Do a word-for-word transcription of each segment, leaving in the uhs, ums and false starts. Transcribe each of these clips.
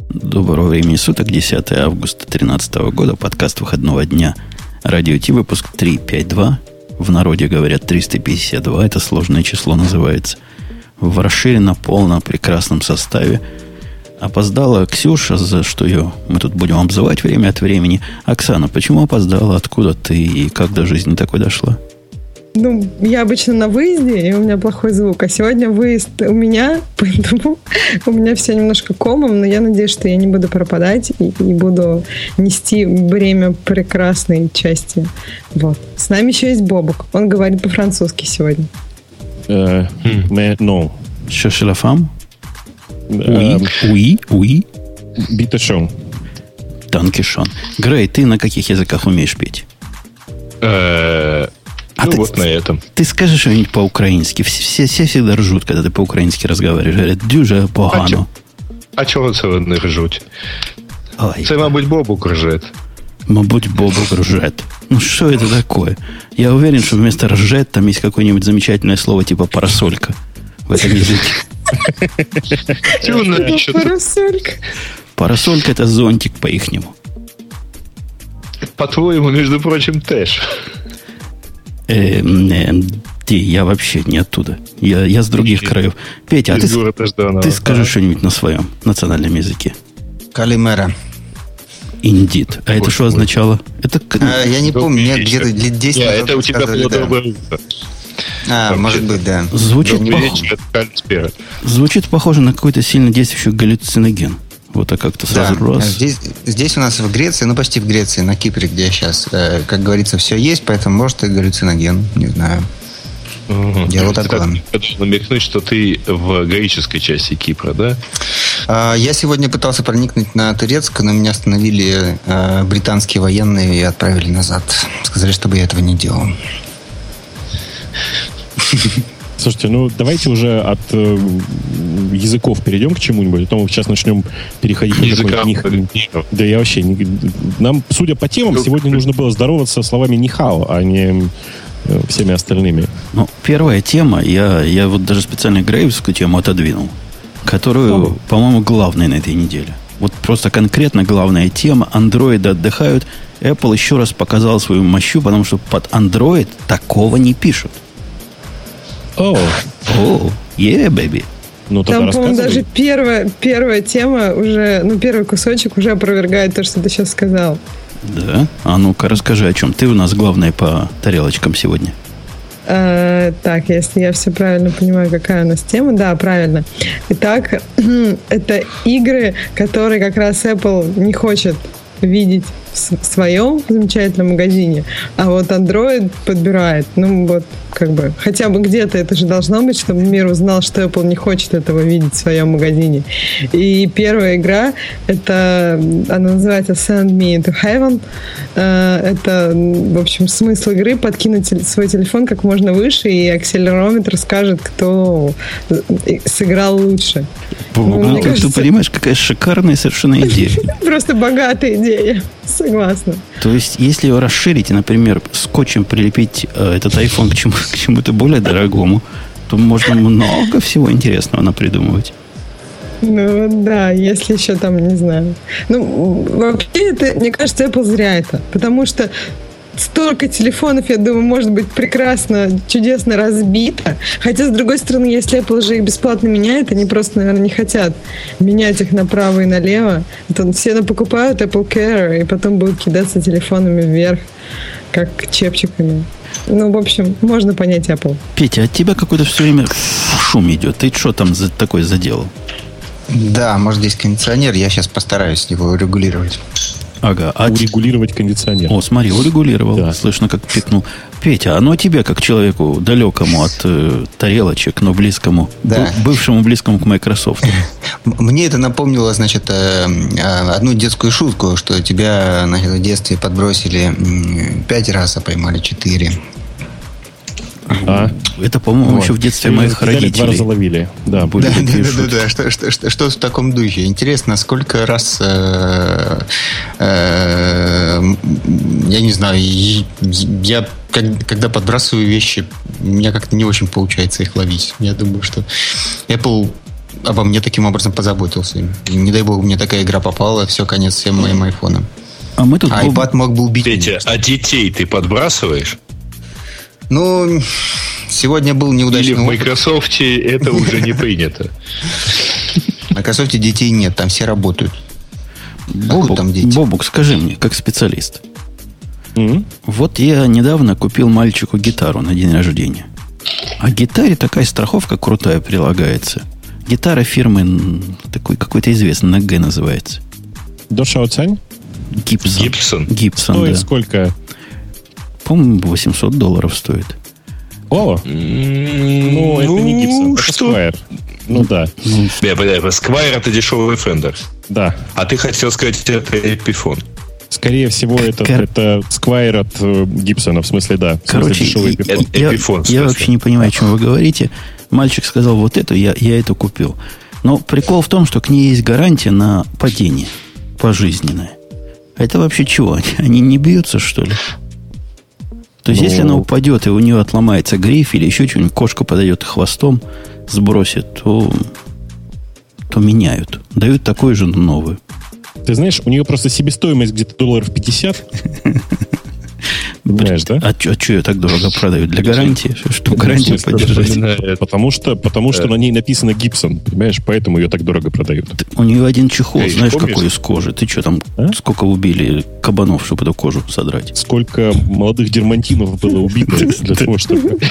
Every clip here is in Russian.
Доброго времени суток, десятое августа две тысячи тринадцатого года, подкаст выходного дня. Радио Ти, выпуск триста пятьдесят два. В народе говорят триста пятьдесят два, это сложное число называется. В расширенно полном прекрасном составе. Опоздала Ксюша, за что ее мы тут будем обзывать время от времени. Оксана, почему опоздала? Откуда ты и как до жизни такой дошла? Ну, я обычно на выезде, и у меня плохой звук. А сегодня выезд у меня, поэтому у меня все немножко комом, но я надеюсь, что я не буду пропадать и, и буду нести бремя прекрасной части. Вот. С нами еще есть Бобук. Он говорит по-французски сегодня. Non. Cherchez la femme? Oui, oui, oui. Bitte schön. Danke schön. Грей, ты на каких языках умеешь петь? А ну, ты, вот на этом. Ты скажи что-нибудь по-украински. Все, все всегда ржут, когда ты по-украински разговариваешь. Говорят, дюже погано. А чого це вони ржуть? Ой. Це, мабуть, Бобук ржет. Мабуть, Бобук ржет. Ну, что это такое? Я уверен, что вместо ржет там есть какое-нибудь замечательное слово типа парасолька в этом языке. Парасолька. Парасолька – это зонтик по-ихнему. По-твоему, между прочим, теж. Э, э, ты, я вообще не оттуда. Я, я с других краев. Петя, а ты, ты скажи что-нибудь на своем национальном языке. Калимера. Indeed. А это что означало? Это... А, я не помню, мне где-то лет десять назад это у тебя было доброе утро. А, вообще, может быть, да. Звучит, пох... Звучит похоже на какой-то сильно действующий галлюциноген. Вот, а как-то сразу да. раз. Здесь, здесь у нас в Греции, ну почти в Греции, на Кипре, где я сейчас, э, как говорится, все есть, поэтому может и галлюциноген, не знаю. Угу. Дело ты такое. Ты хотел намекнуть, что ты в греческой части Кипра, да? А, я сегодня пытался проникнуть на турецкую, но меня остановили э, британские военные и отправили назад. Сказали, чтобы я этого не делал. Слушайте, ну давайте уже от э, языков перейдем к чему-нибудь, а то мы сейчас начнем переходить на какой-нибудь... Да я вообще... Не... Нам, судя по темам, сегодня нужно было здороваться словами «нихао», а не э, всеми остальными. Ну, первая тема, я, я вот даже специально грейвскую тему отодвинул, которую, oh. по-моему, главной на этой неделе. Вот просто конкретно главная тема. Андроиды отдыхают. Apple еще раз показал свою мощу, потому что под Android такого не пишут. О, oh. yeah, baby. Ну, там, по-моему, даже первая, первая тема уже, ну, первый кусочек уже опровергает то, что ты сейчас сказал. Да? А ну-ка, расскажи, о чем. Ты у нас главная по тарелочкам сегодня. А, так, если я все правильно понимаю, какая у нас тема. Да, правильно. Итак, это игры, которые как раз Apple не хочет видеть в своем замечательном магазине, а вот Android подбирает. Ну, вот, как бы, хотя бы где-то это же должно быть, чтобы мир узнал, что Apple не хочет этого видеть в своем магазине. И первая игра, это, она называется Send Me into Heaven. Это, в общем, смысл игры — подкинуть свой телефон как можно выше, и акселерометр скажет, кто сыграл лучше. Ну, ты, кажется, ты понимаешь, какая шикарная совершенно идея. Просто богатая идея. Согласна. То есть, если его расширить и, например, скотчем прилепить э, этот iPhone к, чему, к чему-то более дорогому, то можно много всего интересного напридумывать. Ну, да, если еще там, не знаю. Ну, вообще, это, мне кажется, Apple зря это. Потому что столько телефонов, я думаю, может быть прекрасно, чудесно разбито. Хотя, с другой стороны, если Apple же их бесплатно меняет, они просто, наверное, не хотят менять их направо и налево. То все покупают Apple Care и потом будут кидаться телефонами вверх, как чепчиками. Ну, в общем, можно понять Apple. Петя, от тебя какой-то все время шум идет. Ты что там за, такое заделал? Да, может, здесь кондиционер. Я сейчас постараюсь его регулировать. Ага. А урегулировать кондиционер. О, смотри, урегулировал. Да. Слышно, как пикнул. Петя, а ну тебе, как человеку далекому от э, тарелочек, но близкому, да. б, бывшему близкому к Microsoft. Мне это напомнило, значит, э, одну детскую шутку, что тебя, значит, в детстве подбросили пять раз, а поймали четыре. А? Это, по-моему, вот. еще в детстве моих родителей. Два раза ловили. Да, да, да, да, да. Что, что, что, что в таком духе? Интересно, сколько раз э, э, я не знаю, я когда подбрасываю вещи, у меня как-то не очень получается их ловить. Я думаю, что Apple обо мне таким образом позаботился. Не дай бог, мне такая игра попала, все, конец всем моим айфонам. А, мы тут а боб... iPad мог бы убить Петя, меня. А детей ты подбрасываешь? Ну, сегодня был неудачный Или в Microsoft это уже не принято? В Microsoft детей нет, там все работают. Бобук, там дети? Бобук, скажи мне, как специалист. Mm-hmm. Вот я недавно купил мальчику гитару на день рождения. А гитаре такая страховка крутая прилагается. Гитара фирмы такой какой-то известный, на Г называется. Дошаоцань? Гибсон. Гибсон. Гибсон, стоит да. Сколько? По-моему, восемьсот долларов стоит. О! Mm-hmm. Ну, это не Гибсон, это что? Squire. Ну да. Ну, Squire это дешевый Fender. Да. А ты хотел сказать, это Epiphone. Скорее всего, это, Кор... это Squire от э, Гибсона, в смысле, да. В Короче, смысле, Epiphone. Я, Epiphone, я, я вообще не понимаю, о чем вы говорите. Мальчик сказал, вот эту, я, я эту купил. Но прикол в том, что к ней есть гарантия на падение пожизненное. А это вообще чего? Они, они не бьются, что ли? То есть, ну... если она упадет, и у нее отломается гриф или еще что-нибудь, кошка подойдет хвостом, сбросит, то, то меняют. Дают такую же новую. Ты знаешь, у нее просто себестоимость где-то долларов пятьдесят. Понимаешь, да? А что ее так дорого продают? Для гарантии? Что гарантию поддержать? Потому что, потому что на ней написано Гибсон, понимаешь? Поэтому ее так дорого продают. У нее один чехол, знаешь, какой из кожи. Ты что там, сколько убили кабанов, чтобы эту кожу содрать? Сколько молодых дермантинов было убито для того, чтобы...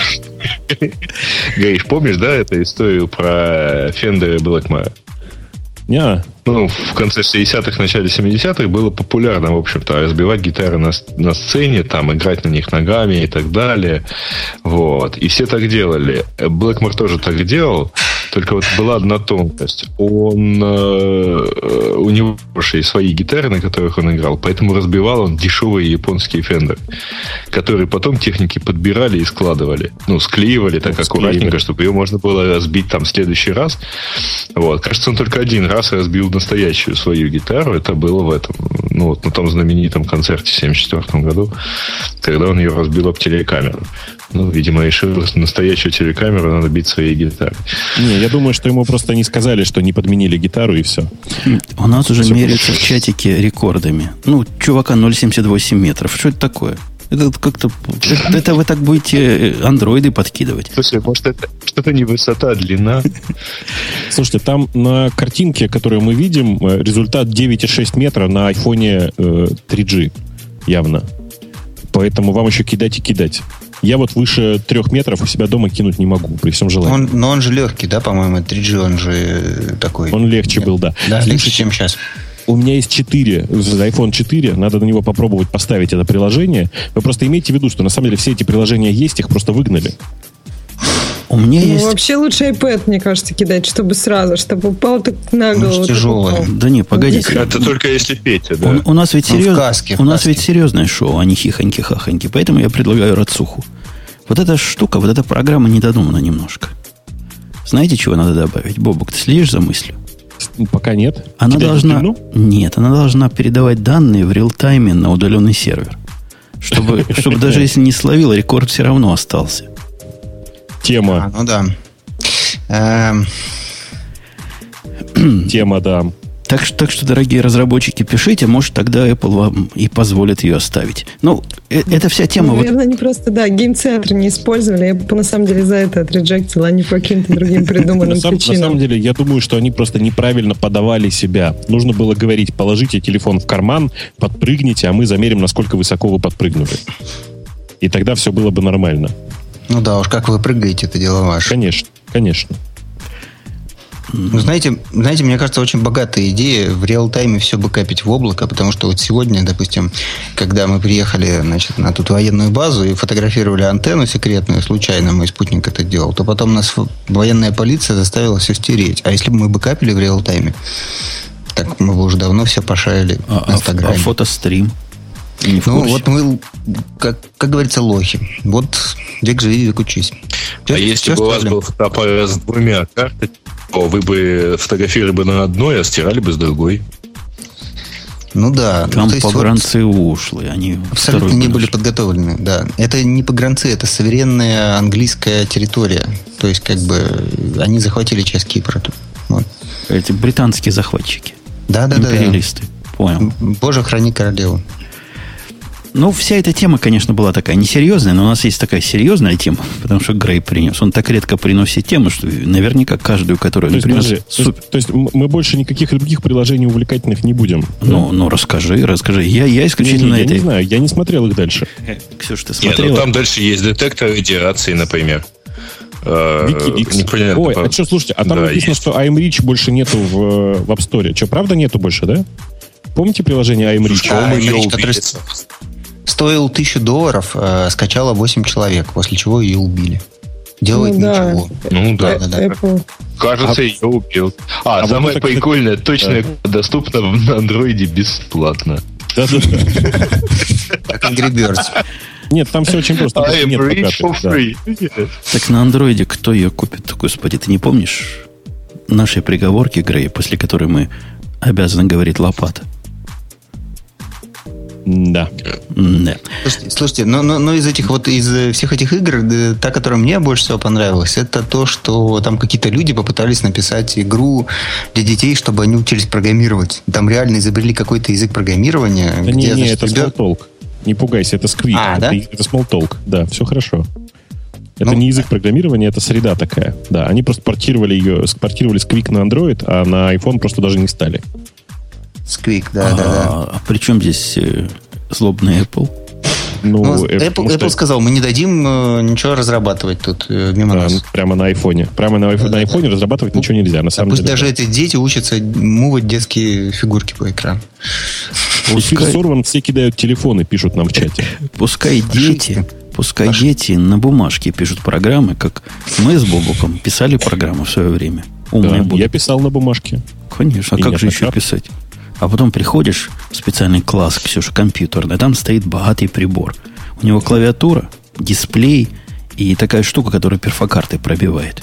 Гриш, помнишь, да, эту историю про Fender и Blackmore? Не. Ну, в конце шестидесятых, начале семидесятых было популярно, в общем-то, разбивать гитары на, на сцене, там, играть на них ногами и так далее. Вот. И все так делали. Блэкмор тоже так делал, только вот была одна тонкость. Он, э, у него уже свои гитары, на которых он играл, поэтому разбивал он дешевые японские фендеры, которые потом техники подбирали и складывали. Ну, склеивали так аккуратненько, чтобы ее можно было разбить там в следующий раз. Вот. Кажется, он только один раз разбил настоящую свою гитару. Это было в этом, ну, вот на том знаменитом концерте в семьдесят четвёртом году, когда он ее разбил об телекамеру. Ну, видимо, решил, что настоящую телекамеру надо бить своей гитарой. Не, я думаю, что ему просто не сказали, что не подменили гитару, и все. У нас уже все меряются в чатике рекордами. Ну, чувака ноль целых семьдесят восемь метров. Что это такое? Это как-то... Это, это вы так будете андроиды подкидывать. Слушай, может, это что-то не высота, а длина? Слушайте, там на картинке, которую мы видим, результат девять целых шесть метра на айфоне э, три джи. Явно. Поэтому вам еще кидать и кидать. Я вот выше трех метров у себя дома кинуть не могу, при всем желании. Он, но он же легкий, да, по-моему, три джи, он же такой... Он легче был, да. Да, легче, чем сейчас. У меня есть четыре, айфон четыре, надо на него попробовать поставить это приложение. Вы просто имейте в виду, что на самом деле все эти приложения есть, их просто выгнали. У меня ну, есть... вообще лучше iPad, мне кажется, кидать, чтобы сразу, чтобы упал так на голову. Тяжелое. Да не, погодите. Это только если Петя, да? У, у нас ведь, серьез... каске, у нас ведь серьезное шоу, а не хихоньки-хахоньки. Поэтому я предлагаю рацуху. Вот эта штука, вот эта программа недодумана немножко. Знаете, чего надо добавить? Бобок, ты следишь за мыслью? Пока нет. Она Кидать должна... Нет, она должна передавать данные в реал-тайме на удаленный сервер. Чтобы, чтобы даже если не словил, рекорд все равно остался. Тема. А, ну да. Эм... Тема, да. Так что, так что, дорогие разработчики, пишите, может, тогда Apple вам и позволит ее оставить. Ну, э- это вся тема... Наверное, вот... они просто, да, гейм-центр не использовали. Я бы, на самом деле, за это отреджектила, а не по каким-то другим придуманным причинам. На самом деле, я думаю, что они просто неправильно подавали себя. Нужно было говорить, положите телефон в карман, подпрыгните, а мы замерим, насколько высоко вы подпрыгнули. И тогда все было бы нормально. Ну да, уж как вы прыгаете, это дело ваше. Конечно, конечно. Ну, знаете, знаете, мне кажется, очень богатая идея в реал-тайме все бэкапить в облако, потому что вот сегодня, допустим, когда мы приехали, значит, на тут военную базу и фотографировали антенну секретную, случайно мой спутник это делал, то потом нас военная полиция заставила все стереть. А если бы мы бэкапили в реал-тайме, так мы бы уже давно все пошарили а, в Инстаграме. А фотострим? Не в ну, курсе. вот мы, как, как говорится, лохи. Вот век живи, век учись. Все, а если бы у вас был фотоаппарат с двумя картами, то вы бы фотографировали бы на одной, а стирали бы с другой. Ну да. Там ну, погранцы вот ушлые. Они абсолютно не были подготовлены. Да. Это не погранцы, это суверенная английская территория. То есть, как бы, они захватили часть Кипра. Вот. Эти британские захватчики. Да-да-да. Империалисты. Понял. Боже, храни королеву. Ну, вся эта тема, конечно, была такая несерьезная, но у нас есть такая серьезная тема, потому что Грей принес. Он так редко приносит темы, что наверняка каждую, которую он принес... Подожди, суп... то, есть, то есть мы больше никаких других приложений увлекательных не будем? Ну, да? ну расскажи, расскажи. Я, я исключительно... Не, не, я этой... не знаю, я не смотрел их дальше. Ксюша, ты смотрела? Нет, ну там дальше есть детектор радиации, например. Wikileaks. Ой, а что, слушайте, а там да, написано, есть. Что iMreach больше нету в, в App Store. Что, правда нету больше, да? Помните приложение iMreach? А, iMreach, который стоил тысячу долларов, э, скачало восемь человек, после чего ее убили. Делать ну, ничего. Да. Ну да, да, да. Кажется, а, ее убил. А, а самое вот прикольное, так... точно да. доступно на андроиде бесплатно. Да-да-да. Как Angry Birds. Нет, там все очень просто. Нет да. Так на андроиде кто ее купит? Господи, ты не помнишь нашей приговорки, Грей, после которой мы обязаны говорить лопата? Да. да. Слушайте, слушайте но, но, но из этих вот из всех этих игр, та, которая мне больше всего понравилась, это то, что там какие-то люди попытались написать игру для детей, чтобы они учились программировать. Там реально изобрели какой-то язык программирования. Да где, не, не, значит, это ребят... Smalltalk. Не пугайся, это Squid. А, это, да? это Smalltalk. Да, все хорошо. Это ну, не язык программирования, это среда такая. Да, они просто портировали ее, портировали Squid на Android, а на iPhone просто даже не стали. Squeak, да, а, да, да. А при чем здесь э, злобный Apple? Ну, ну Apple, Apple что... сказал, мы не дадим э, ничего разрабатывать тут э, мимо да, нас. Прямо на айфоне. Прямо на, да, на айфоне да. разрабатывать ну, ничего нельзя. На самом пусть деле, даже да. эти дети учатся мувать детские фигурки по экрану. Эфир сорван, все кидают телефоны, пишут нам в чате. Пускай дети, пускай Пошли. дети на бумажке пишут программы, как мы с Бобуком писали программы в свое время. Умные да, я писал на бумажке. Конечно, а И как же еще писать? А потом приходишь в специальный класс, Ксюша, компьютерный, там стоит богатый прибор. У него клавиатура, дисплей и такая штука, которая перфокарты пробивает.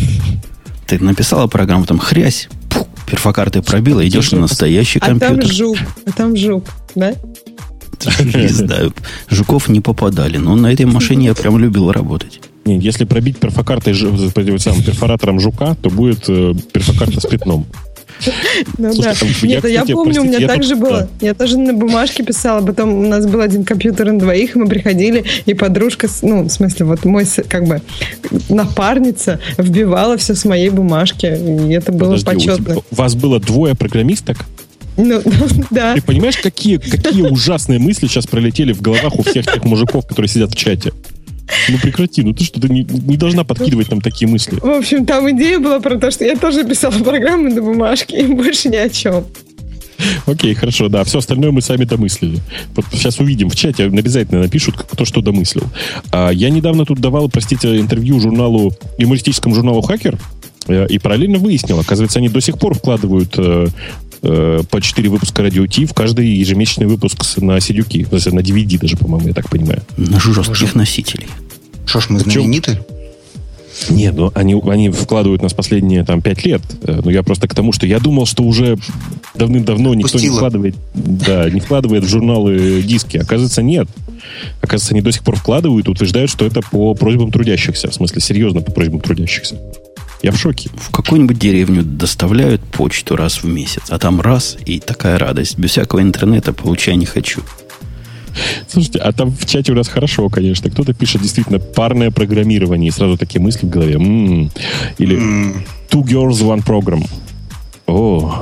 Ты написала программу, там хрясь, пух, перфокарты пробила, идешь на настоящий а компьютер. А там жук, а там жук, да? Не знаю, жуков не попадали, но на этой машине я прям любил работать. Нет, если пробить перфокартой, самым перфоратором жука, то будет перфокарта с пятном. Ну, Слушай, да. там, Нет, я, я кстати, помню, простите, у меня я так же было. Да. Я тоже на бумажке писала, потом у нас был один компьютер на двоих, и мы приходили, и подружка, ну, в смысле, вот мой, как бы, напарница вбивала все с моей бумажки, и это было Подожди, почетно. У, тебя, у вас было двое программисток? Ну, да. Ты понимаешь, какие, какие ужасные мысли сейчас пролетели в головах у всех тех мужиков, которые сидят в чате? Ну прекрати, ну ты что, ты не, не должна подкидывать нам такие мысли. В общем, там идея была про то, что я тоже писала программы на бумажке, и больше ни о чем. Окей, хорошо, да, все остальное мы сами домыслили. Вот сейчас увидим в чате, обязательно напишут, кто что домыслил. А, я недавно тут давал, простите, интервью журналу, юмористическому журналу «Хакер», и параллельно выяснил, оказывается, они до сих пор вкладывают э, э, по четыре выпуска Радио Ти в каждый ежемесячный выпуск на сидюки, на ди ви ди даже, по-моему, я так понимаю. На жестких носителей. Что ж, мы знамениты? Нет, ну они, они вкладывают нас последние там пять лет. Но я просто к тому, что я думал, что уже давным-давно никто Пустила. не вкладывает, да, не вкладывает в журналы диски. Оказывается, нет. Оказывается, они до сих пор вкладывают и утверждают, что это по просьбам трудящихся. В смысле, серьезно по просьбам трудящихся. Я в шоке. В какую-нибудь деревню доставляют почту раз в месяц, а там раз, и такая радость. Без всякого интернета получай не хочу. Слушайте, а там в чате у нас хорошо, конечно. Кто-то пишет действительно парное программирование, и сразу такие мысли в голове. М-м-м. Или two girls, one program. О.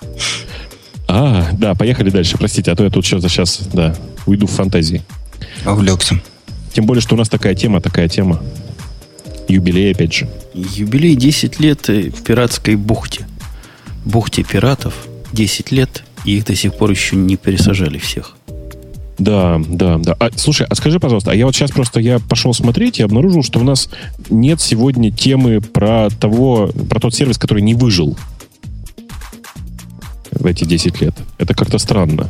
А, да, поехали дальше. Простите, а то я тут что-то сейчас, да, уйду в фантазии. Увлекся. Тем более, что у нас такая тема, такая тема. Юбилей, опять же. Юбилей десять лет пиратской бухте. Бухте пиратов десять лет, и их до сих пор еще не пересажали всех. Да, да, да. А, слушай, а скажи, пожалуйста, а я вот сейчас просто я пошел смотреть и обнаружил, что у нас нет сегодня темы про того, про тот сервис, который не выжил в эти десять лет. Это как-то странно.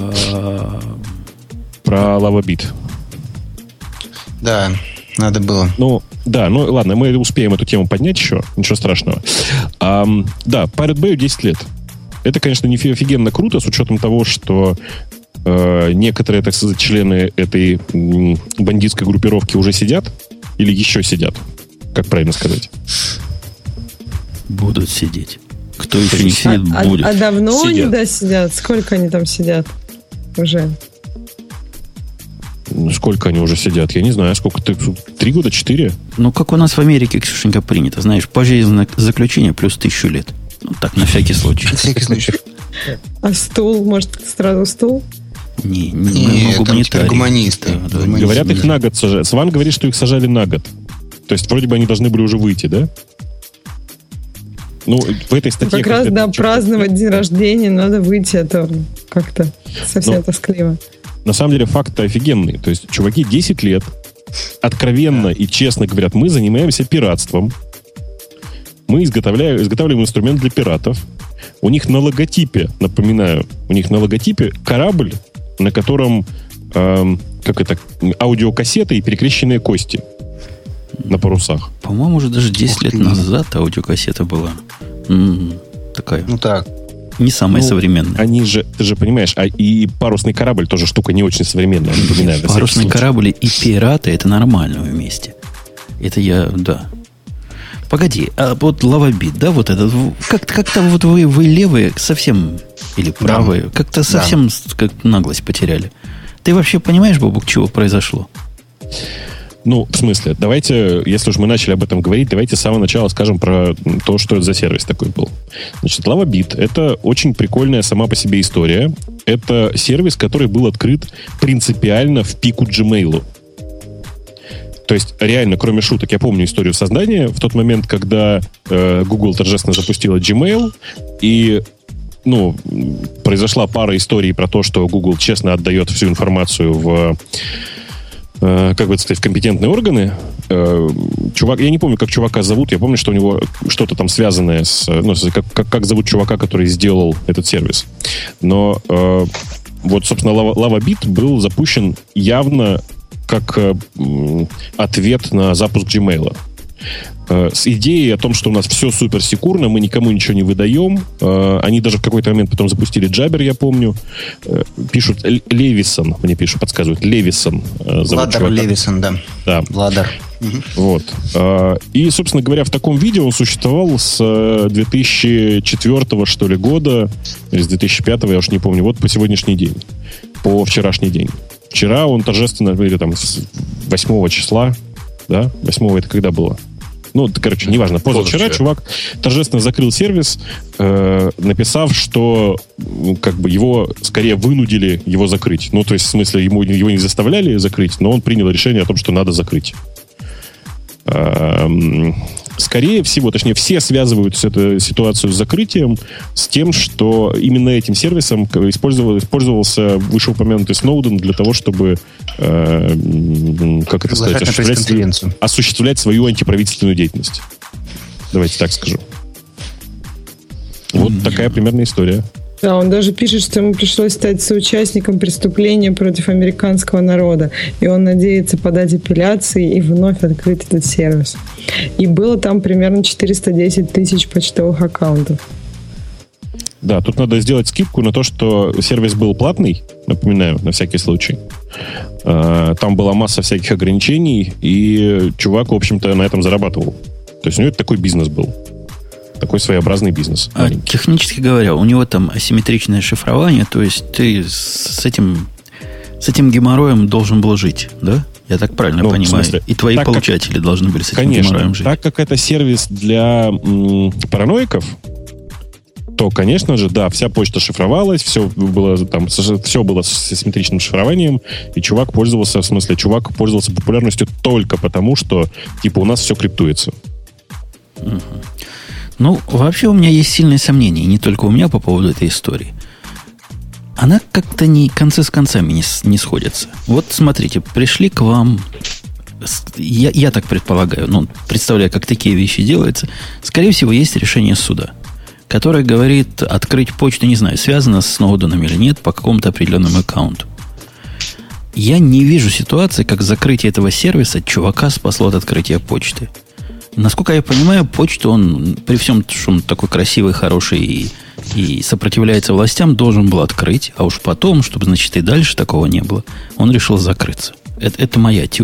Про LavaBit. Да, надо было. Ну, да, ну ладно, мы успеем эту тему поднять еще, ничего страшного. А, да, Pirate Bay десять лет. Это, конечно, не офигенно круто, с учетом того, что э, некоторые, так сказать, члены этой м, бандитской группировки уже сидят, или еще сидят, как правильно сказать? Будут сидеть. Кто еще не сидит, а, будет. А, а давно сидят. они, да, сидят? Сколько они там сидят уже? Сколько они уже сидят? Я не знаю, сколько ты... Три года, четыре? Ну, как у нас в Америке, Ксюшенька, принято. Знаешь, пожизненное заключение плюс тысячу лет. Ну, так, на всякий случай. На всякий случай. А стул? Может, сразу стул? Не, не, Не, мы там гуманитарии. теперь гуманисты. Да, да. Гуманисты. Говорят, их на год сажали. Сван говорит, что их сажали на год. То есть, вроде бы они должны были уже выйти, да? Ну, в этой статье... Как раз, да, праздновать день рождения, надо выйти, а то как-то совсем Ну, тоскливо. На самом деле факт-то офигенный. То есть чуваки десять лет откровенно и честно говорят, мы занимаемся пиратством. Мы изготовляем, изготавливаем инструмент для пиратов. У них на логотипе, напоминаю, у них на логотипе корабль, на котором эм, как это, аудиокассеты и перекрещенные кости на парусах. По-моему, уже даже десять Ух лет ты. назад аудиокассета была. М-м, такая. Ну так. Не самая Ну, современная. Они же, ты же понимаешь, а и парусный корабль тоже штука не очень современная, напоминаю. на всякий Парусные случай. корабли и пираты — это нормально вместе. Это я, да. Погоди, а вот лавабит, да, вот этот, как- как-то вот вы, вы левые совсем, или правые, как-то совсем с- как наглость потеряли. Ты вообще понимаешь, Бобук, чего произошло? Ну, в смысле, давайте, если уж мы начали об этом говорить, давайте с самого начала скажем про то, что это за сервис такой был. Значит, LavaBit — это очень прикольная сама по себе история. Это сервис, который был открыт принципиально в пику Gmail. То есть, реально, кроме шуток, я помню историю создания в тот момент, когда э, Google торжественно запустила Gmail, и ну, произошла пара историй про то, что Google честно отдает всю информацию в... как бы сказать, в компетентные органы. Чувак, я не помню, как чувака зовут, я помню, что у него что-то там связанное с... Ну, как, как, как зовут чувака, который сделал этот сервис. Но э, вот, собственно, LavaBit был запущен явно как э, ответ на запуск Gmail. Э, с идеей о том, что у нас все суперсекурно, мы никому ничего не выдаем. Э, они даже в какой-то момент потом запустили Jabber, я помню. Э, пишут Л- Левисон, мне пишут, подсказывают. Левисон. Э, Владар Левисон, да. Да. Владар. Вот. Э, и, собственно говоря, в таком виде он существовал с э, две тысячи четвёртого, что ли, года, или с две тысячи пятого, я уж не помню, вот по сегодняшний день. По вчерашний день. Вчера он торжественно, или там с восьмого числа, да? восьмого это когда было? Ну, короче, неважно. Позавчера чувак торжественно закрыл сервис, э, написав, что ну, как бы его скорее вынудили его закрыть. Ну, то есть, в смысле, ему, его не заставляли закрыть, но он принял решение о том, что надо закрыть. Э, скорее всего, точнее, все связывают эту ситуацию с закрытием с тем, что именно этим сервисом использовал, использовался вышеупомянутый Сноуден для того, чтобы э, как это сказать, осуществлять, осуществлять свою антиправительственную деятельность. Давайте так скажу. Вот mm-hmm. такая примерная история. Да, он даже пишет, что ему пришлось стать соучастником преступления против американского народа. И он надеется подать апелляции и вновь открыть этот сервис. И было там примерно четыреста десять тысяч почтовых аккаунтов. Да, тут надо сделать скидку на то, что сервис был платный, напоминаю, на всякий случай. Там была масса всяких ограничений, и чувак, в общем-то, на этом зарабатывал. То есть у него это такой бизнес был. Такой своеобразный бизнес. А, технически говоря, у него там асимметричное шифрование, то есть ты с этим, с этим геморроем должен был жить, да? Я так правильно ну, понимаю? Смысле, и твои получатели как, должны были с этим конечно, геморроем жить. Так как это сервис для м, параноиков, то, конечно же, да, вся почта шифровалась, все было, там, все было с асимметричным шифрованием, и чувак пользовался, в смысле, чувак пользовался популярностью только потому, что, типа, у нас все криптуется. Угу. Ну, вообще у меня есть сильные сомнения, не только у меня по поводу этой истории. Она как-то не, концы с концами не, не сходятся. Вот смотрите, пришли к вам, я, я так предполагаю, ну, представляю, как такие вещи делаются, скорее всего, есть решение суда, которое говорит открыть почту, не знаю, связано с Сноуденом или нет, по какому-то определенному аккаунту. Я не вижу ситуации, как закрытие этого сервиса чувака спасло от открытия почты. Насколько я понимаю, почту он, при всем, что он такой красивый, хороший и, и сопротивляется властям, должен был открыть, а уж потом, чтобы, значит, и дальше такого не было, он решил закрыться. Это, это моя теория.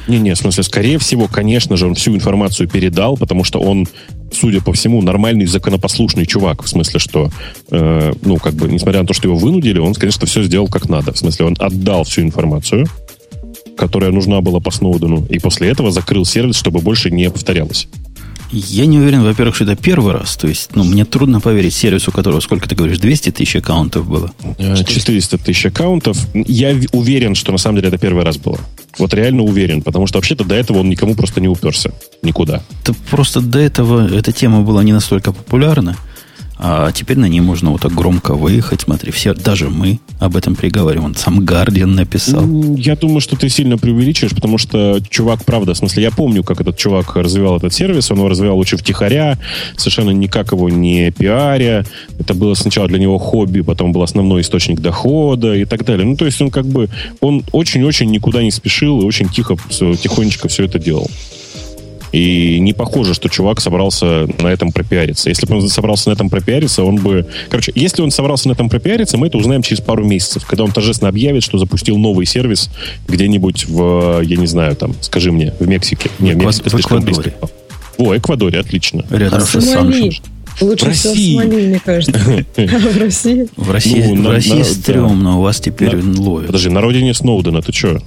Не-не, в смысле, скорее всего, конечно же, он всю информацию передал, потому что он, судя по всему, нормальный, законопослушный чувак. В смысле, что, э, ну, как бы, несмотря на то, что его вынудили, он, конечно, все сделал как надо. В смысле, он отдал всю информацию, которая нужна была по Сноудену, и после этого закрыл сервис, чтобы больше не повторялось. Я не уверен, во-первых, что это первый раз. То есть, ну, мне трудно поверить сервису, у которого, сколько ты говоришь, двести тысяч аккаунтов было? четыреста тысяч аккаунтов. Я уверен, что на самом деле это первый раз было. Вот реально уверен, потому что вообще-то до этого он никому просто не уперся. Никуда. Это просто до этого эта тема была не настолько популярна, а теперь на ней можно вот так громко выехать. Смотри, все, даже мы об этом приговариваем. Сам Гардиан написал. Я думаю, что ты сильно преувеличиваешь, потому что чувак, правда, в смысле, я помню, как этот чувак развивал этот сервис. Он его развивал очень втихаря, совершенно никак его не пиаря. Это было сначала для него хобби, потом был основной источник дохода и так далее. Ну, то есть он как бы, он очень-очень никуда не спешил и очень тихо, тихонечко все это делал. И не похоже, что чувак собрался на этом пропиариться. Если бы он собрался на этом пропиариться, он бы... Короче, если он собрался на этом пропиариться, мы это узнаем через пару месяцев, когда он торжественно объявит, что запустил новый сервис где-нибудь в, я не знаю, там, скажи мне, в Мексике. Не, в Мексика в Эквадоре. О, Эквадоре, отлично. Рядом с Сомали. Лучше всего в Сомали, мне кажется. В России? В России, Ну, в на- России на- стрёмно, у вас теперь На- ловят. Подожди, на родине Сноудена, ты что?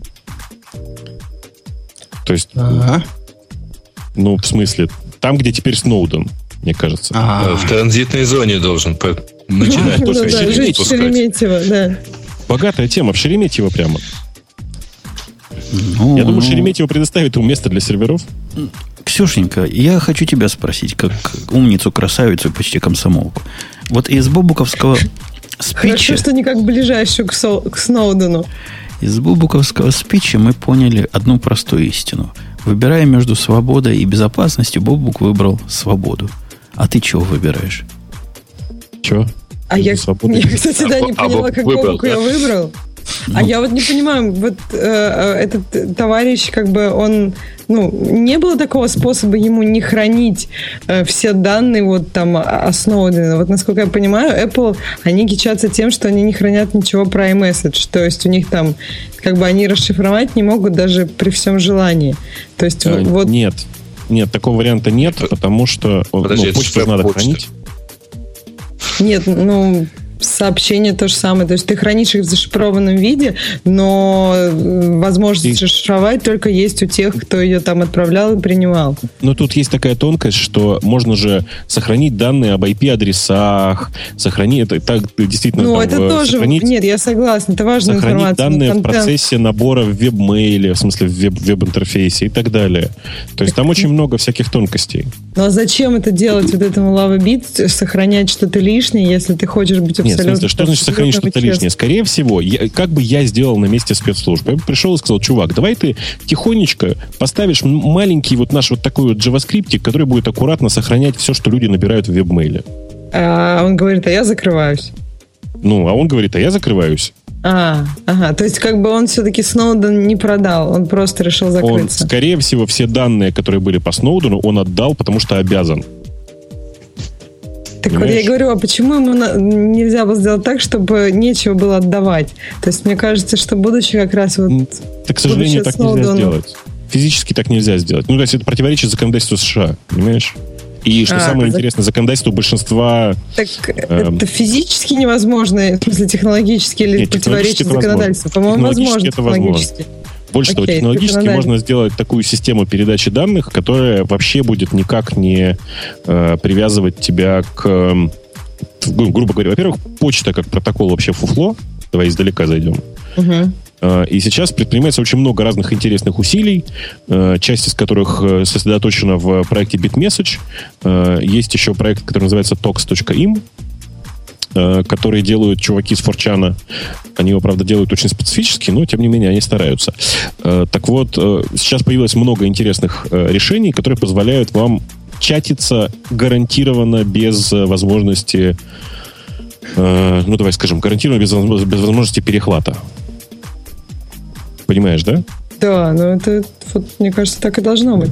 То есть, Ага. ну, в смысле, там, где теперь Сноуден, мне кажется. Ага. В транзитной зоне должен по- начинать Ну после да, жить Шереметьево в пускать. Шереметьево, да. Богатая тема, в Шереметьево прямо. Ну, Я думаю, ну, Шереметьево предоставит ему место для серверов. Ксюшенька, я хочу тебя спросить, как умницу, красавицу и почти комсомолку. Вот из бобуковского Хорошо, спича, что не как ближайшую к, Со- к Сноудену. из бобуковского спича мы поняли одну простую истину. Выбирая между свободой и безопасностью, Бобук выбрал свободу. А ты чего выбираешь? Че? А я, Свобода. я, кстати, да, не А поняла, Бобук как выбрал, Бобук ее да? выбрал. А я вот не понимаю, вот э, э, этот товарищ, как бы он, ну, не было такого способа ему не хранить э, все данные вот там о о Сноудене. Вот насколько я понимаю, Apple, они кичатся тем, что они не хранят ничего про iMessage. То есть у них там, как бы они расшифровать не могут даже при всем желании. То есть А, вот... Нет. Нет, такого варианта нет, потому что Подожди, ну, это почту же надо почта. хранить. Нет, ну, сообщения то же самое. То есть ты хранишь их в зашифрованном виде, но э, возможность И- расшифровать только есть у тех, кто ее там отправлял и принимал. Но тут есть такая тонкость, что можно же сохранить данные об ай пи-адресах, сохранить, это так действительно Ну, там, это э, тоже... сохранить, Нет, я согласна, это важная сохранить информация. данные но в контент- процессе набора в веб-мейле, в смысле в веб- веб-интерфейсе и так далее. То есть там очень много всяких тонкостей. Ну, а зачем это делать, вот этому LavaBit, сохранять что-то лишнее, если ты хочешь быть Нет, в абсолютно... смысле, что значит сохранить что-то абсолютно лишнее? Скорее всего, я- как бы я сделал на месте спецслужб? Я бы пришел и сказал: чувак, давай ты тихонечко поставишь м- маленький вот наш вот такой вот JavaScript, который будет аккуратно сохранять все, что люди набирают в веб-мейле. А он говорит, а я закрываюсь. Ну, а он говорит: а я закрываюсь. А, ага, то есть как бы он все-таки Сноуден не продал, он просто решил Он, закрыться. скорее всего, все данные, которые были по Сноудену, он отдал, потому что обязан. Так вот Понимаешь? я говорю, а почему ему на- нельзя было сделать так, чтобы нечего было отдавать? То есть мне кажется, что будучи как раз вот... М, Так, к сожалению, Будущее так нельзя Сноудену. сделать. Физически так нельзя сделать. Ну, то есть это противоречит законодательству США, понимаешь? И, что А, самое зак- интересное, законодательству большинства... Так Эм. это физически невозможно, в смысле технологически или Нет, технологически противоречит это законодательству? По-моему, Технологически возможно это возможно. технологически. Больше того, Окей, технологически законодатель. можно сделать такую систему передачи данных, которая вообще будет никак не э, привязывать тебя к... э, гру- грубо говоря, во-первых, почта как протокол вообще фуфло. Давай издалека зайдем. Мгм. Э, И сейчас предпринимается очень много разных интересных усилий, э, часть из которых э, сосредоточена в проекте BitMessage. Э, Есть еще проект, который называется tox точка им, э, который делают чуваки с форчана. Они его, правда, делают очень специфически, но, тем не менее, они стараются. Э, Так вот, э, сейчас появилось много интересных э, решений, которые позволяют вам чатиться гарантированно без э, возможности, э, ну, давай скажем, гарантированно без, возможно- без возможности перехвата. Понимаешь, да? Да, ну это, вот, мне кажется, так и должно быть.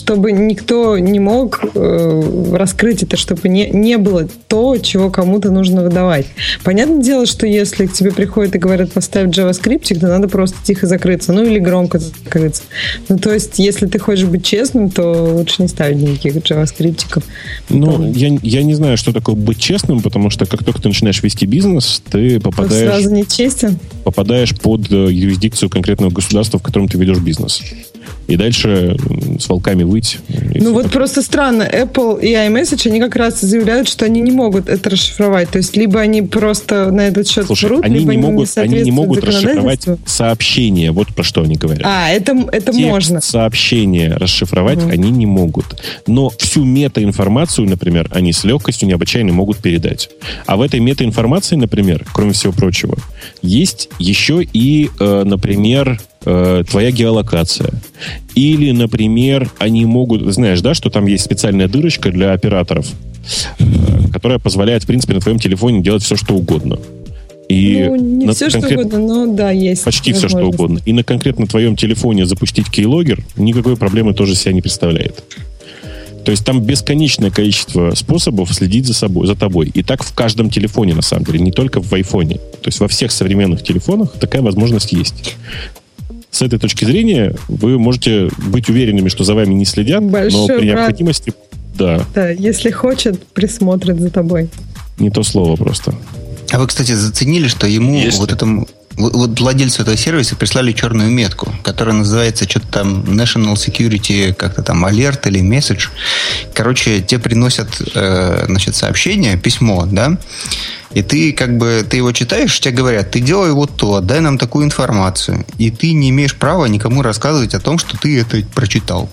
чтобы никто не мог э, раскрыть это, чтобы не, не было то, чего кому-то нужно выдавать. Понятное дело, что если к тебе приходят и говорят, поставь JavaScript, то надо просто тихо закрыться, ну или громко закрыться. Ну, то есть, если ты хочешь быть честным, то лучше не ставить никаких JavaScript-иков. Ну, я, я не знаю, что такое быть честным, потому что как только ты начинаешь вести бизнес, ты попадаешь... Сразу не честен? Попадаешь под юрисдикцию конкретного государства, в котором ты ведешь бизнес. И дальше с волками выть. Ну вот просто странно. Apple и iMessage, они как раз заявляют, что они не могут это расшифровать. То есть, либо они просто на этот счет Слушай, врут, они либо не могут, не они не могут расшифровать сообщения. Вот про что они говорят. А, это, это Текст можно. сообщения расшифровать угу. они не могут. Но всю метаинформацию, например, они с легкостью необычайно могут передать. А в этой метаинформации, например, кроме всего прочего, есть еще и, э, например, э, твоя геолокация. Или, например, они могут... Знаешь, да, что там есть специальная дырочка для операторов, э, которая позволяет, в принципе, на твоем телефоне делать все, что угодно. И ну, не на все, конкрет... что угодно, но да, есть. Почти все, что угодно. И на конкретно твоем телефоне запустить keylogger никакой проблемы тоже себя не представляет. То есть там бесконечное количество способов следить за собой, за тобой. И так в каждом телефоне, на самом деле, не только в айфоне. То есть во всех современных телефонах такая возможность есть. С этой точки зрения вы можете быть уверенными, что за вами не следят, Большой но при брат, необходимости... Да. Да, если хочет, присмотрит за тобой. Не то слово просто. А вы, кстати, заценили, что ему, если... вот этому... Вот владельцу этого сервиса прислали черную метку, которая называется что-то там National Security, как-то там Alert или Message. Короче, тебе приносят э, значит, сообщение, письмо, да, и ты как бы, ты его читаешь, тебе говорят, ты делай вот то, дай нам такую информацию. И ты не имеешь права никому рассказывать о том, что ты это прочитал.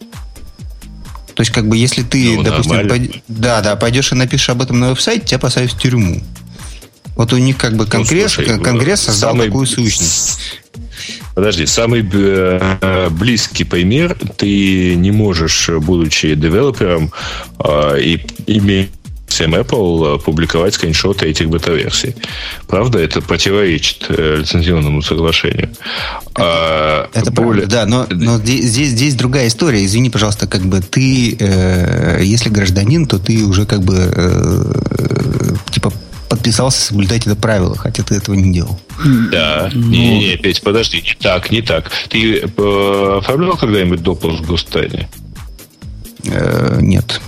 То есть, как бы, если ты, ну, допустим, пойд... да, да, пойдешь и напишешь об этом на веб-сайте, тебя посадят в тюрьму. Вот у них как бы конгресс, ну, слушай, конгресс создал самый, такую сущность. Подожди, самый близкий пример, ты не можешь, будучи девелопером и имея всем Apple, публиковать скриншоты этих бета-версий. Правда, это противоречит лицензионному соглашению. Это, это более... правда, да, но, но здесь, здесь, здесь другая история. Извини, пожалуйста, как бы ты, э, если гражданин, то ты уже как бы э, типа подписался соблюдать это правило, хотя ты этого не делал. Да. Но... Не, не, Петь, подожди, не так, не так. Ты э, оформлял когда-нибудь допуск в гостайне? Э, нет.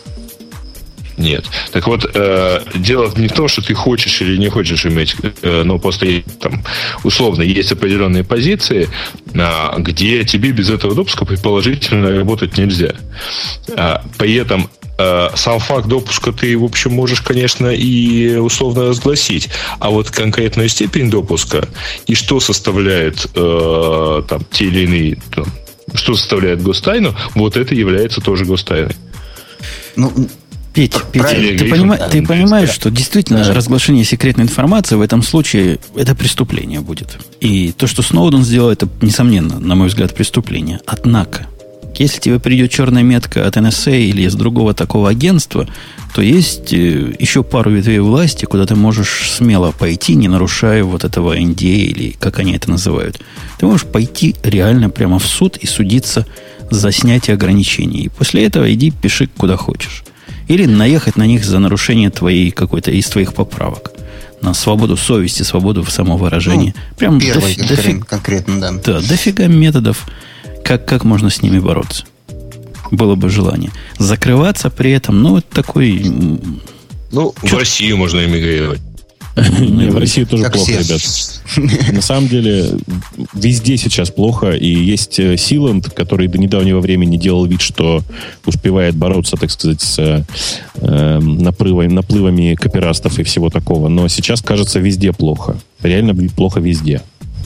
Нет. Так вот, э, дело не в том, что ты хочешь или не хочешь иметь, э, но просто там, условно, есть определенные позиции, э, где тебе без этого допуска предположительно работать нельзя. Э, при этом э, сам факт допуска ты, в общем, можешь, конечно, и условно разгласить. А вот конкретную степень допуска и что составляет э, там, те или иные, там, что составляет гостайну, вот это является тоже гостайной. Ну... Петя, Петя ты, понима, ты понимаешь, что действительно да. разглашение секретной информации в этом случае это преступление будет. И то, что Сноуден сделал, это, несомненно, на мой взгляд, преступление. Однако, если тебе придет черная метка от эн эс эй или из другого такого агентства, то есть еще пару ветвей власти, куда ты можешь смело пойти, не нарушая вот этого эн ди эй или как они это называют. Ты можешь пойти реально прямо в суд и судиться за снятие ограничений. И после этого иди пиши куда хочешь. Или наехать на них за нарушение твоей какой-то из твоих поправок. На свободу совести, свободу в самовыражении. Ну, Прям первый дофи- конкретно, конкретно, да. Да, дофига методов, как, как можно с ними бороться. Было бы желание. Закрываться при этом, ну, вот такой... Ну, Чё? В Россию можно эмигрировать. Не, в России тоже плохо, ребят. На самом деле, везде сейчас плохо. И есть Силанд, который до недавнего времени делал вид, что успевает бороться, так сказать, с э, наплывами, наплывами копирастов и всего такого. Но сейчас, кажется, везде плохо. Реально плохо везде.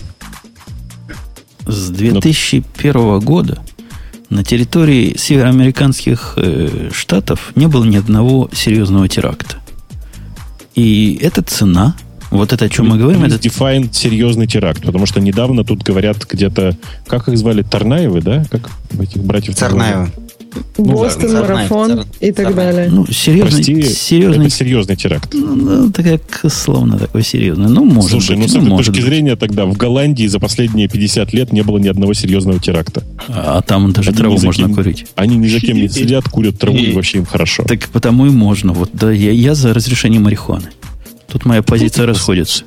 С две тысячи первого года на территории североамериканских э, штатов не было ни одного серьезного теракта. И это цена, вот это, о чем мы говорим. Это define серьезный теракт, потому что недавно тут говорят где-то, как их звали, Тарнаевы, да? Как этих братьев Царнаевы. Бостон, ну, марафон и так Сорвать. далее. Ну, серьезный, Прости, серьезный, это серьезный теракт. Ну, ну, так как словно такой серьезный. Ну, может Слушай, быть. ну, с ну, этой может точки быть. зрения тогда в Голландии за последние пятьдесят лет не было ни одного серьезного теракта. А там даже Они траву ни за можно кем- курить. Они ни за кем не следят, курят траву, и вообще им хорошо. Так потому и можно. Вот, да, я, я за разрешение марихуаны. Тут моя позиция расходится.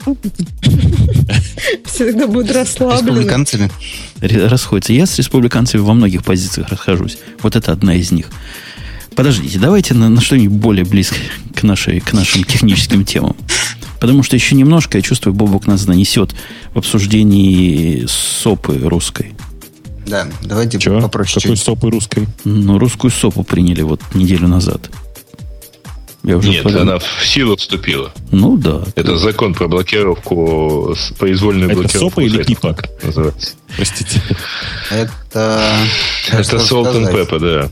Всегда будут расслаблены. Республиканцами. Ре- Расходится. Я с республиканцами во многих позициях расхожусь. Вот это одна из них. Подождите, давайте на, на что-нибудь более близкое к, нашей, к нашим техническим темам. Потому что еще немножко, я чувствую, Бобок нас нанесет в обсуждении сопы русской. Да, давайте Чего? попроще. Какой сопы русской? Ну, русскую сопу приняли вот неделю назад. Я уже Нет, подумал. она в силу вступила. Ну да. Это закон про блокировку, с- произвольную Это блокировку. сопа или сайтов, пипа? так называется. Простите. Это... Это Salt and Pepper, да.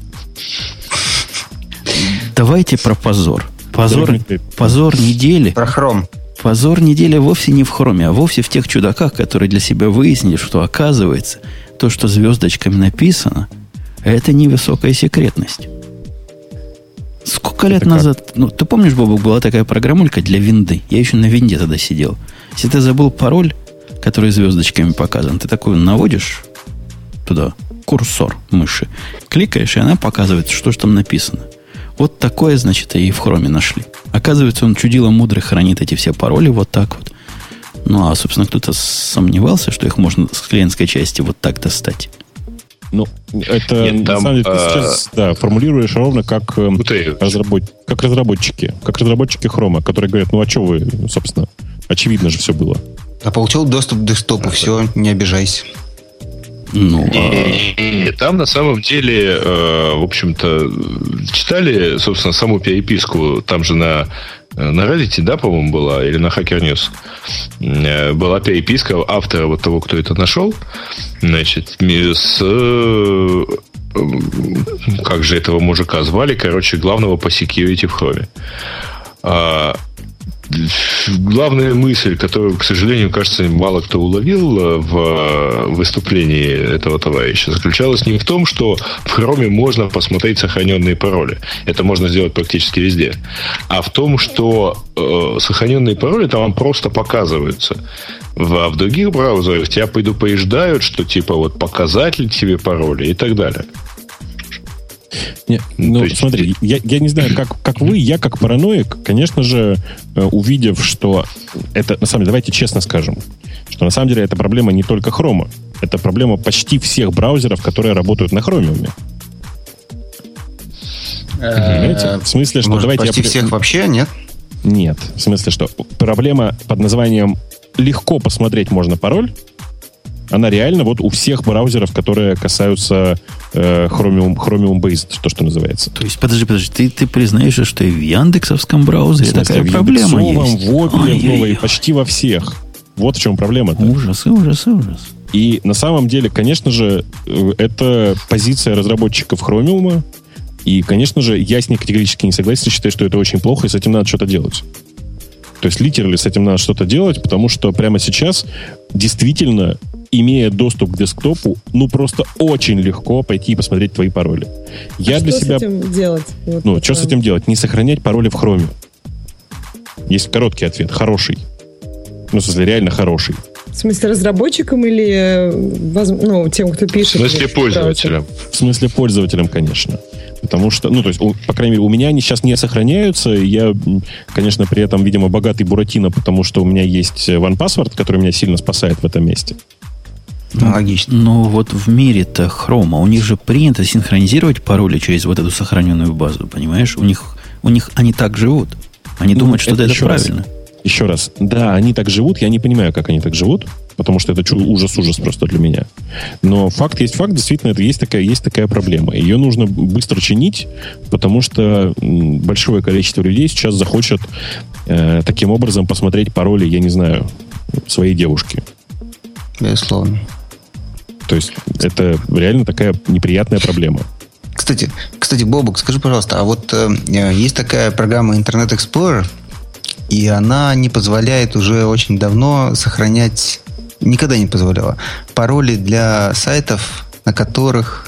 Давайте про позор. Позор, Давайте. позор недели. Про хром. Позор недели вовсе не в хроме, а вовсе в тех чудаках, которые для себя выяснили, что оказывается, то, что звездочками написано, это невысокая секретность. Сколько лет Это как? назад... Ну, ты помнишь, Бобок, была такая программулька для винды? Я еще на винде тогда сидел. Если ты забыл пароль, который звездочками показан, ты такой наводишь туда курсор мыши, кликаешь, и она показывает, что же там написано. Вот такое, значит, и в хроме нашли. Оказывается, он чудило мудрый хранит эти все пароли вот так вот. Ну, а, собственно, кто-то сомневался, что их можно с клиентской части вот так достать. Ну, это, Нет, на там, самом деле, ты а, сейчас да, формулируешь ровно как, э, Утрируешь. разработ... как разработчики. Как разработчики хрома, которые говорят, ну а что вы, собственно, очевидно же все было. А получил доступ к десктопу, все, не обижайся. Ну, а... Не-не-не, там на самом деле, э, в общем-то, читали, собственно, саму переписку. Там же на, на Reddit, да, по-моему, была, или на Hacker News. Э, Была переписка автора вот того, кто это нашел. Значит, с... э, как же этого мужика звали? Короче, главного по security в хроме. А, главная мысль, которую, к сожалению, кажется, мало кто уловил в выступлении этого товарища, заключалась не в том, что в хроме можно посмотреть сохраненные пароли. Это можно сделать практически везде. А в том, что э, сохраненные пароли там просто показываются. В, а в других браузерах тебя предупреждают, что типа вот показатель тебе пароли и так далее. Не, ну, есть- смотри, я, я не знаю, как, как вы, я как параноик, конечно же, э, увидев, что это, на самом деле, давайте честно скажем, что на самом деле это проблема не только хрома, это проблема почти всех браузеров, которые работают на хромиуме. Понимаете? В смысле, что Может, давайте... почти я- всех вообще, нет? Нет, в смысле, что проблема под названием «легко посмотреть можно пароль», она реально вот у всех браузеров, которые касаются э, Chromium, Chromium Based, то, что называется. То есть, подожди, подожди, ты, ты признаешь, что и в Яндексовском браузере В смысле, такая в проблема Яндексовом, есть? в Opel, Ой-ой-ой. в Новой, почти во всех. Вот в чем проблема-то. Ужас, ужас, ужас. И на самом деле, конечно же, э, это позиция разработчиков Chromium. И, конечно же, я с ней категорически не согласен, считаю, что это очень плохо, и с этим надо что-то делать. То есть, литерально с этим надо что-то делать, потому что прямо сейчас действительно, имея доступ к десктопу, ну просто очень легко пойти и посмотреть твои пароли. Я А для что себя... с этим делать? Вот Ну, это что с этим делать? Не сохранять пароли в хроме. Есть короткий ответ. Хороший. Ну, в смысле, реально хороший. В смысле, разработчикам или э, воз- ну, тем, кто В пишет? смысле, или пользователям. В смысле, пользователям, конечно. Потому что, ну, то есть, у- по крайней мере, у меня они сейчас не сохраняются. Я, м, конечно, при этом, видимо, богатый Буратино, потому что у меня есть OnePassword, который меня сильно спасает в этом месте. Ну, логично. Но вот в мире-то хрома, у них же принято синхронизировать пароли через вот эту сохраненную базу, понимаешь? У них, у них они так живут. Они Ну, думают, что это это еще раз. правильно. Еще раз. Да, они так живут. Я не понимаю, как они так живут, потому что это чу- ужас-ужас просто для меня. Но факт есть факт. Действительно, это есть такая, есть такая проблема. Ее нужно быстро чинить, потому что м, большое количество людей сейчас захочет э, таким образом посмотреть пароли, я не знаю, своей девушки. Безусловно. То есть это реально такая неприятная проблема. Кстати, кстати, Бобук, скажи, пожалуйста, а вот э, есть такая программа Internet Explorer, и она не позволяет уже очень давно сохранять, никогда не позволяла, пароли для сайтов, на которых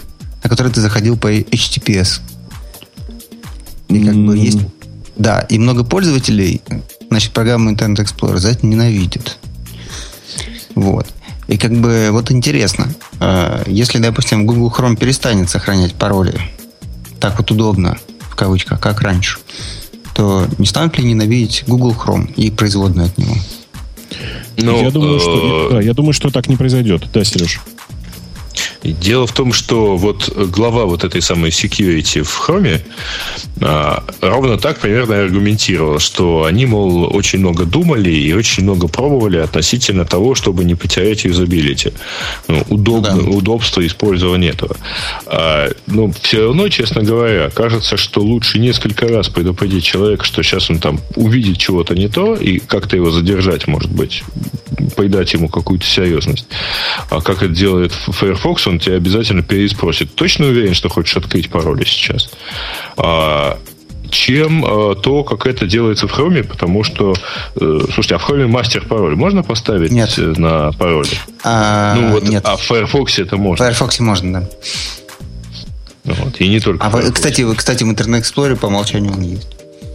на который ты заходил по эйч ти ти пи эс. И как mm-hmm. бы есть... Да, и много пользователей, значит, программу Internet Explorer за это ненавидят. Вот. И как бы вот интересно, если, допустим, Google Chrome перестанет сохранять пароли так вот удобно, в кавычках, как раньше, то не станут ли ненавидеть Google Chrome и производную от него? Ну, я, думаю, что, да, я думаю, что так не произойдет. Да, Сереж? Дело в том, что вот глава вот этой самой security в Chrome а, ровно так примерно аргументировал, что они, мол, очень много думали и очень много пробовали относительно того, чтобы не потерять юзабилити. Ну, удобно, да. Удобство использования этого. А, но все равно, честно говоря, кажется, что лучше несколько раз предупредить человека, что сейчас он там увидит чего-то не то, и как-то его задержать, может быть, придать ему какую-то серьезность. А как это делает Firefox, он тебя обязательно переспросит. Точно уверен, что хочешь открыть пароли сейчас? А, чем а, то, как это делается в Chrome, потому что, э, слушайте, а в Chrome мастер пароль можно поставить нет. на пароле? А, ну вот, нет. А в Firefox это можно? В Firefox можно, да. Вот, и не только. А в, кстати, кстати, в Internet Explorer по умолчанию он есть.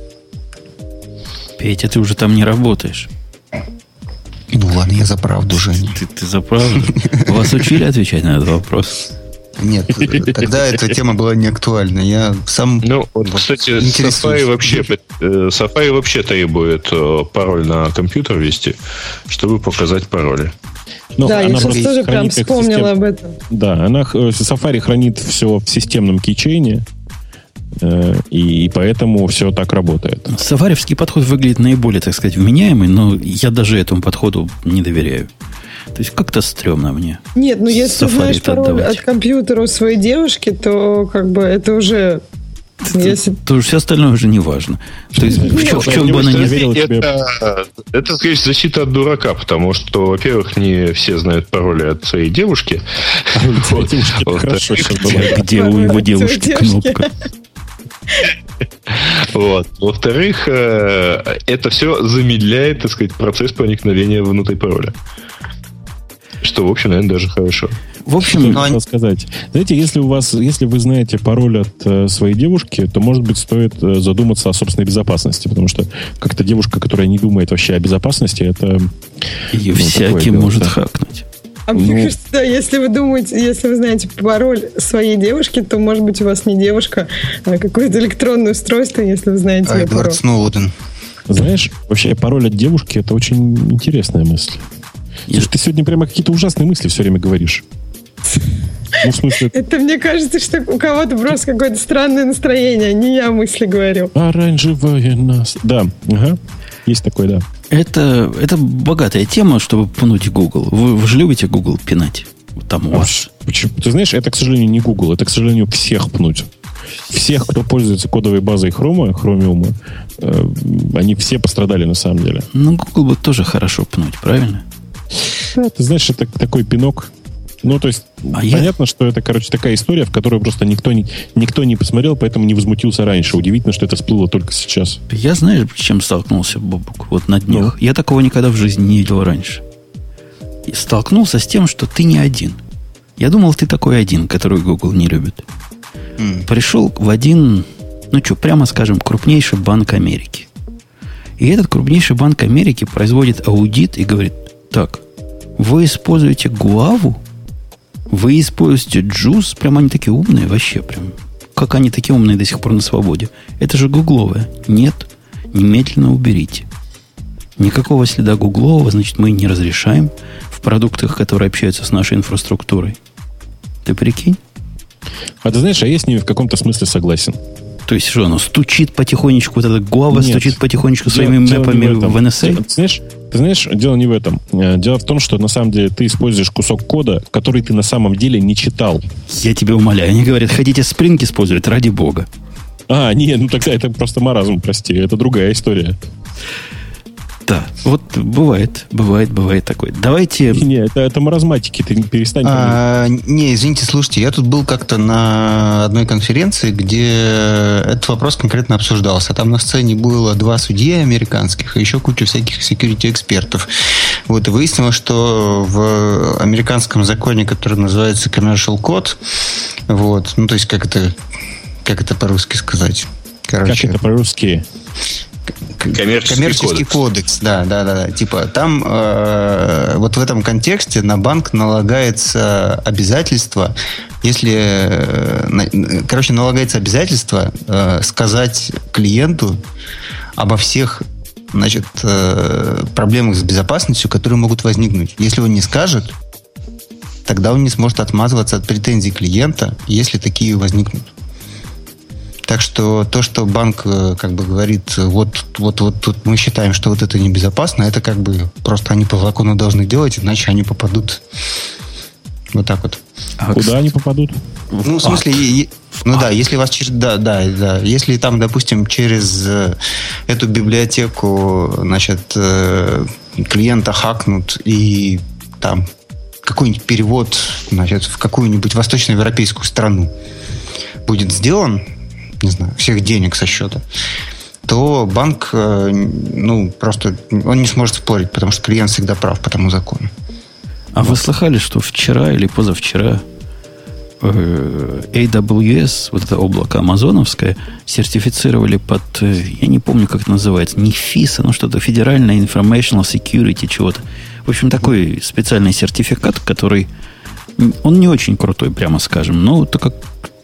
Петя, ты уже там не работаешь. Ну ладно, я за правду, Женя. Ты, ты за правду? Вас учили отвечать на этот вопрос? Нет, тогда эта тема была не актуальна. Я сам... Ну, вот, кстати, Safari вообще, Safari вообще требует пароль на компьютер ввести, чтобы показать пароли. Но да, я сейчас тоже прям вспомнила систем... об этом. Да, она, Safari хранит все в системном кейчейне, и поэтому все так работает. Сафаревский подход выглядит наиболее, так сказать, вменяемый, но я даже этому подходу не доверяю. То есть как-то стрёмно мне. Нет, ну если ты знаешь пароль отдавать. От компьютера у своей девушки, то как бы это уже... Если... То уже все остальное уже не важно. То есть в чем, в чем бы она не верила тебе... Это, это, скорее, защита от дурака, потому что, во-первых, не все знают пароли от своей девушки. Где у его девушки кнопка? Вот. Во-вторых, это все замедляет, так сказать, процесс проникновения внутрь пароля. Что, в общем, наверное, даже хорошо. В общем, что хотел сказать. Знаете, если у вас, если вы знаете пароль от э, своей девушки, то, может быть, стоит э, задуматься о собственной безопасности, потому что как-то девушка, которая не думает вообще о безопасности, это... Ее ну, всякий может да. хакнуть. А ну, мне кажется, да, если вы думаете, если вы знаете пароль своей девушки, то, может быть, у вас не девушка, а какое-то электронное устройство, если вы знаете а, Эдвард Сноуден. Знаешь, вообще пароль от девушки — это очень интересная мысль. Слушай, Я... ты сегодня прямо какие-то ужасные мысли все время говоришь. Ну, в смысле... Это мне кажется, что у кого-то просто какое-то странное настроение, не я мысли говорю. Оранжевая нас. Да, ага. Есть такое, да. Это, это богатая тема, чтобы пнуть Google. Вы, вы же любите Google пинать? Там у а вас. Почему? Ты знаешь, это, к сожалению, не Google. Это, к сожалению, всех пнуть. Всех, кто пользуется кодовой базой Chrome, Chromium, э, они все пострадали на самом деле. Ну, Google бы тоже хорошо пнуть, правильно? Да, ты знаешь, это такой пинок. Ну, то есть, а понятно, я... что это, короче, такая история, в которую просто никто не, никто не посмотрел, поэтому не возмутился раньше. Удивительно, что это всплыло только сейчас. Я знаешь, с чем столкнулся, Бобук, вот на днях? Ну. Я такого никогда в жизни не видел раньше. И столкнулся с тем, что ты не один. Я думал, ты такой один, который Google не любит. Mm. Пришел в один, ну что, прямо скажем, крупнейший банк Америки. И этот крупнейший банк Америки производит аудит и говорит: так, вы используете Гуаву? Вы используете Джуз? Прям они такие умные вообще. Прям. Как они такие умные до сих пор на свободе? Это же гугловое. Нет. Немедленно уберите. Никакого следа гуглового, значит, мы не разрешаем в продуктах, которые общаются с нашей инфраструктурой. Ты прикинь? А ты знаешь, а я с ними в каком-то смысле согласен. То есть что, оно стучит потихонечку, вот эта Гуава стучит потихонечку дело, своими дело мэпами в, в эн эс эй? Ты знаешь, ты знаешь, дело не в этом. Дело в том, что на самом деле ты используешь кусок кода, который ты на самом деле не читал. Я тебя умоляю. Они говорят, хотите Spring использовать? Ради бога. А, нет, ну тогда это просто маразм, прости. Это другая история. Да, вот бывает, бывает, бывает такое. Давайте... Не, это, это маразматики, ты перестань. А, не, извините, слушайте, я тут был как-то на одной конференции, где этот вопрос конкретно обсуждался. Там на сцене было два судьи американских и еще куча всяких security-экспертов. Вот, и выяснилось, что в американском законе, который называется Commercial Code, вот, ну, то есть, как это, как это по-русски сказать? Короче, как это по-русски? Коммерческий, коммерческий кодекс. кодекс, да, да, да, да. Типа там э, вот в этом контексте на банк налагается обязательство, если, э, короче, налагается обязательство э, сказать клиенту обо всех, значит, э, проблемах с безопасностью, которые могут возникнуть. Если он не скажет, тогда он не сможет отмазываться от претензий клиента, если такие возникнут. Так что то, что банк как бы говорит, вот, вот, вот тут мы считаем, что вот это небезопасно, это как бы просто они по закону должны делать, иначе они попадут вот так вот. А куда они попадут? Ну, в смысле, и, ну да, если вас через, да, да, да, если там, допустим, через эту библиотеку, значит, клиента хакнут и там какой-нибудь перевод, значит, в какую-нибудь восточноевропейскую страну будет сделан, не знаю, всех денег со счета, то банк, ну, просто он не сможет спорить, потому что клиент всегда прав по тому закону. А вот. Вы слыхали, что вчера или позавчера эй дабл ю эс, вот это облако амазоновское, сертифицировали под, я не помню, как это называется, не фиса, но что-то, Federal Informational Security, чего-то. В общем, такой специальный сертификат, который, он не очень крутой, прямо скажем, но это как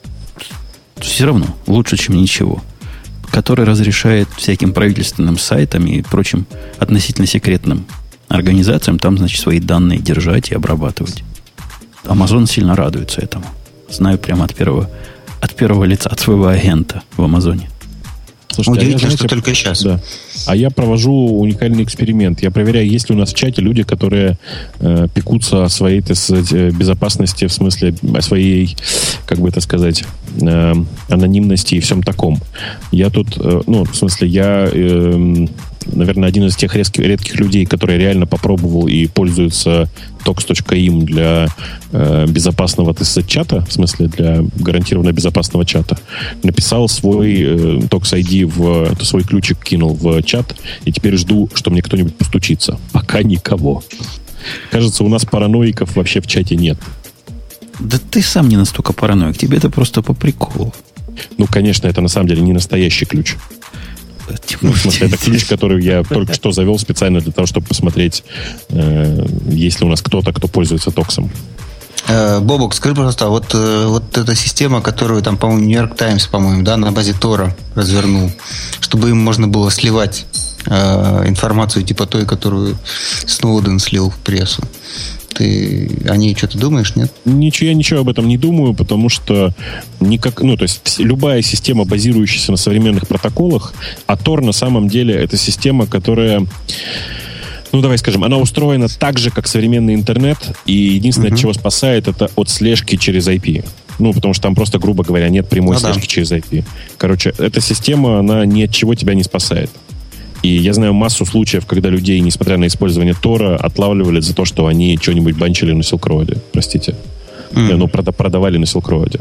все равно лучше, чем ничего, который разрешает всяким правительственным сайтам и прочим относительно секретным организациям там, значит, свои данные держать и обрабатывать. Amazon сильно радуется этому. Знаю прямо от первого, от первого лица, от своего агента в Амазоне. Слушайте, удивительно, а я, знаете, что только сейчас. Да. А я провожу уникальный эксперимент. Я проверяю, есть ли у нас в чате люди, которые э, пекутся о своей, так сказать, безопасности, в смысле о своей, как бы это сказать, э, анонимности и всем таком. Я тут, э, ну, в смысле, я, э, наверное, один из тех редких, редких людей, которые реально попробовал и пользуются токс точка им для э, безопасного, так сказать, чата, в смысле, для гарантированно безопасного чата. Написал свой э, токс ай ди, в, это свой ключик кинул в чат, и теперь жду, что мне кто-нибудь постучится. Пока никого. Кажется, у нас параноиков вообще в чате нет. Да ты сам не настолько параноик. Тебе это просто по приколу. Ну, конечно, это на самом деле не настоящий ключ. Ну, в смысле, это ключ, который я только что завел специально для того, чтобы посмотреть, э, есть ли у нас кто-то, кто пользуется токсом. Бобок, скажи, пожалуйста, вот, вот эта система, которую там, по-моему, Нью-Йорк Таймс, по-моему, да, на базе Тора развернул, чтобы им можно было сливать э, информацию типа той, которую Сноуден слил в прессу. Ты о ней что-то думаешь, нет? Ничего, я ничего об этом не думаю, потому что никак, ну, то есть любая система, базирующаяся на современных протоколах, а Тор на самом деле это система, которая, ну, давай скажем, она устроена так же, как современный интернет, и единственное, uh-huh. от чего спасает, это от слежки через ай пи. Ну, потому что там просто, грубо говоря, нет прямой ну, слежки да. через ай пи. Короче, эта система, она ни от чего тебя не спасает. И я знаю массу случаев, когда людей, несмотря на использование Тора, отлавливали за то, что они что-нибудь банчили на Silk Road. Простите. Mm. Ну, прода- продавали на Silk Road.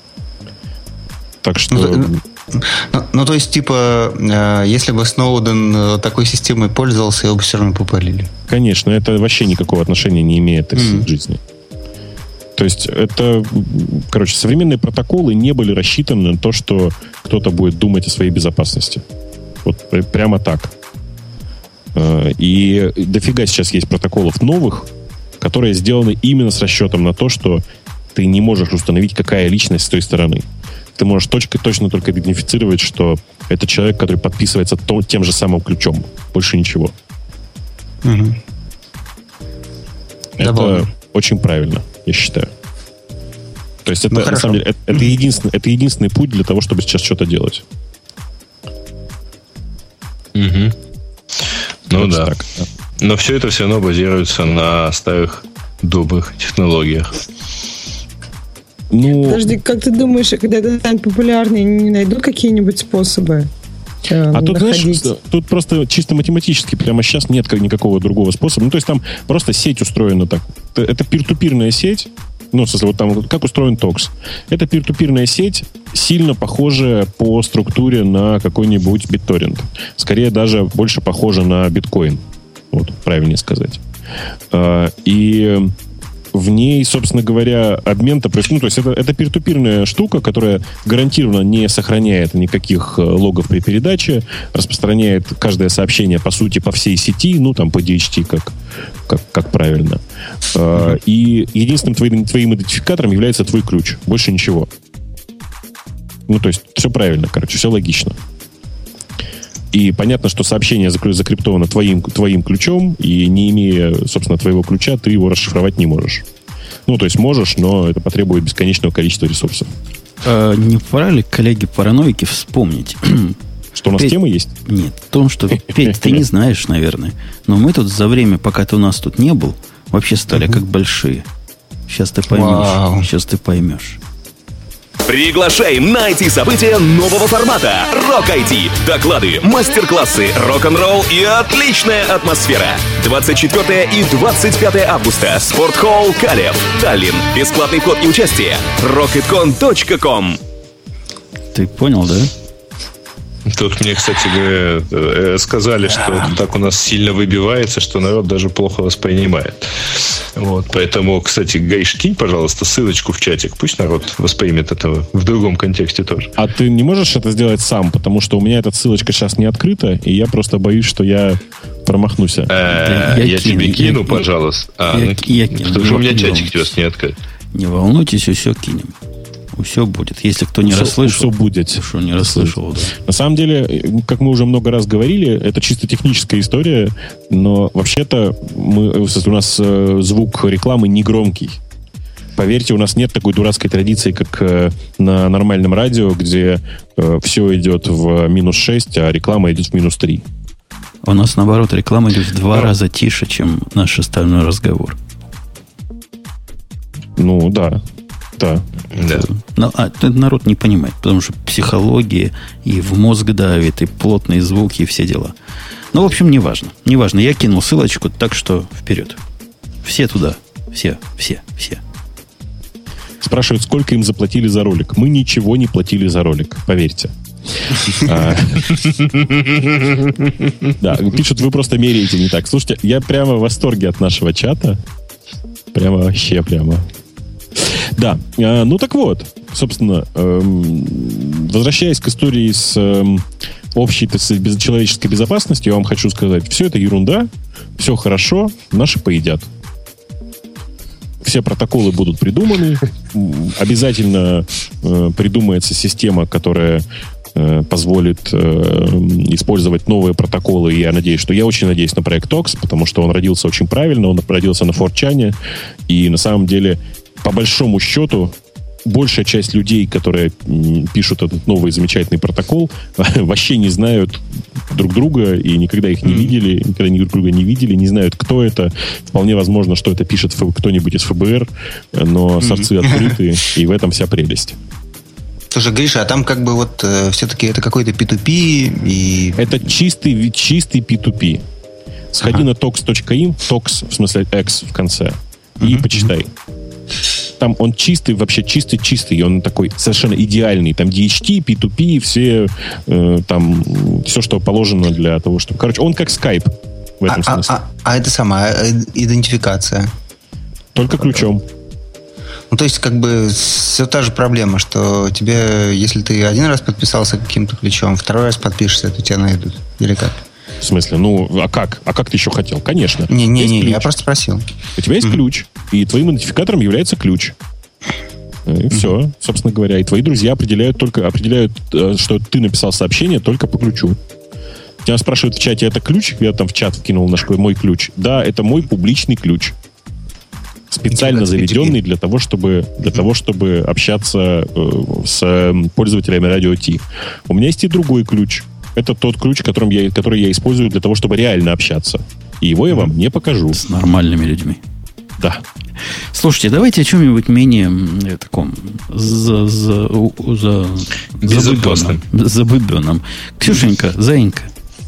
Так что... Ну, ну, ну, то есть, типа, э, если бы Сноуден такой системой пользовался, его бы все равно попалили. Конечно, это вообще никакого отношения не имеет mm. к жизни. То есть, это... Короче, современные протоколы не были рассчитаны на то, что кто-то будет думать о своей безопасности. Вот прямо так. И дофига сейчас есть протоколов новых, которые сделаны именно с расчетом на то, что ты не можешь установить, какая личность с той стороны. Ты можешь точкой точно только идентифицировать, что это человек, который подписывается то, тем же самым ключом. Больше ничего. Угу. Это да, очень правильно, я считаю. То есть это, ну, на самом деле, это, это, единственный, это единственный путь для того, чтобы сейчас что-то делать. Угу. Ну да. Так, да. Но все это все равно базируется на старых добрых технологиях. Ну... Подожди, как ты думаешь, когда это станет популярнее, не найдут какие-нибудь способы? Э, а тут, знаешь, тут просто чисто математически прямо сейчас нет никакого другого способа. Ну, то есть там просто сеть устроена так. Это пир-ту-пирная сеть. Ну, в смысле, вот там, как устроен токс. Это пир-ту-пирная сеть, сильно похожая по структуре на какой-нибудь BitTorrent. Скорее даже больше похожа на биткоин. Вот, правильнее сказать. И в ней, собственно говоря, обмен-то происходит. Ну, то есть это, это пир-ту-пирная штука, которая гарантированно не сохраняет никаких логов при передаче, распространяет каждое сообщение, по сути, по всей сети, ну, там, по ди эйч ти, как, как, как правильно. Mm-hmm. И единственным твоим, твоим идентификатором является твой ключ. Больше ничего. Ну, то есть все правильно, короче, все логично. И понятно, что сообщение закриптовано твоим, твоим ключом, и не имея, собственно, твоего ключа, ты его расшифровать не можешь. Ну, то есть можешь, но это потребует бесконечного количества ресурсов. А не пора ли, коллеги-параноики, вспомнить? Что у нас Петь, тема есть? Нет, в том, что, Петь, ты не знаешь, наверное, но мы тут за время, пока ты у нас тут не был, вообще стали как большие. Сейчас ты поймешь. Сейчас ты поймешь. Приглашаем на ай ти-события нового формата Rock ай ти. Доклады, мастер-классы, рок-н-ролл и отличная атмосфера. двадцать четвёртого и двадцать пятого августа. Спортхолл Калев, Таллин. Бесплатный вход и участие. рокеткон точка ком. Ты понял, да? Тут мне, кстати говоря, сказали, что так у нас сильно выбивается, что народ даже плохо воспринимает. Вот, поэтому, кстати, Гайш, кинь, пожалуйста, ссылочку в чатик. Пусть народ воспримет это в другом контексте тоже. А ты не можешь это сделать сам? Потому что у меня эта ссылочка сейчас не открыта, и я просто боюсь, что я промахнусь. Я тебе кину, пожалуйста. Потому что у меня чатик сейчас не открыт. Не волнуйтесь, все кинем. Все будет. Если кто не все, расслышал, все будет. Что не расслышал, да. На самом деле, как мы уже много раз говорили, это чисто техническая история, но вообще-то мы, у нас звук рекламы не громкий. Поверьте, у нас нет такой дурацкой традиции, как на нормальном радио, где все идет в минус шесть, а реклама идет в минус три. У нас, наоборот, реклама идет в два да. раза тише, чем наш остальной разговор. Ну, да. Да. Да. Но, а, народ не понимает, потому что психология и в мозг давит, и плотные звуки, и все дела. Ну, в общем, неважно. Неважно. Я кинул ссылочку, так что вперед. Все туда. Все, все, все. Спрашивают, сколько им заплатили за ролик. Мы ничего не платили за ролик, поверьте. Да, пишут, вы просто меряете не так. Слушайте, я прямо в восторге от нашего чата. Прямо вообще прямо. Да, ну так вот, собственно, возвращаясь к истории с общей, так сказать, человеческой безопасностью, я вам хочу сказать, все это ерунда, все хорошо, наши поедят. Все протоколы будут придуманы, обязательно придумается система, которая позволит использовать новые протоколы. И я надеюсь, что я очень надеюсь на проект Токс, потому что он родился очень правильно, он родился на форчане, и на самом деле по большому счету, большая часть людей, которые пишут этот новый замечательный протокол, вообще не знают друг друга и никогда их не видели, никогда друг друга не видели, не знают, кто это. Вполне возможно, что это пишет кто-нибудь из эф бэ эр, но сорцы открыты, и в этом вся прелесть. Слушай, Гриша, а там как бы вот э, все-таки это какой-то пи ту пи и... Это чистый, чистый пи ту пи. Сходи ага. на tox точка им, tox, в смысле X в конце, и uh-huh. почитай. Там он чистый, вообще чистый-чистый, он такой совершенно идеальный. Там ди эйч ти, пи ту пи, все, э, там, все, что положено для того, чтобы... Короче, он как Skype в этом а, смысле. А, а, а это самая идентификация? Только ключом. Ну, то есть, как бы, все та же проблема, что тебе, если ты один раз подписался каким-то ключом, второй раз подпишешься, то тебя найдут. Или как? В смысле? Ну, а как? А как ты еще хотел? Конечно. Не-не-не, я просто спросил. У тебя есть mm-hmm. ключ, и твоим идентификатором является ключ. И mm-hmm. все, собственно говоря. И твои друзья определяют только, определяют, что ты написал сообщение только по ключу. Тебя спрашивают в чате, это ключ? Я там в чат вкинул наш мой ключ. Да, это мой публичный ключ. Специально заведенный для того, чтобы, для того, чтобы общаться с пользователями Радио Ти. У меня есть и другой ключ. Это тот ключ, которым я, который я использую для того, чтобы реально общаться. И его я вам не покажу. С нормальными людьми. Да. Слушайте, давайте о чем-нибудь менее э, таком за, за, за, безопасном. Забыбенном. Ксюшенька, Заинька.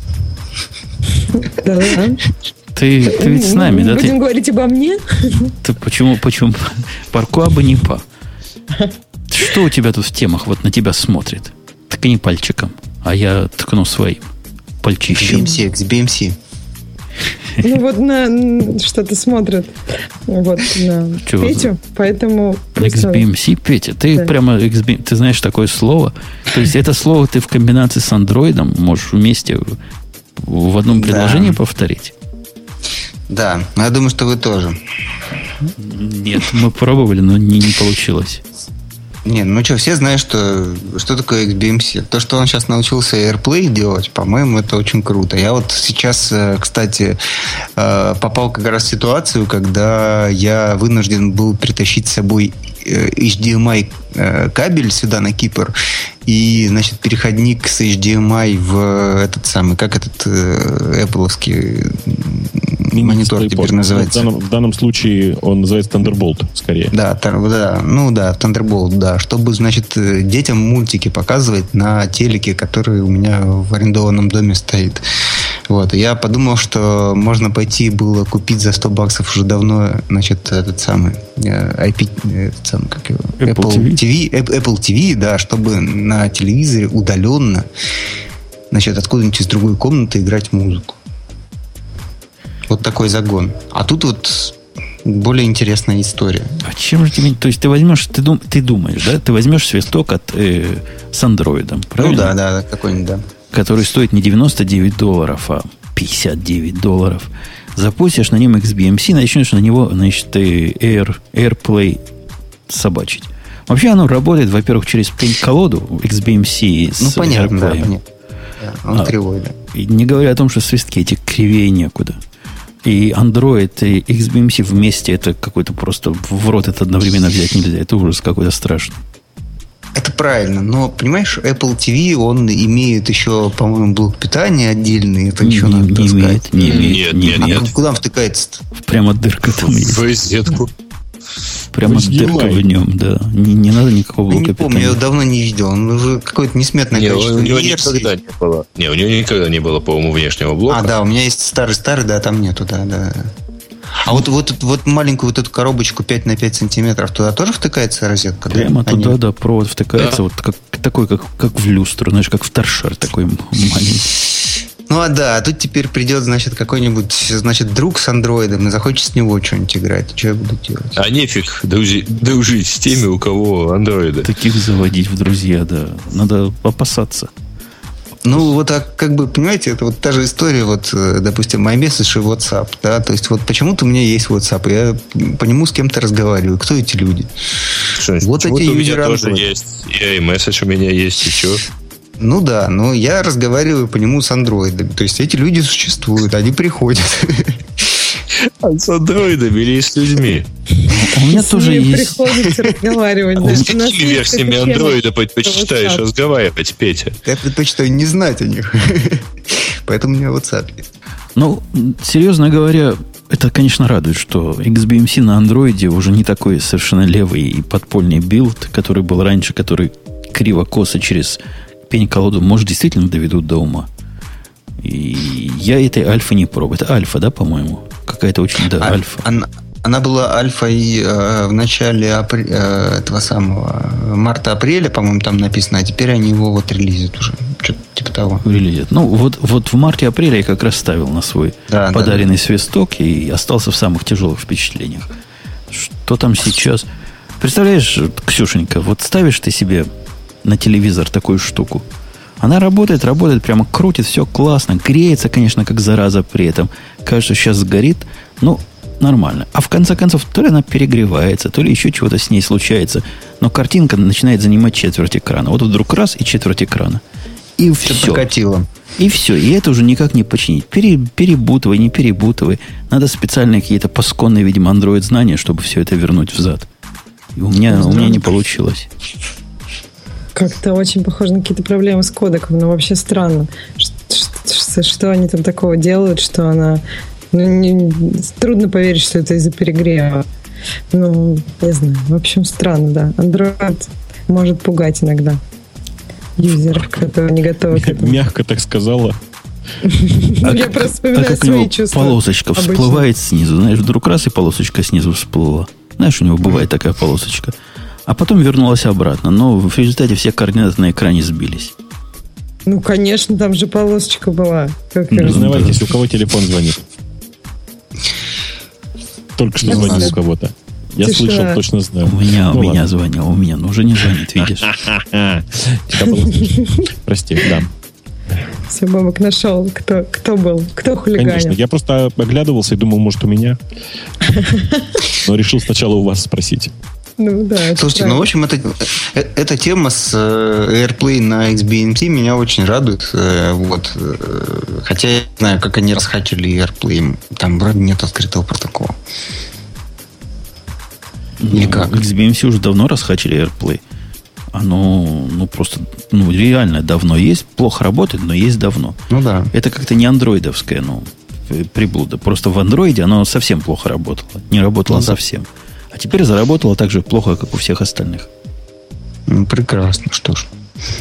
Да-да. Ты, ты ведь с нами, да? Будем ты, говорить обо мне? Ты почему, почему? Парку абы не па. Что у тебя тут в темах вот на тебя смотрит? Ткни пальчиком, а я ткну своим пальчищем. X би эм си, X би эм си. Ну, вот на что-то смотрят вот на Чего? Петю, поэтому... икс би эм си, Петя, ты да. прямо, икс би эм си, ты знаешь такое слово? То есть это слово ты в комбинации с андроидом можешь вместе в одном предложении да. повторить? Да, я думаю, что вы тоже. Нет, мы пробовали, но не, не получилось. Не, ну что, все знают, что, что такое икс би эм си. То, что он сейчас научился AirPlay делать, по-моему, это очень круто. Я вот сейчас, кстати, попал как раз в ситуацию, когда я вынужден был притащить с собой эйч ди эм ай кабель сюда на Кипр и, значит, переходник с эйч ди эм ай в этот самый, как этот Apple-овский монитор теперь называется. В данном, в данном случае он называется Thunderbolt, скорее. Да, да, ну да, Thunderbolt, да. Чтобы, значит, детям мультики показывать на телеке, который у меня в арендованном доме стоит. Вот. И я подумал, что можно пойти было купить за сто баксов уже давно, значит, этот самый ай пи, этот самый, как его, Apple ти ви, Apple ти ви, да, чтобы на телевизоре удаленно, значит, откуда-нибудь из другой комнаты играть музыку. Вот такой загон. А тут вот более интересная история. А чем же тебе... То есть ты возьмешь... Ты, дум, ты думаешь, да? Ты возьмешь свисток от, э, с андроидом, правильно? Ну да, да, какой-нибудь, да. Который стоит не девяносто девять долларов, а пятьдесят девять долларов. Запустишь на нем икс би эм си, начнешь на него, значит, Air, AirPlay собачить. Вообще оно работает, во-первых, через пень-колоду икс би эм си с ну, понятно, AirPlay. Да, понятно. Да, он а, кривой, да. И не говоря о том, что свистки эти кривее некуда. И Android, и икс би эм си вместе это какой-то просто в рот это одновременно взять нельзя. Это ужас какой-то страшный. Это правильно, но, понимаешь, Apple ти ви, он имеет еще, по-моему, блок питания отдельный. Это еще не, надо не имеет, не имеет. Нет, нет, а нет. Куда он втыкается-то? Прямо дырка там есть. В розетку. Прямо дырка в нем, да. Не, не надо никакого блока я не помню, питания. я его давно не видел. Он уже какое-то несметное не, количество у него версий. никогда не было. Не, у него никогда не было, по-моему, внешнего блока. А, да, у меня есть старый-старый, да, там нету, да, да. А вот, вот, вот маленькую вот эту коробочку пять на пять сантиметров, туда тоже втыкается розетка? Прямо да? туда, Они... да, провод втыкается, да. Вот как, такой, как, как в люстру, знаешь, как в торшер такой маленький. Ну, а да, а тут теперь придет, значит, какой-нибудь, значит, друг с андроидом и захочет с него что-нибудь играть. Что я буду делать? А нефиг дружить, дружить с теми, у кого андроиды. Таких заводить в друзья, да. Надо опасаться. Ну, вот, а как бы, понимаете, это вот та же история, вот, допустим, iMessage и WhatsApp, да, то есть вот почему-то у меня есть WhatsApp, я по нему с кем-то разговариваю. Кто эти люди? Что, вот эти у меня юзеры тоже есть, и iMessage у меня есть, и что? Ну да, но я разговариваю по нему с андроидами, то есть эти люди существуют, они приходят. А с андроидами или с людьми? У меня тоже есть... приходится разговаривать. А с какими версиями андроида предпочитаешь разговаривать, Петя? Я предпочитаю не знать о них. Поэтому у меня WhatsApp есть. Ну, серьезно говоря, это, конечно, радует, что икс би эм си на андроиде уже не такой совершенно левый и подпольный билд, который был раньше, который криво-косо через пень-колоду, может, действительно доведут до ума. И я этой альфы не пробую. Это альфа, да, по-моему? Какая-то очень, да, а, альфа. Она, она была альфой э, в начале апр... э, этого самого марта-апреля, по-моему, там написано, а теперь они его вот релизят уже. Что-то типа того. Релизят. Ну, вот, вот в марте-апреле я как раз ставил на свой да, подаренный да, да. свисток и остался в самых тяжелых впечатлениях. Что там сейчас? Представляешь, Ксюшенька, вот ставишь ты себе на телевизор такую штуку. Она работает, работает, прямо крутит, все классно. Греется, конечно, как зараза при этом. Кажется, сейчас сгорит. Ну, нормально. А в конце концов, то ли она перегревается, то ли еще чего-то с ней случается. Но картинка начинает занимать четверть экрана. Вот вдруг раз и четверть экрана. И все. Все прокатило. И все. И это уже никак не починить. Пере, перебутывай, не перебутывай. Надо специальные какие-то пасконные, видимо, Android знания, чтобы все это вернуть взад. И у меня, у меня не получилось. Как-то очень похоже на какие-то проблемы с кодеком, но вообще странно, что, что, что они там такого делают, что она... Ну, не, трудно поверить, что это из-за перегрева. Ну, не знаю. В общем, странно, да. Android может пугать иногда юзеров, которые не готовы к этому. Мягко так сказала. Я просто вспоминаю свои чувства. Полосочка всплывает снизу. Знаешь, вдруг раз и полосочка снизу всплыла. Знаешь, у него бывает такая полосочка. А потом вернулась обратно. Но в результате все координаты на экране сбились. Ну, конечно, там же полосочка была. Как Признавайтесь, у кого телефон звонит? только что звонил у кого-то. Я Тишина. слышал, точно знаю. У меня, Ну, у меня ладно. звонил, у меня, ну уже не звонит, видишь. Тебя было слышно. Прости, да. Все, Бобок нашел, кто, кто был, кто хулиганил. Конечно. Я просто оглядывался и думал, может, у меня. Но решил сначала у вас спросить. Ну, да, это Слушайте, правда. ну, в общем, это, э- эта тема с э, AirPlay на икс би эм ти меня очень радует. Э, вот. Э, хотя я не знаю, как они расхачили AirPlay. Там вроде нет открытого протокола. Или как? икс би эм си уже давно расхачили AirPlay. Оно, ну, просто, ну, реально давно есть. Плохо работает, но есть давно. Ну да. Это как-то не андроидовское, ну, приблуда. Просто в андроиде оно совсем плохо работало. Не работало Ну да. совсем. А теперь заработало так же плохо, как у всех остальных. Ну, прекрасно, что ж.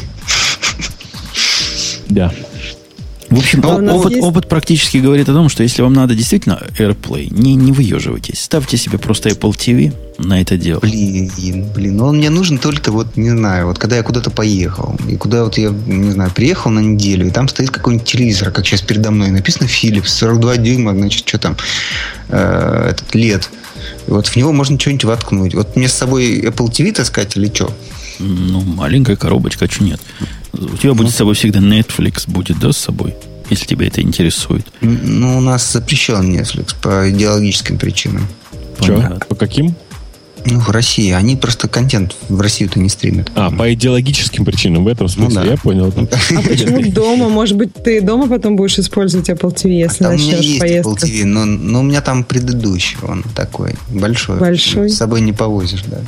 Да. В общем, А у нас опыт, есть- опыт практически говорит о том, что если вам надо действительно AirPlay, не, не выеживайтесь. Ставьте себе просто Apple ти ви на это дело. Блин, блин, ну он мне нужен только вот, не знаю, вот когда я куда-то поехал, и куда вот я, не знаю, приехал на неделю, и там стоит какой-нибудь телевизор, как сейчас передо мной, написано Philips, сорок два дюйма, значит, что там, э, этот лед. И вот в него можно что-нибудь воткнуть. Вот мне с собой Apple ти ви таскать или что? Ну, маленькая коробочка, а что нет? У тебя будет с собой всегда Netflix, будет, да, с собой? Если тебя это интересует. Ну, у нас запрещен Netflix по идеологическим причинам. Че? Понятно. По каким? Ну, в России. Они просто контент в Россию-то не стримят. А, по идеологическим причинам. В этом смысле. Ну да. Я понял. А почему дома? Может быть, ты дома потом будешь использовать Apple ти ви, если Там у меня начнешь есть поездку? Apple ти ви, но, но у меня там предыдущий, он такой большой. Большой? С собой не повозишь, да.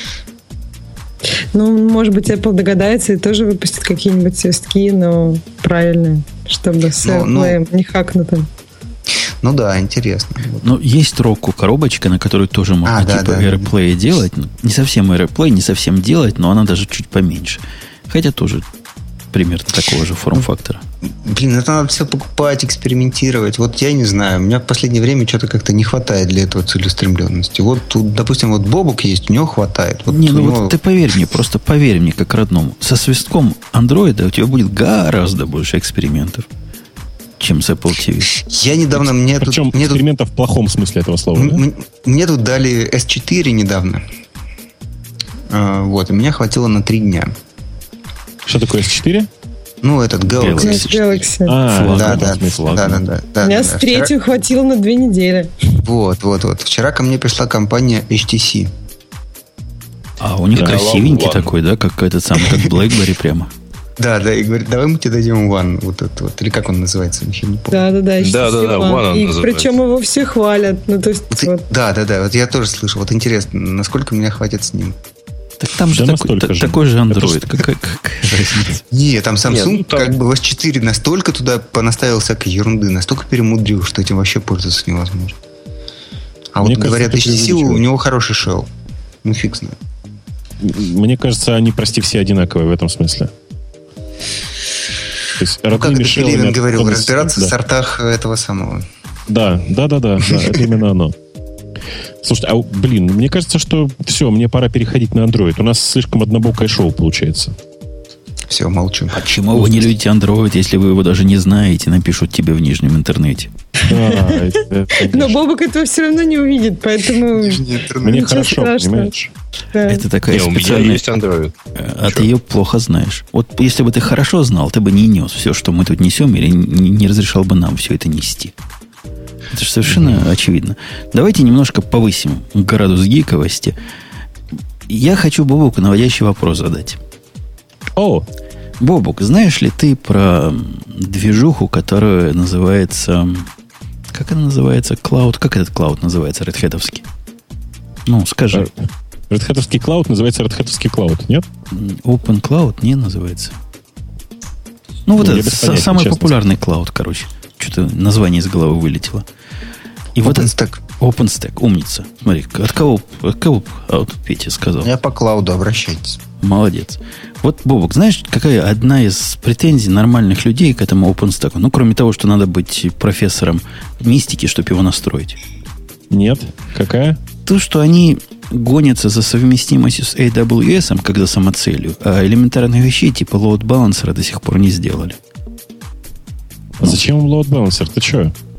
Ну, может быть, Apple догадается и тоже выпустит какие-нибудь свистки, но правильные, чтобы с Ну, ну. AirPlay не хакнутым. Ну да, интересно. Вот. Но есть Roku коробочка, на которой тоже можно А, да, типа да. AirPlay делать. Ну, не совсем AirPlay, не совсем делать, но она даже чуть поменьше. Хотя тоже примерно такого же форм-фактора. Блин, это надо все покупать, экспериментировать. Вот я не знаю, у меня в последнее время что-то как-то не хватает для этого целеустремленности. Вот тут, допустим, вот Бобук есть, у него хватает. Вот не, у ну него- вот ты поверь мне, просто поверь мне как родному. Со свистком андроида у тебя будет гораздо больше экспериментов, чем с Apple ти ви. Я недавно, мне тут, Причем мне, тут, экспериментов в плохом смысле этого слова. да? м- м- мне тут дали эс четыре недавно. А, вот, и меня хватило на три дня. Что такое эс четыре? Ну, этот Galaxy. Galaxy. Galaxy. А, Флагман. Да, в да, этом смысле. да, да, да, да, У меня да, с да. третью хватило на две недели. Вот, вот, вот. Вчера ко мне пришла компания эйч ти си. А у них Да. красивенький Ладно. такой, да, как этот самый, как BlackBerry прямо. Да, да, и говорит, давай мы тебе дадим One. Вот этот вот. Или как он называется, я не помню. Да, да, да. Да-да-да, One он И называется. причем его все хвалят. Ну, то есть, Вот и- вот. Да, да, да. Вот я тоже слышал. Вот интересно, насколько меня хватит с ним. Так там же Да такой, настолько та- же. такой же Это Android. ж- Какая, какая разница? Не, там Samsung Не, ну, там- как бы в эс четыре настолько туда понаставил всякой ерунды, настолько перемудрил, что этим вообще пользоваться невозможно. А Мне вот кажется, говорят, это эйч ти си у преувеличивает. него хороший шел. Ну, фиг знает. Мне кажется, они, прости, все одинаковые в этом смысле. То есть Ну, как родными это шеллами Пелевин от говорил, какого-то- разбираться да. в сортах этого самого. Да, да, да, да, да, это именно оно. Слушайте, а блин, мне кажется, что все, мне пора переходить на Android. У нас слишком однобокое шоу получается. Все, молчу. Почему вы не любите Android, если вы его даже не знаете, напишут тебе в нижнем интернете? Да, это- это, Но конечно. Бобок этого все равно не увидит, поэтому... Мне ничего хорошо, страшного. понимаешь? Да. Это такая Не, у меня специальная... есть Android. А ты ее плохо знаешь. Вот если бы ты хорошо знал, ты бы не нес все, что мы тут несем, или не, не разрешал бы нам все это нести. Это же совершенно очевидно. Давайте немножко повысим градус гиковости. Я хочу Бобуку наводящий вопрос задать. О, Бобук, знаешь ли ты про движуху, которая называется... Как она называется? Cloud. Как этот клауд называется, редхедовский? Ну, скажи. Red Hat-овский клауд называется Red Hat-овский клауд, нет? Open Cloud не называется. Ну, вот Ну, я это без са- понятия, самый честно популярный клауд, короче. Что-то название из головы вылетело. И вот этот OpenStack. OpenStack, умница. Смотри, от кого, от кого а, вот Петя сказал? Я по клауду, обращайтесь. Молодец. Вот, Бобок, знаешь, какая одна из претензий нормальных людей к этому OpenStack? Ну, кроме того, что надо быть профессором мистики, чтобы его настроить. Нет. Какая? То, что они гонятся за совместимостью с эй дабл ю эс, как за самоцелью, а элементарных вещей типа load balancer до сих пор не сделали. А зачем им load balancer? Ты что?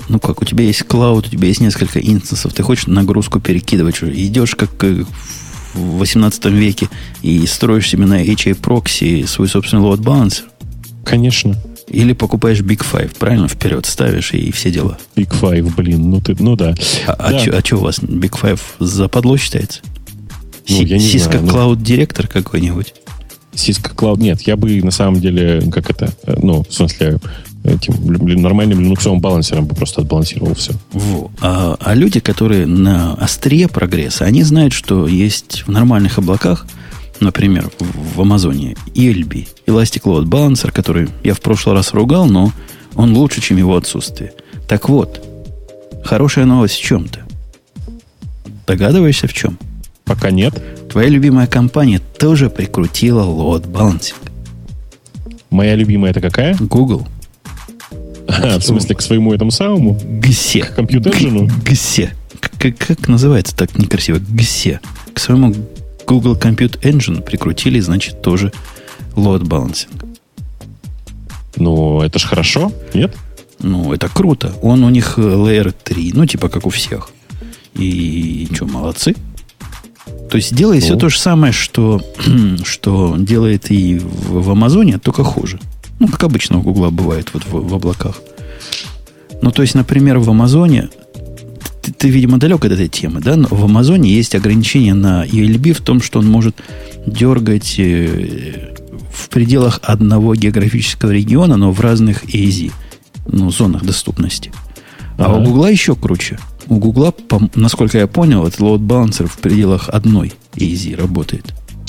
Ну как, у тебя есть клауд, у тебя есть несколько инстансов, ты хочешь нагрузку перекидывать, что идешь как в восемнадцатом веке и строишь себе на эйч эй прокси свой собственный load balancer? Конечно. Или покупаешь Big Five, правильно? Вперед ставишь и все дела. Big Five, блин, ну ты, ну да. А, да. а что а у вас, Big Five западло считается? Ну, я не Cisco знаю, Cloud Director какой-нибудь? Cisco Cloud, нет, я бы на самом деле, как это, ну, в смысле, этим нормальным линуксовым балансером бы просто отбалансировал все. Во. А, а люди, которые на острие прогресса, они знают, что есть в нормальных облаках, например, в, в Амазоне и эл би, Elastic Load Balancer, который я в прошлый раз ругал, но он лучше, чем его отсутствие. Так вот, хорошая новость в чем-то. Догадываешься, в чем? Пока нет. Твоя любимая компания тоже прикрутила load balancing. Моя любимая это какая? Google. А, в смысле, к своему этому самому? Гсе. К компьютержину? Гсе. Как, как называется так некрасиво? Гсе. К своему Google Compute Engine прикрутили, значит, тоже load balancing. Ну, это ж хорошо, нет? Ну, это круто. Он у них Layer три, ну, типа как у всех. И что, молодцы? То есть делает ну. все то же самое, что, что делает и в, в Амазоне, только хуже. Ну, как обычно у Гугла бывает вот в, в облаках. Ну, то есть, например, в Амазоне, ты, ты, видимо, далек от этой темы, да? Но в Амазоне есть ограничение на и эл би в том, что он может дергать э, в пределах одного географического региона, но в разных эй зет, ну, зонах доступности. А ага. у Гугла еще круче. У Гугла, по, насколько я понял, этот load balancer в пределах одной эй зет работает.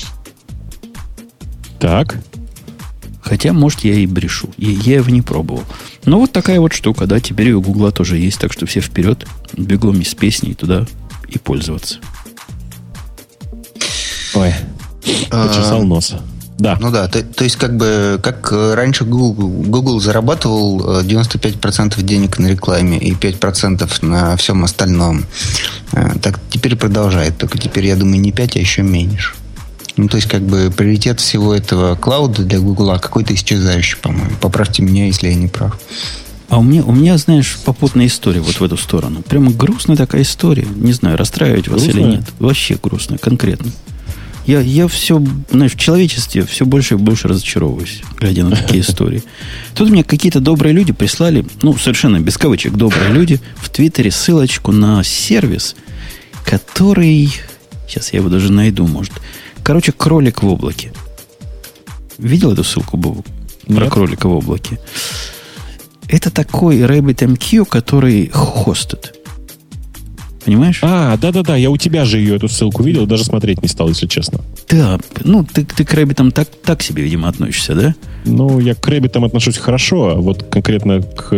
Так. Хотя, может, я и брешу. Я, я его не пробовал. Но вот такая вот штука, да, теперь и у Гугла тоже есть. Так что все вперед, бегом из песней туда и пользоваться. Ой, почесал нос. Да. Ну да, то, то есть как бы как раньше Google, Google зарабатывал девяносто пять процентов денег на рекламе и пять процентов на всем остальном. Так теперь продолжает. Только теперь, я думаю, не пять, а еще меньше. Ну, то есть, как бы, приоритет всего этого клауда для Гугла какой-то исчезающий, по-моему. Поправьте меня, если я не прав. А у меня, у меня, знаешь, попутная история вот в эту сторону. Прямо грустная такая история. Не знаю, расстраивать вас грустная? Или нет. Вообще грустная, конкретно. Я, я все, знаешь, в человечестве все больше и больше разочаровываюсь, глядя на такие истории. Тут мне какие-то добрые люди прислали, ну, совершенно без кавычек, добрые люди, в Твиттере ссылочку на сервис, который... Сейчас я его даже найду, может... Короче, кролик в облаке. Видел эту ссылку, Бобу? Про Нет. кролика в облаке. Это такой RabbitMQ, который хостит. Понимаешь? А, да-да-да, я у тебя же ее, эту ссылку видел, даже смотреть не стал, если честно. Да, ну, ты, ты к Rabbit'ам так, так себе, видимо, относишься, да? Ну, я к Rabbit'ам отношусь хорошо, а вот конкретно к,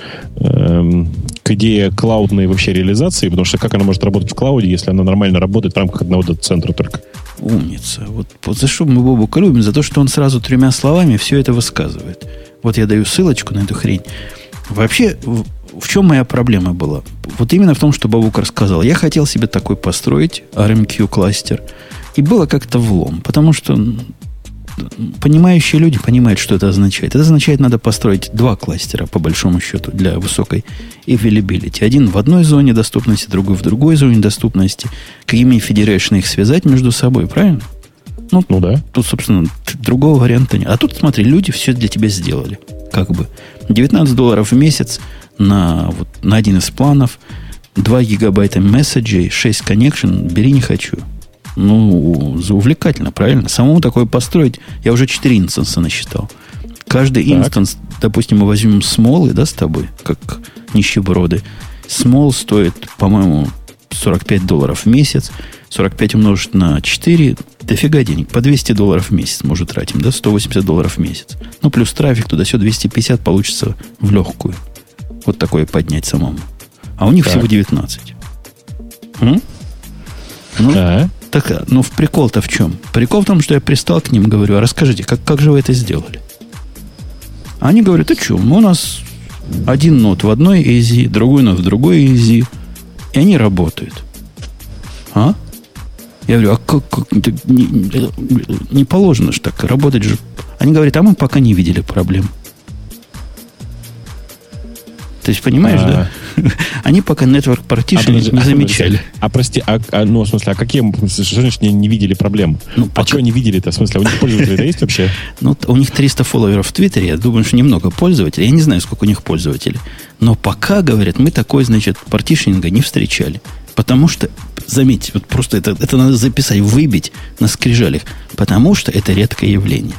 э, к идее клаудной вообще реализации, потому что как она может работать в клауде, если она нормально работает в рамках одного дата-центра только? Умница. Вот, вот за что мы Бобука любим? За то, что он сразу тремя словами все это высказывает. Вот я даю ссылочку на эту хрень. Вообще, в, в чем моя проблема была? Вот именно в том, что Бобук рассказал. Я хотел себе такой построить ар эм кью-кластер. И было как-то влом. Потому что понимающие люди понимают, что это означает. Это означает, надо построить два кластера, по большому счету, для высокой availability. Один в одной зоне доступности, другой в другой зоне доступности. Какими федерейшн их связать между собой, правильно? Ну, ну да. Тут, собственно, другого варианта нет. А тут, смотри, люди все для тебя сделали. Как бы. девятнадцать долларов в месяц на, вот, на один из планов, два гигабайта месседжей, шесть connection, бери не хочу. Ну, увлекательно, правильно? Самому такое построить, я уже четыре инстанса насчитал. Каждый так. инстанс, допустим, мы возьмем смолы, да, с тобой, как нищеброды. Смол стоит, по-моему, сорок пять долларов в месяц. сорок пять умножить на четыре, дофига денег. По двести долларов в месяц мы уже тратим, да, сто восемьдесят долларов в месяц. Ну, плюс трафик туда-сюда двести пятьдесят получится в легкую. Вот такое поднять самому. А у них так. всего девятнадцать. М? Ну, а? Так, ну, в прикол-то в чем? Прикол в том, что я пристал к ним, говорю, а расскажите, как, как же вы это сделали? Они говорят, а что, у нас один нод в одной эй зет, другой нод в другой эй зет, и они работают. А? Я говорю, а как, как не, не положено же так, работать же. Они говорят, а мы пока не видели проблем. То есть, понимаешь, да? Они пока network partition не замечали. А прости, а, а, ну, в смысле, а какие, что значит, не, не видели проблем? Ну, а пока... что они видели-то? В смысле, у них пользователи есть вообще? Ну, у них триста фолловеров в Твиттере, я думаю, что немного пользователей. Я не знаю, сколько у них пользователей. Но пока, говорят, мы такой, значит, партишнинга не встречали. Потому что, заметьте, вот просто это, это надо записать, выбить на скрижалях. Потому что это редкое явление.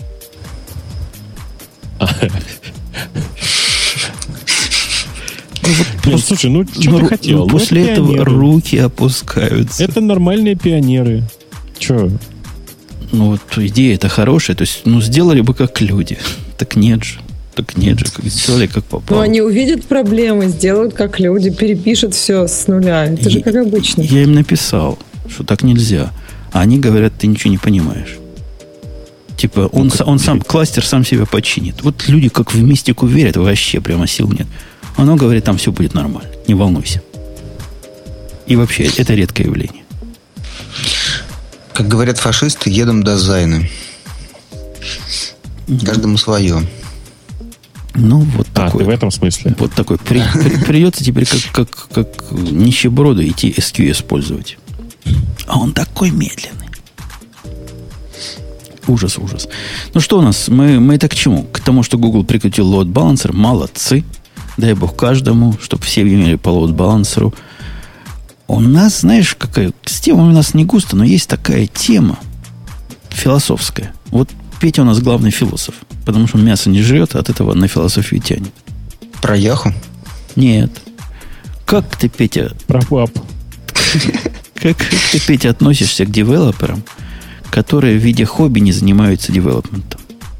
Ну, вот просто, Нет, слушай, ну что ну, ты хотел? Ну, после ну, этого пионеры. Руки опускаются. Это нормальные пионеры. Че? Ну вот идея это хорошая. То есть, ну сделали бы как люди. Так нет же. Так нет же. Как сделали как попало. Ну они увидят проблемы, сделают как люди, перепишут все с нуля. Это же как обычно. Я им написал, что так нельзя. А они говорят, ты ничего не понимаешь. Типа, он, ну, он сам, кластер сам себя починит. Вот люди как в мистику верят, вообще прямо сил нет. Оно говорит, там все будет нормально. Не волнуйся. И вообще, это редкое явление. Как говорят фашисты, едем до Зайны. Каждому свое. Ну, вот а, такой. Ты в этом смысле? Вот такой. При, при, придется теперь как, как, как нищеброду идти эс кью использовать. А он такой медленный. Ужас, ужас. Ну, что у нас? Мы, мы это к чему? К тому, что Google прикрутил load balancer. Молодцы. Дай бог каждому, чтобы все имели по load balancer. У нас, знаешь, какая... С темой у нас не густо, но есть такая тема философская. Вот Петя у нас главный философ. Потому что он мясо не жрет, а от этого на философию тянет. Про Яху? Нет. Как ты, Петя... Про пап. Как ты, Петя, относишься к девелоперам, которые в виде хобби не занимаются девелопментом?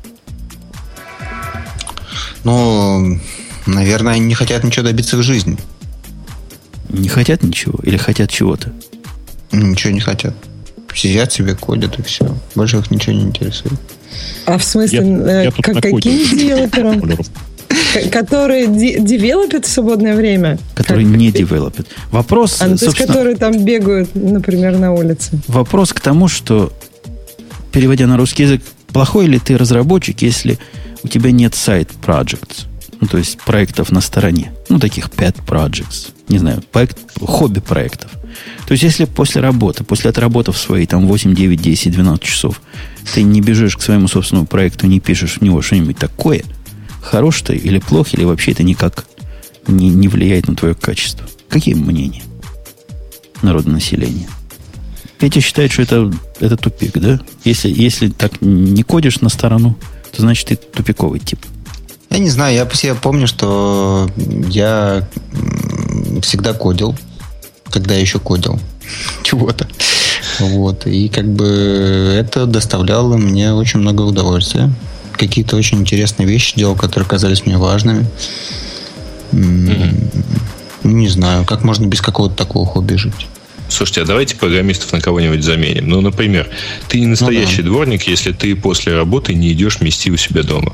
Ну, наверное, они не хотят ничего добиться в жизни. Не хотят ничего? Или хотят чего-то? Ничего не хотят. Сидят себе, кодят и все. Больше их ничего не интересует. А в смысле, я, я как, каким девелоперам? Которые девелопят в свободное время? Которые не девелопят. Вопрос, а, ну, то есть, которые там бегают, например, на улице. Вопрос к тому, что, переводя на русский язык, плохой ли ты разработчик, если у тебя нет side projects? Ну, то есть проектов на стороне. Ну, таких pet projects. Не знаю, проект, хобби-проектов. То есть, если после работы, после отработав свои там восемь, девять, десять, двенадцать часов, ты не бежишь к своему собственному проекту, не пишешь в него что-нибудь такое, хорош ты или плохо, или вообще это никак не, не влияет на твое качество. Какие мнения народонаселения? Петя считает, что это, это тупик, да? Если, если так не кодишь на сторону, то значит ты тупиковый тип. Я не знаю, я по себе помню, что я всегда кодил, когда еще кодил чего-то. Вот. И как бы это доставляло мне очень много удовольствия. Какие-то очень интересные вещи делал, которые казались мне важными. Mm-hmm. Не знаю, как можно без какого-то такого хобби жить. Слушайте, а давайте программистов на кого-нибудь заменим. Ну, например, ты не настоящий ну, да. дворник, если ты после работы не идешь мести у себя дома.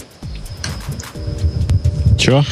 Чего?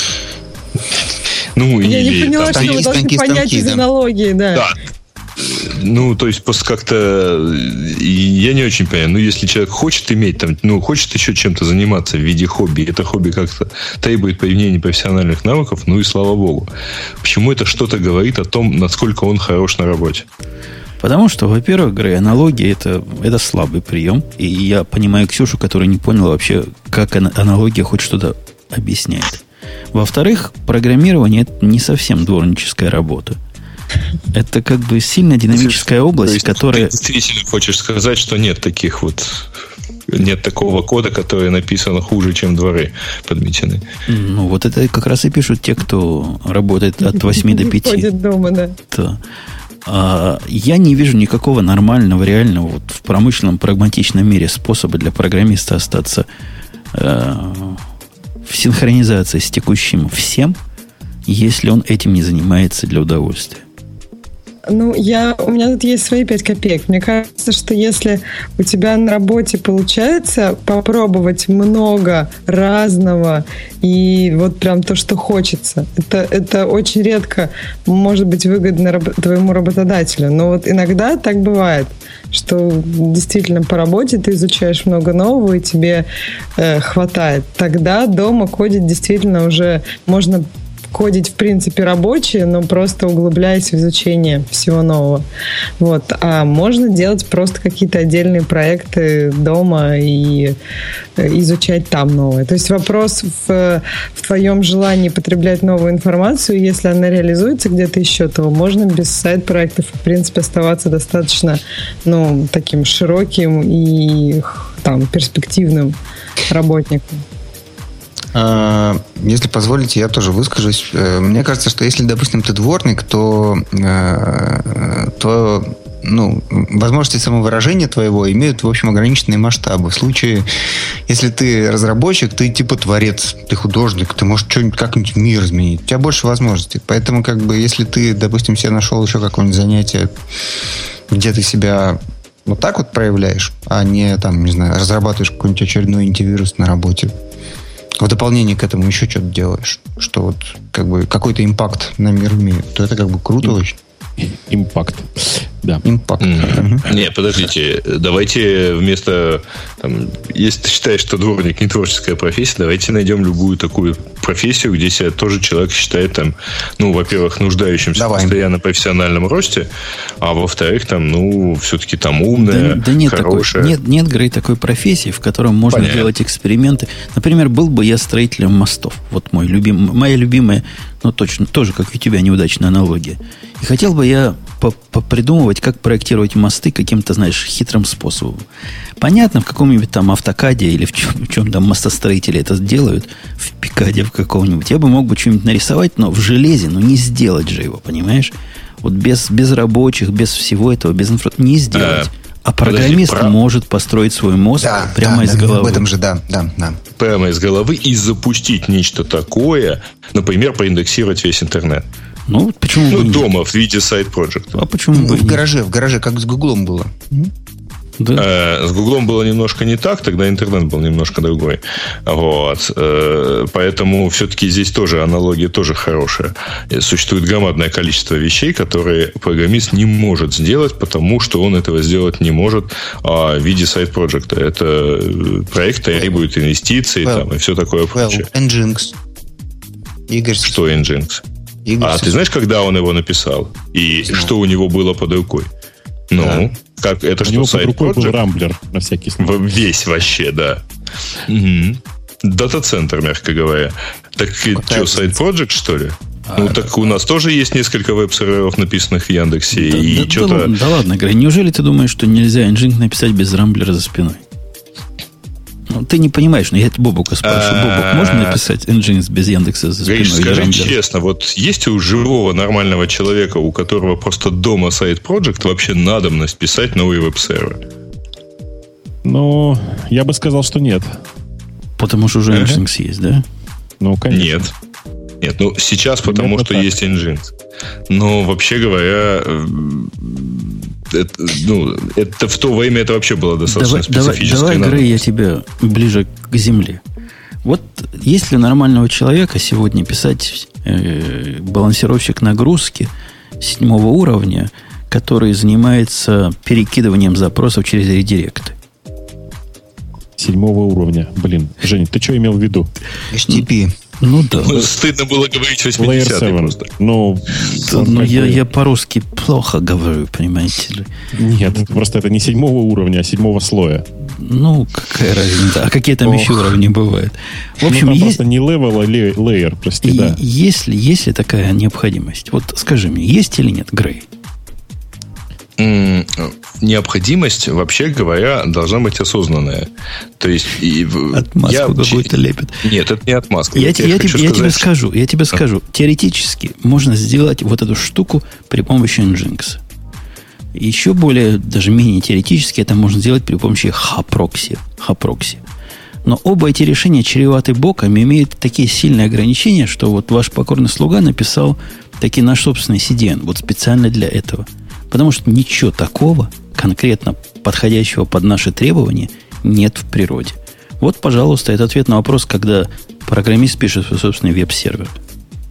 Ну, я или, не поняла, там, что вы должны понять из аналогии, да. да. Ну, то есть, просто как-то я не очень понимаю. Ну, если человек хочет иметь там, ну, хочет еще чем-то заниматься в виде хобби, это хобби как-то требует применения профессиональных навыков, ну и слава богу. Почему это что-то говорит о том, насколько он хорош на работе? Потому что, во-первых, говорю, аналогия это, это слабый прием. И я понимаю Ксюшу, которая не поняла вообще, как аналогия хоть что-то объясняет. Во-вторых, программирование это не совсем дворническая работа. Это как бы сильно динамическая область, есть, которая... Ты действительно хочешь сказать, что нет таких вот... Нет такого кода, который написан хуже, чем дворы подмечены. Ну, вот это как раз и пишут те, кто работает от восьми до пяти. Ходит дома, да. Да. А, я не вижу никакого нормального, реального, вот в промышленном, прагматичном мире способа для программиста остаться э, в синхронизации с текущим всем, если он этим не занимается для удовольствия. Ну, я, у меня тут есть свои пять копеек. Мне кажется, что если у тебя на работе получается попробовать много разного и вот прям то, что хочется, это, это очень редко может быть выгодно раб- твоему работодателю. Но вот иногда так бывает, что действительно по работе ты изучаешь много нового и тебе э, хватает. Тогда дома кодить действительно уже можно кодить, в принципе, рабочие, но просто углубляясь в изучение всего нового. Вот. А можно делать просто какие-то отдельные проекты дома и изучать там новое. То есть вопрос в, в твоем желании потреблять новую информацию. Если она реализуется где-то еще, то можно без сайт-проектов, в принципе, оставаться достаточно, ну, таким широким и там перспективным работником. Если позволите, я тоже выскажусь. Мне кажется, что если, допустим, ты дворник, то, то ну, возможности самовыражения твоего имеют, в общем, ограниченные масштабы. В случае, если ты разработчик, ты типа творец, ты художник, ты можешь что-нибудь, как-нибудь мир изменить. У тебя больше возможностей. Поэтому, как бы, если ты, допустим, себе нашел еще какое-нибудь занятие, где ты себя вот так вот проявляешь, а не, там, не знаю, разрабатываешь какой-нибудь очередной антивирус на работе, в дополнение к этому еще что-то делаешь, что вот как бы какой-то импакт на мир имеет, то это как бы круто очень. Импакт. Да. Импакт. Mm-hmm. Не, подождите, давайте вместо... Там, если ты считаешь, что дворник не творческая профессия, давайте найдем любую такую профессию, где себя тоже человек считает, там, ну, во-первых, нуждающимся Давай. в постоянно профессиональном росте, а во-вторых, там, ну, все-таки там умная, да, да нет хорошая. Такой, нет, нет, Грей, такой профессии, в котором можно Понятно. делать эксперименты. Например, был бы я строителем мостов. Вот мой любим, моя любимая, ну, точно, тоже, как у тебя, неудачная аналогия. И хотел бы я попридумывать, как проектировать мосты каким-то, знаешь, хитрым способом. Понятно, в каком-нибудь там автокаде или в чем, в чем там мостостроители это делают, в пикаде в каком-нибудь. Я бы мог бы что-нибудь нарисовать, но в железе, ну не сделать же его, понимаешь? Вот без, без рабочих, без всего этого, без инфраструктуры не сделать. А программист Подожди, может построить свой мозг да, прямо да, из да, головы. В этом же, да, да, да. Прямо из головы и запустить нечто такое, например, проиндексировать весь интернет. Ну, почему ну бы дома в виде сайт-проджекта. А почему ну, бы в гараже, в гараже, как с Гуглом было. Да. Э, с Гуглом было немножко не так, тогда интернет был немножко другой. Вот. Э, поэтому все-таки здесь тоже аналогия тоже хорошая. Существует громадное количество вещей, которые программист не может сделать, потому что он этого сделать не может а, в виде сайт-проджекта. Это проект требует инвестиций well, там, и все такое well, прочее. Nginx. Игорь. Что Nginx? Игорь а ты знаешь, когда он его написал? И no. что у него было под рукой? Ну, да. как это у что, него сайт под рукой Project? Был Рамблер, на всякий случай. Весь вообще, да. Угу. Дата-центр, мягко говоря. Так что, сайт-проджект, что ли? А, ну, так у нас тоже есть несколько веб-серверов, написанных в Яндексе. Да, и да, что-то... да, да ладно, Грей, неужели ты думаешь, что нельзя Nginx написать без Рамблера за спиной? Ну, ты не понимаешь, но я Бобука спрашиваю. Бобук, можно написать Nginx без Яндекса за спиной? Скажи честно, вот есть у живого нормального человека, у которого просто дома сайт-проджект, вообще надобность писать новый веб-сервер? Ну, я бы сказал, что нет. Потому что уже Nginx uh-huh. есть, да? Ну, конечно. Нет. Нет, ну сейчас потому, Примерно что так. есть Nginx. Но вообще говоря, это, ну, это в то время это вообще было достаточно давай, специфическое. Давай, давай Грей, я тебя ближе к земле. Вот если нормального человека сегодня писать э, балансировщик нагрузки седьмого уровня, который занимается перекидыванием запросов через редиректы. Седьмого уровня. Блин, Женя, ты что имел в виду? эйч ти ти пи. Ну да. Ну, стыдно было говорить восьмидесятый просто. Ну, да, ну я, я по-русски плохо говорю, понимаете ли. Нет, просто это не седьмого уровня, а седьмого слоя. Ну, какая разница. А какие там Ох. еще уровни бывают? В общем, ну, есть... просто не level, а layer, прости, и, да. Есть ли, есть ли такая необходимость? Вот скажи мне, есть или нет, Грей? Необходимость, вообще говоря, должна быть осознанная. То есть и, отмазку я, какую-то лепит. Нет, это не отмазка. Я, я, я, тебе, я тебе скажу, я тебе скажу. Теоретически можно сделать вот эту штуку при помощи Nginx. Еще более, даже менее теоретически, это можно сделать при помощи Haproxy. Haproxy. Но оба эти решения чреваты боком, имеют такие сильные ограничения, что вот ваш покорный слуга написал таки наш собственный си ди эн, вот специально для этого. Потому что ничего такого, конкретно подходящего под наши требования, нет в природе. Вот, пожалуйста, это ответ на вопрос, когда программист пишет свой собственный веб-сервер.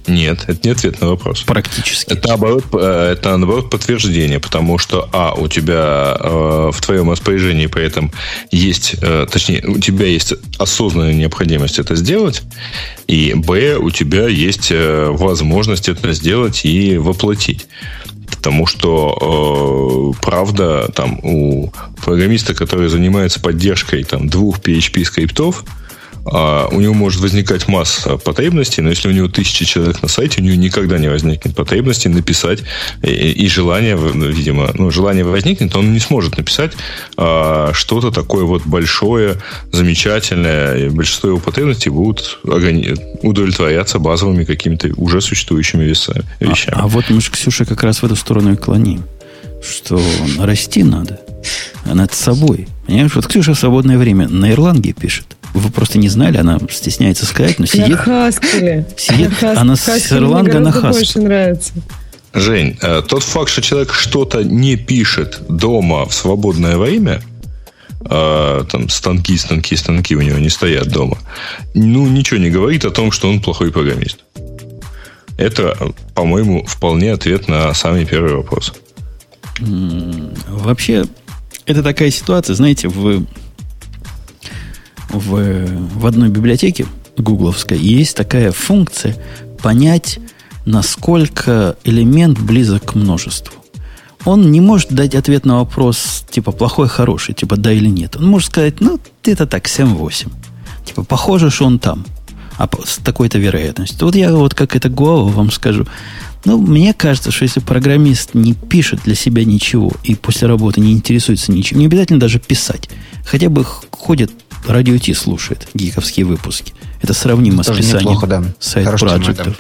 Нет, это не ответ на вопрос. Практически. Это, наоборот, это, наоборот, подтверждение, потому что, а, у тебя э, в твоем распоряжении при этом есть, э, точнее, у тебя есть осознанная необходимость это сделать, и, б, у тебя есть э, возможность это сделать и воплотить. Потому что, э, правда, там, у программиста, который занимается поддержкой там, двух пи эйч пи скриптов, Uh, у него может возникать масса потребностей, но если у него тысячи человек на сайте, у него никогда не возникнет потребности написать и, и желание, видимо, ну, желание возникнет, но он не сможет написать uh, что-то такое вот большое, замечательное, и большинство его потребностей будут удовлетворяться базовыми какими-то уже существующими весами, вещами. А, а вот мы же, Ксюша, как раз в эту сторону и клоним, что расти надо, а над собой. Понимаешь, вот Ксюша в свободное время на Ирландии пишет. Вы просто не знали, она стесняется сказать, но сидит... На Хаскеле. Сидит, на она с Ирландии на Хаскеле. Больше нравится. Жень, тот факт, что человек что-то не пишет дома в свободное время, там станки, станки, станки у него не стоят дома, ну, ничего не говорит о том, что он плохой программист. Это, по-моему, вполне ответ на самый первый вопрос. Вообще, это такая ситуация, знаете, в... В, в одной библиотеке гугловской есть такая функция понять, насколько элемент близок к множеству. Он не может дать ответ на вопрос, типа, плохой, хороший, типа, да или нет. Он может сказать, ну, это так, семь-восемь. Типа, похоже, что он там. А с такой-то вероятностью. Вот я вот как это Гуава вам скажу. Ну, мне кажется, что если программист не пишет для себя ничего и после работы не интересуется ничем, не обязательно даже писать, хотя бы ходит Радио Ти слушает гиковские выпуски. Это сравнимо это с писанием да. сайт-проектов.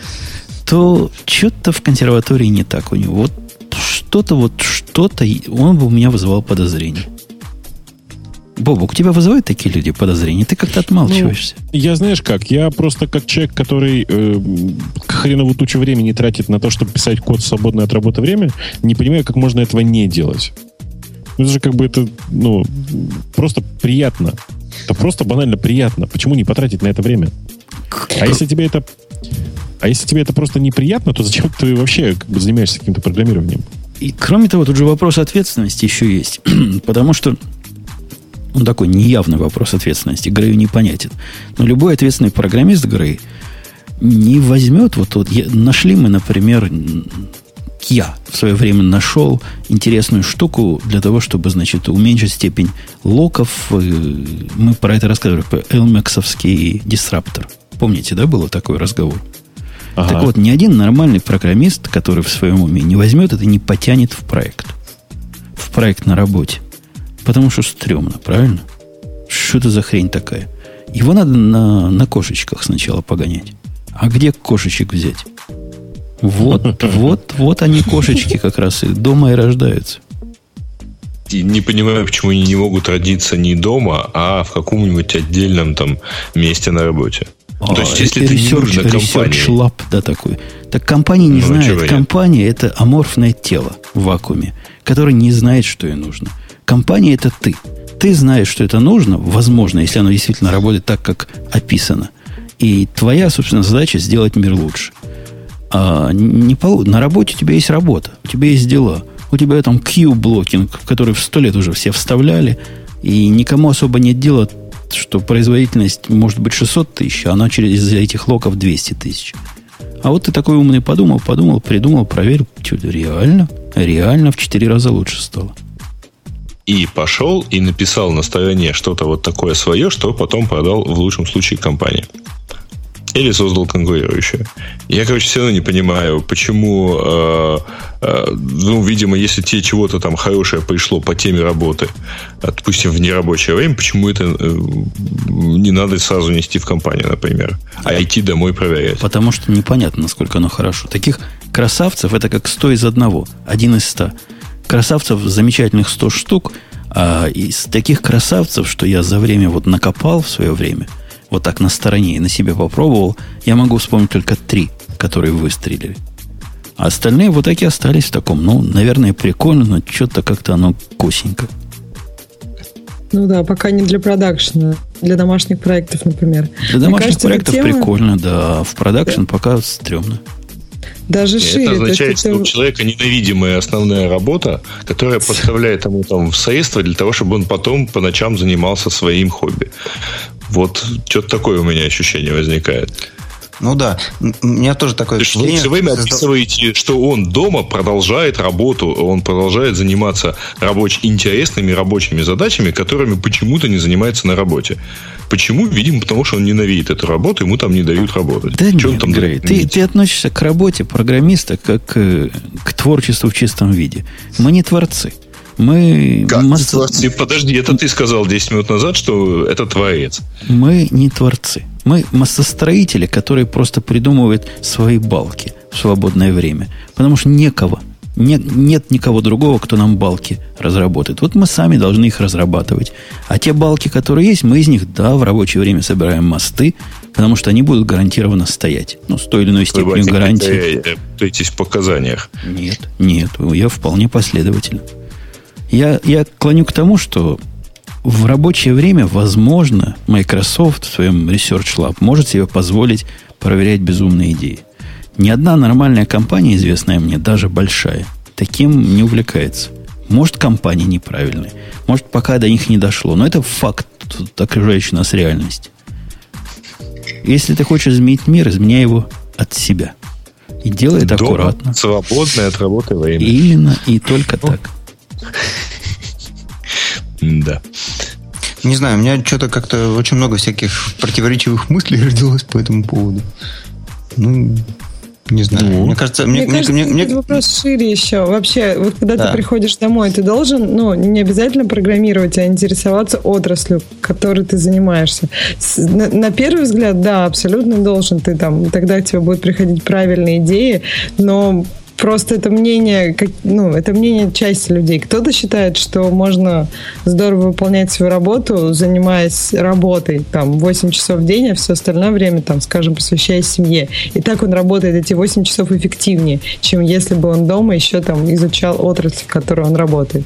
То что-то в консерватории не так у него. Вот что-то, вот что-то, он бы у меня вызывал подозрение. Бобок, у тебя вызывают такие люди подозрения? Ты как-то отмалчиваешься. Ну, я знаешь как, я просто как человек, который э, хреновую тучу времени тратит на то, чтобы писать код в свободное от работы время, не понимаю, как можно этого не делать. Это же как бы это, ну, просто приятно. Это просто банально приятно. Почему не потратить на это время? А если тебе это, а если тебе это просто неприятно, то зачем ты вообще как бы занимаешься каким-то программированием? И кроме того, тут же вопрос ответственности еще есть. Потому что он такой неявный вопрос ответственности. Грею непонятен. Но любой ответственный программист Грей не возьмет вот тут. Нашли мы, например, я в свое время нашел интересную штуку для того, чтобы, значит, уменьшить степень локов. Мы про это рассказывали, про элмексовский дисраптор. Помните, да, был такой разговор? Ага. Так вот, ни один нормальный программист, который в своем уме не возьмет это и не потянет в проект. В проект на работе. Потому что стрёмно, правильно? Что это за хрень такая? Его надо на, на кошечках сначала погонять. А где кошечек взять? Вот, вот, вот они, кошечки, как раз и дома и рождаются. И не понимаю, почему они не могут родиться не дома, а в каком-нибудь отдельном там месте на работе. А, то есть, если это research, ты не нужна компании... лап, да, такой. Так компания не ну, знает. Компания – это аморфное тело в вакууме, которое не знает, что ей нужно. Компания – это ты. Ты знаешь, что это нужно, возможно, если оно действительно работает так, как описано. И твоя, собственно, задача сделать мир лучше. А не пол... На работе у тебя есть работа, у тебя есть дела. У тебя там Q-блокинг, который в сто лет уже все вставляли, и никому особо нет дела, что производительность может быть шестьсот тысяч, а она через этих локов двести тысяч. А вот ты такой умный подумал, подумал, придумал, проверил. Чудо, реально, реально в четыре раза лучше стало. И пошел и написал на стороне что-то вот такое свое, что потом продал в лучшем случае компании. Или создал конкурирующую. Я, короче, все равно не понимаю, почему, э, э, ну, видимо, если тебе чего-то там хорошее пришло по теме работы, допустим, в нерабочее время, почему это э, не надо сразу нести в компанию, например, а идти домой проверять? Потому что непонятно, насколько оно хорошо. Таких красавцев это как сто из одного, один из ста. Красавцев замечательных сто штук, а из таких красавцев, что я за время вот накопал в свое время, вот так на стороне и на себе попробовал, я могу вспомнить только три, которые выстрелили. А остальные вот так и остались в таком, ну, наверное, прикольно, но что-то как-то оно косенько. Ну да, пока не для продакшена, для домашних проектов, например. Для домашних кажется, проектов тема... прикольно, да. В продакшн да. пока стрёмно. Даже Нет, шире. Это означает, что это... у человека ненавидимая основная работа, которая поставляет ему там средства для того, чтобы он потом по ночам занимался своим хобби. Вот что-то такое у меня ощущение возникает. Ну да, у меня тоже такое То ощущение. Вы все время описываете, что он дома продолжает работу, он продолжает заниматься рабоч... интересными рабочими задачами, которыми почему-то не занимается на работе. Почему? Видимо, потому что он ненавидит эту работу, ему там не дают работать. Да нет, там Грей, ты, ты относишься к работе программиста как к, к творчеству в чистом виде. Мы не творцы. Мы как масса... творцы? Подожди, это ты сказал десять минут назад, что это творец. Мы не творцы. Мы массостроители, которые просто придумывают свои балки в свободное время. Потому что некого, не, нет никого другого, кто нам балки разработает. Вот мы сами должны их разрабатывать. А те балки, которые есть, мы из них, да, в рабочее время собираем мосты, потому что они будут гарантированно стоять. Ну, с той или иной степенью гарантии. Вы путаетесь в показаниях. Нет, нет, я вполне последовательно. Я, я клоню к тому, что в рабочее время, возможно, Microsoft в своем Research Lab может себе позволить проверять безумные идеи. Ни одна нормальная компания, известная мне, даже большая, таким не увлекается. Может, компании неправильные, может, пока до них не дошло. Но это факт, окружающий нас реальность. Если ты хочешь изменить мир, изменяй его от себя. И делай это дома, аккуратно. Свободное от работы время. Именно и только О. так. Да. Не знаю, у меня что-то как-то очень много всяких противоречивых мыслей родилось по этому поводу. Ну, не знаю. Ну, мне кажется, мне, мне кажется, мне, мне, этот вопрос шире еще. Вообще, вот когда да. ты приходишь домой, ты должен, ну, не обязательно программировать, а интересоваться отраслью, которой ты занимаешься. На, на первый взгляд, да, абсолютно должен ты там, тогда к тебе будут приходить правильные идеи, но просто это мнение, ну, это мнение части людей. Кто-то считает, что можно здорово выполнять свою работу, занимаясь работой там восемь часов в день, а все остальное время, там, скажем, посвящая семье. И так он работает эти восемь часов эффективнее, чем если бы он дома еще там изучал отрасль, в которой он работает.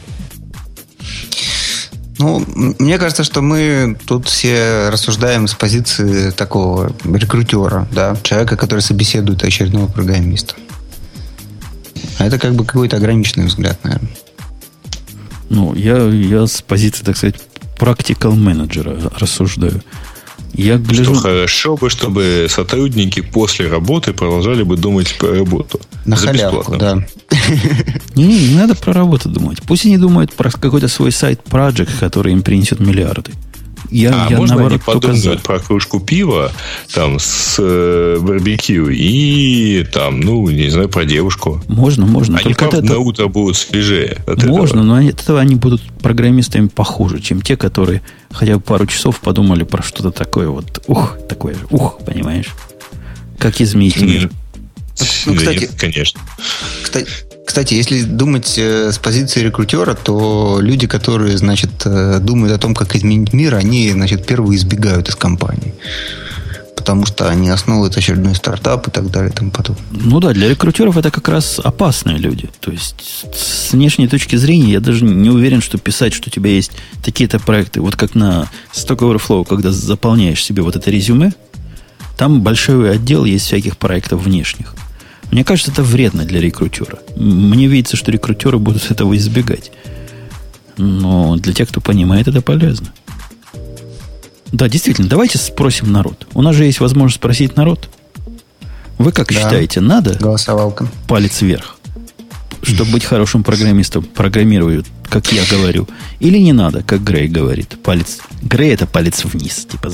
Ну, мне кажется, что мы тут все рассуждаем с позиции такого рекрутера, да, человека, который собеседует очередного программиста. А это как бы какой-то ограниченный взгляд, наверное. Ну, я, я с позиции, так сказать, practical менеджера рассуждаю. Я гляжу... Что хорошо бы, чтобы сотрудники после работы продолжали бы думать про работу. На халявку, да. Не-не, не надо про работу думать. Пусть они думают про какой-то свой сайт-проект, который им принесет миллиарды. Я, а я можно они подумают про кружку пива там с э, барбекю и там, ну, не знаю, про девушку. Можно, можно. Они, правда, это... на утро будут свежее от можно, этого. Но от этого они будут программистами похуже, чем те, которые хотя бы пару часов подумали про что-то такое вот, ух, такое же, ух, понимаешь? Как изменить мир. Ну, кстати, Нет, конечно. Кстати, Кстати, если думать э, с позиции рекрутера, то люди, которые, значит, э, думают о том, как изменить мир, они, значит, первые избегают из компании. Потому что они основывают очередной стартап и так далее и тому подобное. Ну да, для рекрутеров это как раз опасные люди. То есть, с внешней точки зрения, я даже не уверен, что писать, что у тебя есть такие-то проекты. Вот как на Stack Overflow, когда заполняешь себе вот это резюме, там большой отдел есть всяких проектов внешних. Мне кажется, это вредно для рекрутера. Мне видится, что рекрутеры будут этого избегать. Но для тех, кто понимает, это полезно. Да, действительно, давайте спросим народ. У нас же есть возможность спросить народ. Вы как да. считаете, надо голосовалка палец вверх, чтобы быть хорошим программистом, программировать, как я говорю, или не надо, как Грей говорит, палец. Грей это палец вниз, типа.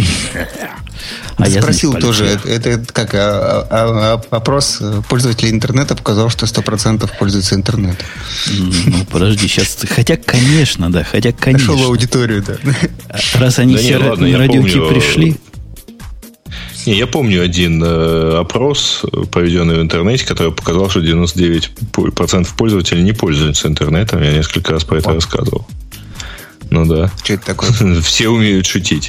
А я спросил тоже, это, это как а, а, а, опрос пользователей интернета показал, что сто процентов пользуются интернетом. Ну, подожди, сейчас. Хотя, конечно, да, хотя, конечно. Нашел аудиторию, да. Раз они да все не, ладно, на радиоки пришли. Не, я помню один э, опрос, проведенный в интернете, который показал, что девяносто девять процентов пользователей не пользуются интернетом. Я несколько раз про это О. рассказывал. Ну да. Что это такое? Все умеют шутить.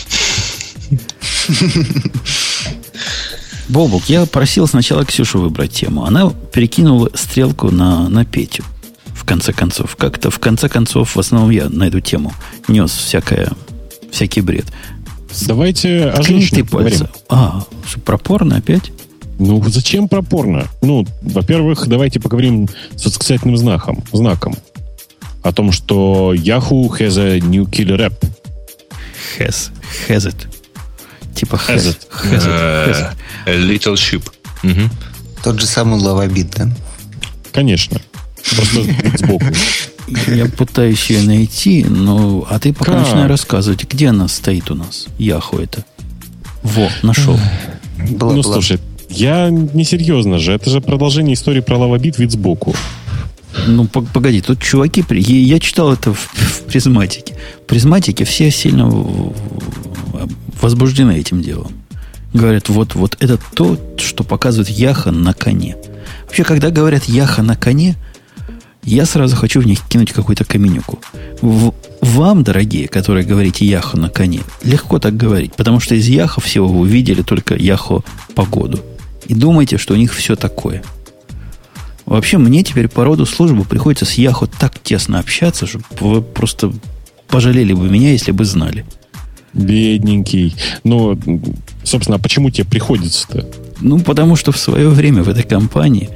Бобук, я просил сначала Ксюшу выбрать тему. Она перекинула стрелку на, на Петю в конце концов. Как-то в конце концов, в основном я на эту тему нес всякое, всякий бред. Давайте о женщинах поговорим. А, что, про порно опять? Ну, зачем про порно? Ну, во-первых, давайте поговорим с восклицательным знаком. знаком. О том, что Yahoo has a new killer app. Has. Has it. Типа has. Has it. Has it. Has it. A little ship. Угу. Тот же самый лавабит, да? Конечно. Просто сбоку. Я пытаюсь ее найти, но... А ты пока как? начинай рассказывать, где она стоит у нас? Yahoo это. Во, нашел. Была, ну, была. слушай, я несерьезно же. Это же продолжение истории про лавабит вид сбоку. Ну, погоди, тут чуваки... Я читал это в, в призматике. В призматике все сильно возбуждены этим делом. Говорят, вот, вот это то, что показывает Яха на коне. Вообще, когда говорят Яха на коне, я сразу хочу в них кинуть какую-то каменюку. В, вам, дорогие, которые говорите Яха на коне, легко так говорить, потому что из Яха всего вы увидели только Яхо погоду. И думаете, что у них все такое. Вообще, мне теперь по роду службы приходится с Яхо так тесно общаться, что вы просто пожалели бы меня, если бы знали. Бедненький. Ну, собственно, а почему тебе приходится-то? Ну, потому что в свое время в этой компании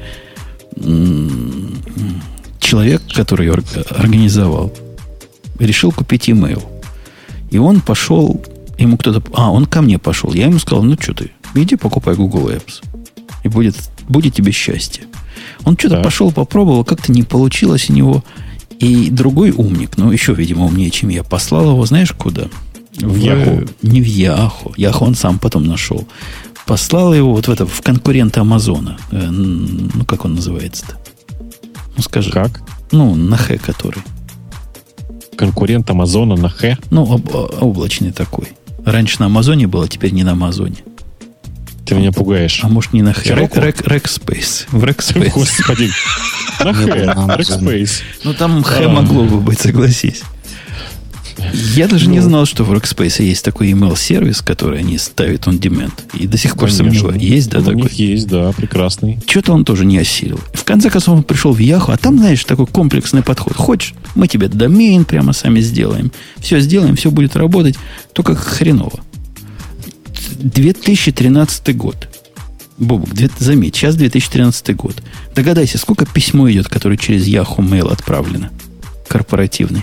человек, который ее организовал, решил купить имейл. И он пошел, ему кто-то... А, он ко мне пошел. Я ему сказал, ну, что ты, иди покупай Google Apps. И будет, будет тебе счастье. Он что-то да. пошел, попробовал, как-то не получилось у него. И другой умник, ну, еще, видимо, умнее, чем я, послал его, знаешь, куда? В Yahoo. Не в Yahoo. Yahoo он сам потом нашел. Послал его вот в это, в конкурента Амазона. Э, ну, как он называется-то? Ну, скажи. Как? Ну, на Х который. Конкурент Амазона на Х? Ну, об, облачный такой. Раньше на Амазоне было, теперь не на Амазоне. Ты меня пугаешь. А может, не на Х? Рексpace. В Рексpace. Господи. На Х. Рексpace. Ну, там Х могло бы быть, согласись. Я даже ну, не знал, что в Workspace есть такой email-сервис, который они ставят on demand. И до сих пор сомневаюсь. Есть, да, у такой? них есть, да, прекрасный. Что-то он тоже не осилил. В конце концов, он пришел в Yahoo, а там, знаешь, такой комплексный подход. Хочешь, мы тебе домен прямо сами сделаем. Все сделаем, все будет работать, только хреново. две тысячи тринадцатый год. Бобук, заметь, сейчас две тысячи тринадцатый год. Догадайся, сколько письмо идет, которое через Yahoo Mail отправлено? Корпоративный.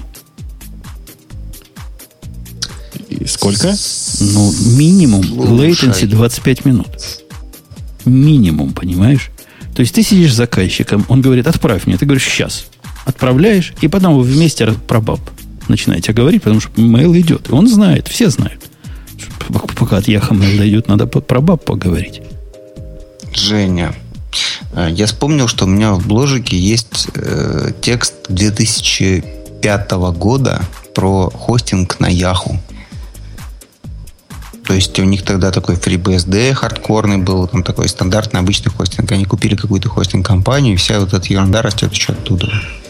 Сколько? Ну, минимум latency двадцать пять минут. Минимум, понимаешь? То есть ты сидишь с заказчиком, он говорит, отправь мне. Ты говоришь, сейчас. Отправляешь, и потом вы вместе про баб начинаете говорить, потому что мейл идет. И он знает, все знают. Пока от Яха мейл дойдет, надо про баб поговорить. Женя, я вспомнил, что у меня в бложике есть э, текст две тысячи пятого года про хостинг на Yahoo. То есть у них тогда такой FreeBSD хардкорный был, там такой стандартный обычный хостинг. Они купили какую-то хостинг-компанию, и вся вот эта ерунда растет еще оттуда.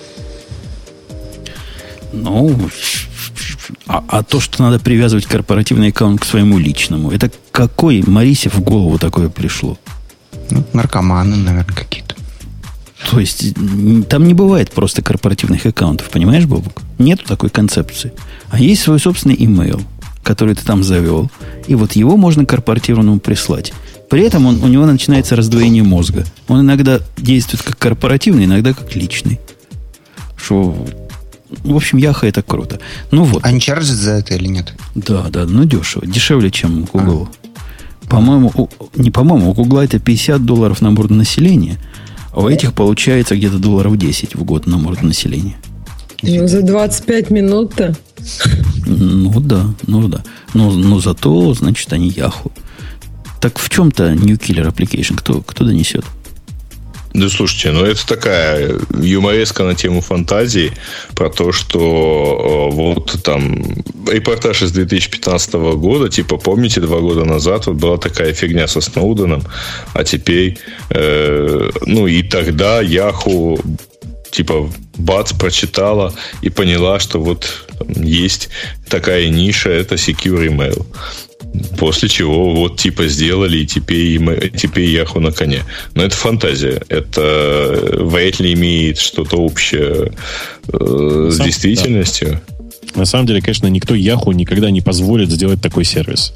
Ну, а, а то, что надо привязывать корпоративный аккаунт к своему личному, это какой Марисе в голову такое пришло? Ну, наркоманы, наверное, какие-то. То есть там не бывает просто корпоративных аккаунтов, понимаешь, Бобук? Нету такой концепции. А есть свой собственный имейл, который ты там завел, и вот его можно корпоративному прислать. При этом он, у него начинается раздвоение мозга. Он иногда действует как корпоративный, иногда как личный. Что, в общем, Яха это круто. Ну вот. Они чарджат за это или нет? Да, да, ну дешево. Дешевле, чем у Google. А. По-моему, у, не по-моему, у Google это пятьдесят долларов на борт населения, а у этих получается где-то долларов десять в год на борт населения. Ну, за двадцать пять минут-то. Ну да, ну да. Но, но зато, значит, они Yahoo. Так в чем-то New Killer Application кто, кто донесет? Да слушайте, ну это такая юмореска на тему фантазии про то, что вот там репортаж из две тысячи пятнадцатого года, типа, помните, два года назад вот была такая фигня со Сноуденом, а теперь, э, ну и тогда Yahoo типа бац, прочитала и поняла, что вот есть такая ниша, это Secure Email. После чего вот типа сделали, и теперь, мы, теперь Яху на коне. Но это фантазия. Это вряд ли имеет что-то общее э, с Сам, действительностью. Да. На самом деле, конечно, никто Яху никогда не позволит сделать такой сервис.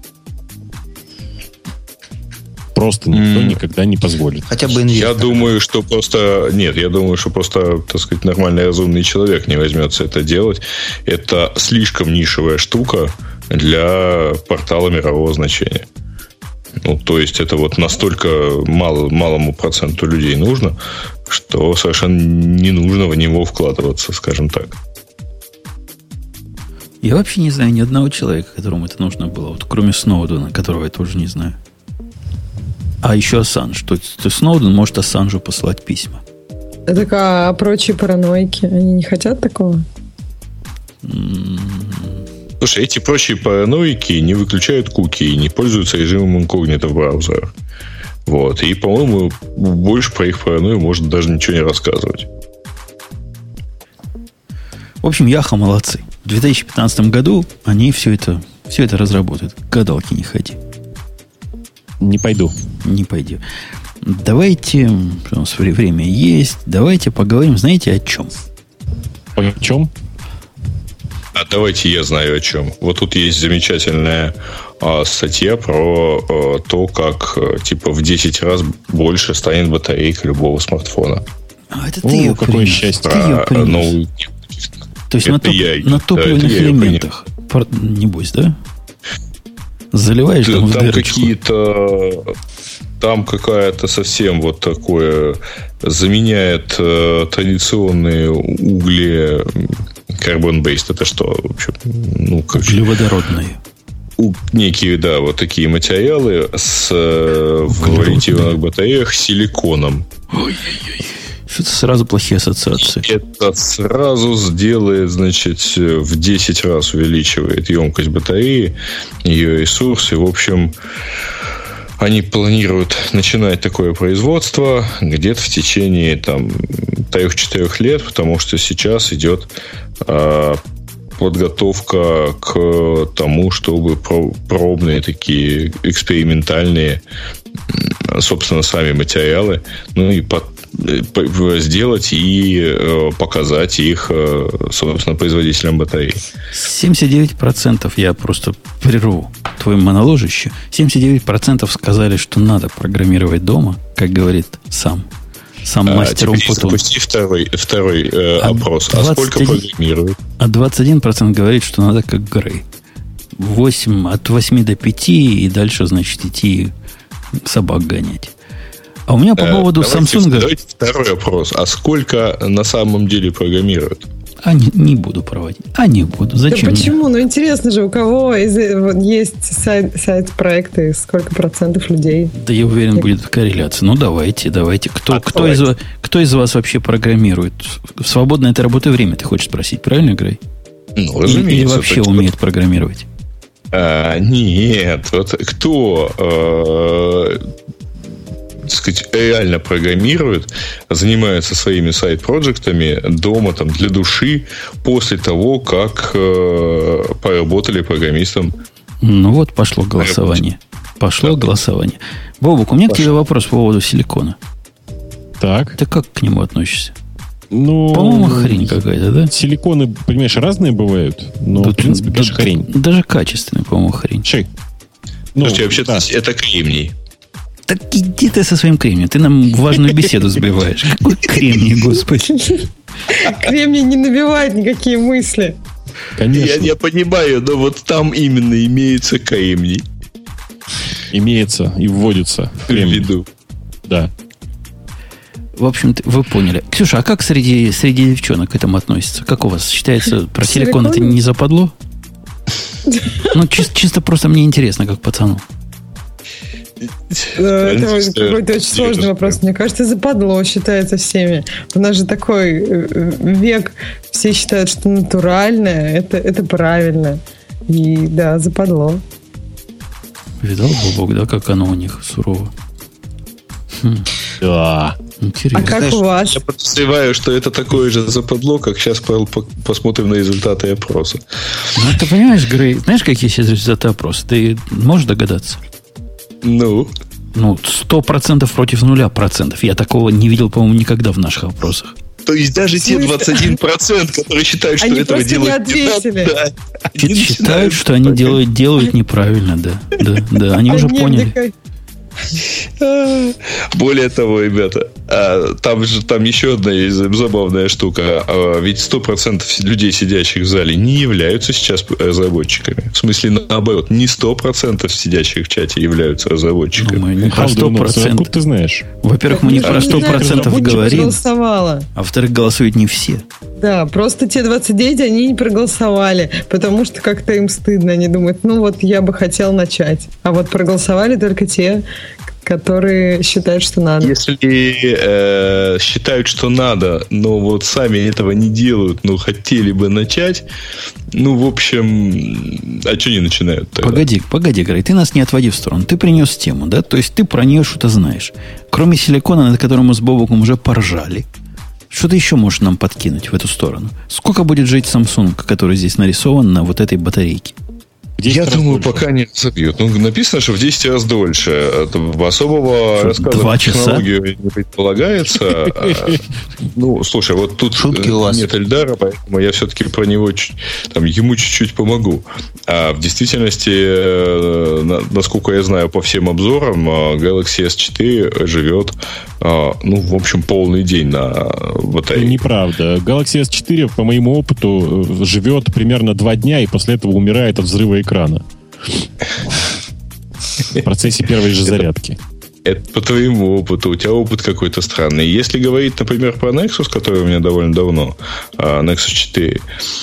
Просто никто mm. никогда не позволит. Хотя бы инвестор. Я думаю, что просто... Нет, я думаю, что просто, так сказать, нормальный разумный человек не возьмется это делать. Это слишком нишевая штука для портала мирового значения. Ну, то есть, это вот настолько мало, малому проценту людей нужно, что совершенно не нужно в него вкладываться, скажем так. Я вообще не знаю ни одного человека, которому это нужно было. Вот кроме Сноудена, которого я тоже не знаю. А еще Ассанж. То есть Сноуден может Ассанжу посылать письма. Так, а прочие параноики, они не хотят такого? Слушай, эти прочие параноики не выключают куки и не пользуются режимом инкогнито в браузерах. Вот. И, по-моему, больше про их паранойю можно даже ничего не рассказывать. В общем, Яха молодцы. В две тысячи пятнадцатом году они все это, все это разработают. К гадалке не ходи. Не пойду. Не пойду. Давайте, у нас время есть, давайте поговорим, знаете, о чем? О чем? А давайте я знаю о чем. Вот тут есть замечательная а, статья про а, то, как а, типа в десять раз больше станет батарейка любого смартфона. А это ты О, ее какое принес. Счастье. Ты ее принес. Ну, то есть на, топ, я, на топливных да, элементах. Небось, да? Заливаешь да, там, там какие-то... Там какая-то совсем вот такое... Заменяет э, традиционные угли... Carbon-based. Это что? В общем, ну, как углеводородные. У, некие, да, вот такие материалы с, в литиевых батареях с силиконом. Ой-ой-ой. Что-то сразу плохие ассоциации. Это сразу сделает, значит, в десять раз увеличивает емкость батареи, ее ресурсы. В общем, они планируют начинать такое производство где-то в течение там трех-четырех лет, потому что сейчас идет э, подготовка к тому, чтобы пробные такие экспериментальные, собственно, сами материалы, ну и под сделать и э, показать их, э, собственно, производителям батарей. семьдесят девять процентов я просто прерву твое моноложище. семьдесят девять процентов сказали, что надо программировать дома, как говорит сам, сам мастер Умпутун. Запусти второй, второй э, а опрос. двадцать один, а сколько программируют? А двадцать один процент говорит, что надо как Грей. восемь, от восьми до пяти и дальше, значит, идти собак гонять. А у меня по поводу давайте, Samsung... Давайте второй вопрос. А сколько на самом деле программируют? А не, не буду проводить. А не буду. Зачем? Да почему? Мне? Ну, интересно же, у кого из, вот, есть сайт, сайт-проекты, сколько процентов людей? Да я уверен, Мне... будет корреляция. Ну, давайте, давайте. Кто, а, кто, давайте. Из, кто из вас вообще программирует? В свободное от работы время, ты хочешь спросить, правильно, Грей? Ну, разумеется. Или вообще так, умеет программировать? А, нет. Вот кто... Э, так сказать, реально программируют, занимаются своими сайт-проджектами дома там, для души после того, как э, поработали программистом. Ну вот пошло голосование. Пошло да. голосование. Бобук, у меня пошло. К тебе вопрос по поводу силикона. Так. Ты как к нему относишься? Ну, по-моему, хрень какая-то, да? Силиконы, понимаешь, разные бывают, но, Тут, в принципе, даже да, хрень. Даже качественная, по-моему, хрень. Шей. Ну, Слушайте, вообще-то да. это кремний. Так иди ты со своим кремнием. Ты нам важную беседу сбиваешь. Какой кремний, господи. Кремний не набивает никакие мысли. Конечно. Я, я понимаю, но вот там именно имеется кремний. Имеется и вводится в виду. Да. В общем, вы поняли. Ксюша, а как среди, среди девчонок к этому относится? Как у вас считается, про силикон это не западло? Ну, чисто, чисто просто мне интересно, как пацану. Это какой-то очень сложный вопрос. Мне кажется, западло считается всеми. У нас же такой век, все считают, что натуральное это, это правильно. И да, западло. Видал, Бобок, да, как оно у них сурово? Хм. Да. Интересно. А как Знаешь, у вас? Я подозреваю, что это такое же западло, как сейчас посмотрим на результаты опроса. Ну, ты понимаешь, Грей, знаешь, какие сейчас результаты опроса? Ты можешь догадаться? Ну? Ну, сто процентов против нуля процентов. Я такого не видел, по-моему, никогда в наших опросах. То есть даже те двадцать один процент, которые считают, что они этого делать не ответили. Да, они считают, что они делают, делают неправильно, да. Да, да, они уже поняли. Более того, ребята, там же там еще одна есть забавная штука. Ведь сто процентов людей, сидящих в зале, не являются сейчас разработчиками. В смысле, наоборот, не сто процентов сидящих в чате являются разработчиками. Ну, мы не про сто процентов. Откуда ты знаешь? Во-первых, мы не про сто процентов говорим. А во-вторых, голосуют не все. Да, просто те двадцать девять, они не проголосовали, потому что как-то им стыдно. Они думают, ну вот я бы хотел начать. А вот проголосовали только те, которые считают, что надо. Если э, считают, что надо, но вот сами этого не делают, но хотели бы начать, ну, в общем, а что не начинают тогда? Погоди, погоди, Грей, ты нас не отводи в сторону. Ты принес тему, да? То есть ты про нее что-то знаешь. Кроме силикона, над которым мы с Бобуком уже поржали, что ты еще можешь нам подкинуть в эту сторону? Сколько будет жить Samsung, который здесь нарисован на вот этой батарейке? Я думаю, дольше. Пока не забьют. Ну, написано, что в десять раз дольше. Особого что, рассказа про технологию не предполагается. Ну, слушай, вот тут нет Эльдара, поэтому я все-таки про него там, ему чуть-чуть помогу. А в действительности, насколько я знаю по всем обзорам, Galaxy эс четыре живет, ну, в общем, полный день на батарейке. Неправда. Galaxy эс четыре, по моему опыту, живет примерно два дня и после этого умирает от взрыва экрана. В процессе первой же зарядки. Это по твоему опыту. У тебя опыт какой-то странный. Если говорить, например, про Nexus, который у меня довольно давно, Nexus четыре,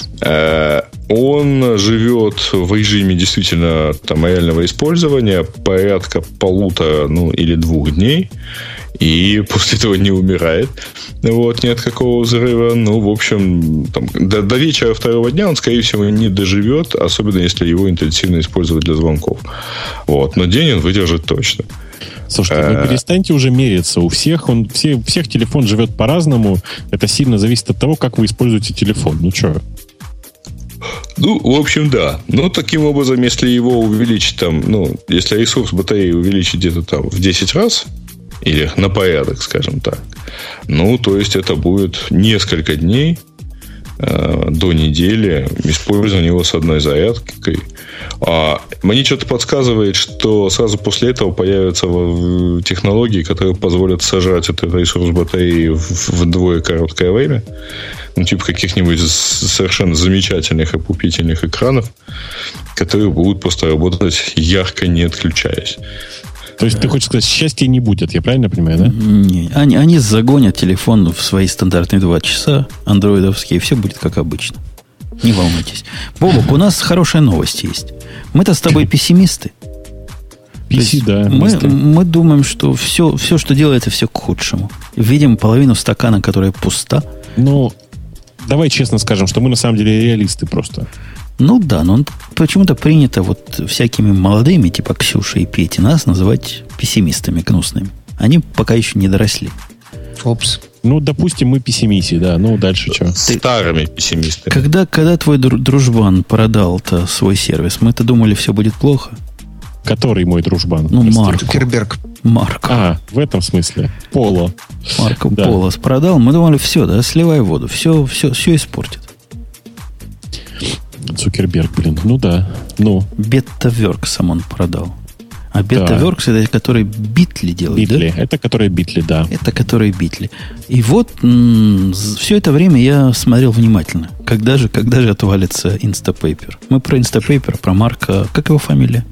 он живет в режиме действительно там, реального использования порядка полутора, ну, или двух дней. И после этого не умирает. Вот, ни от какого взрыва. Ну, в общем, там, до, до вечера второго дня он, скорее всего, не доживет, особенно если его интенсивно использовать для звонков. Вот. Но день он выдержит точно. Слушайте, ну перестаньте уже мериться. У всех он, все, у всех телефон живет по-разному. Это сильно зависит от того, как вы используете телефон. Ну, что? Ну, в общем, да. Но таким образом, если его увеличить там, ну, если ресурс батареи увеличить где-то там в десять раз, или на порядок, скажем так. Ну, то есть, это будет несколько дней э, до недели использования его с одной зарядкой. А мне что-то подсказывает, что сразу после этого появятся технологии, которые позволят сожрать этот ресурс батареи в вдвое короткое время. Ну, типа каких-нибудь совершенно замечательных опупительных экранов, которые будут просто работать ярко, не отключаясь. То есть, ты хочешь сказать, счастья не будет, я правильно понимаю, да? Не, они, они загонят телефон в свои стандартные два часа, андроидовские, и все будет как обычно. Не волнуйтесь. Бобок, у нас хорошая новость есть. Мы-то с тобой пессимисты. пи си, да. Мы, мы думаем, что все, все, что делается, все к худшему. Видим половину стакана, которая пуста. Ну, давай честно скажем, что мы на самом деле реалисты просто. Ну да, но почему-то принято вот всякими молодыми, типа Ксюши и Пети, нас называть пессимистами гнусными. Они пока еще не доросли. Опс. Ну, допустим, мы пессимисты, да. Ну, дальше что? Старыми пессимистами. Когда, когда твой дружбан продал-то свой сервис, мы-то думали, все будет плохо. Который мой дружбан? Ну, Марк. Цукерберг. Марк. А, в этом смысле. Поло. Марко да. Поло продал. Мы думали, все, да, сливай воду. Все, все, все испортит. Цукерберг, блин. Ну да. Ну. Бета-верксом он продал. А Бета-веркс, да. Это который Битли делает, Битли. да? Это который Битли, да. Это который Битли. И вот м- все это время я смотрел внимательно. Когда же, когда же отвалится Instapaper? Мы про Instapaper, про Марка... Как его фамилия?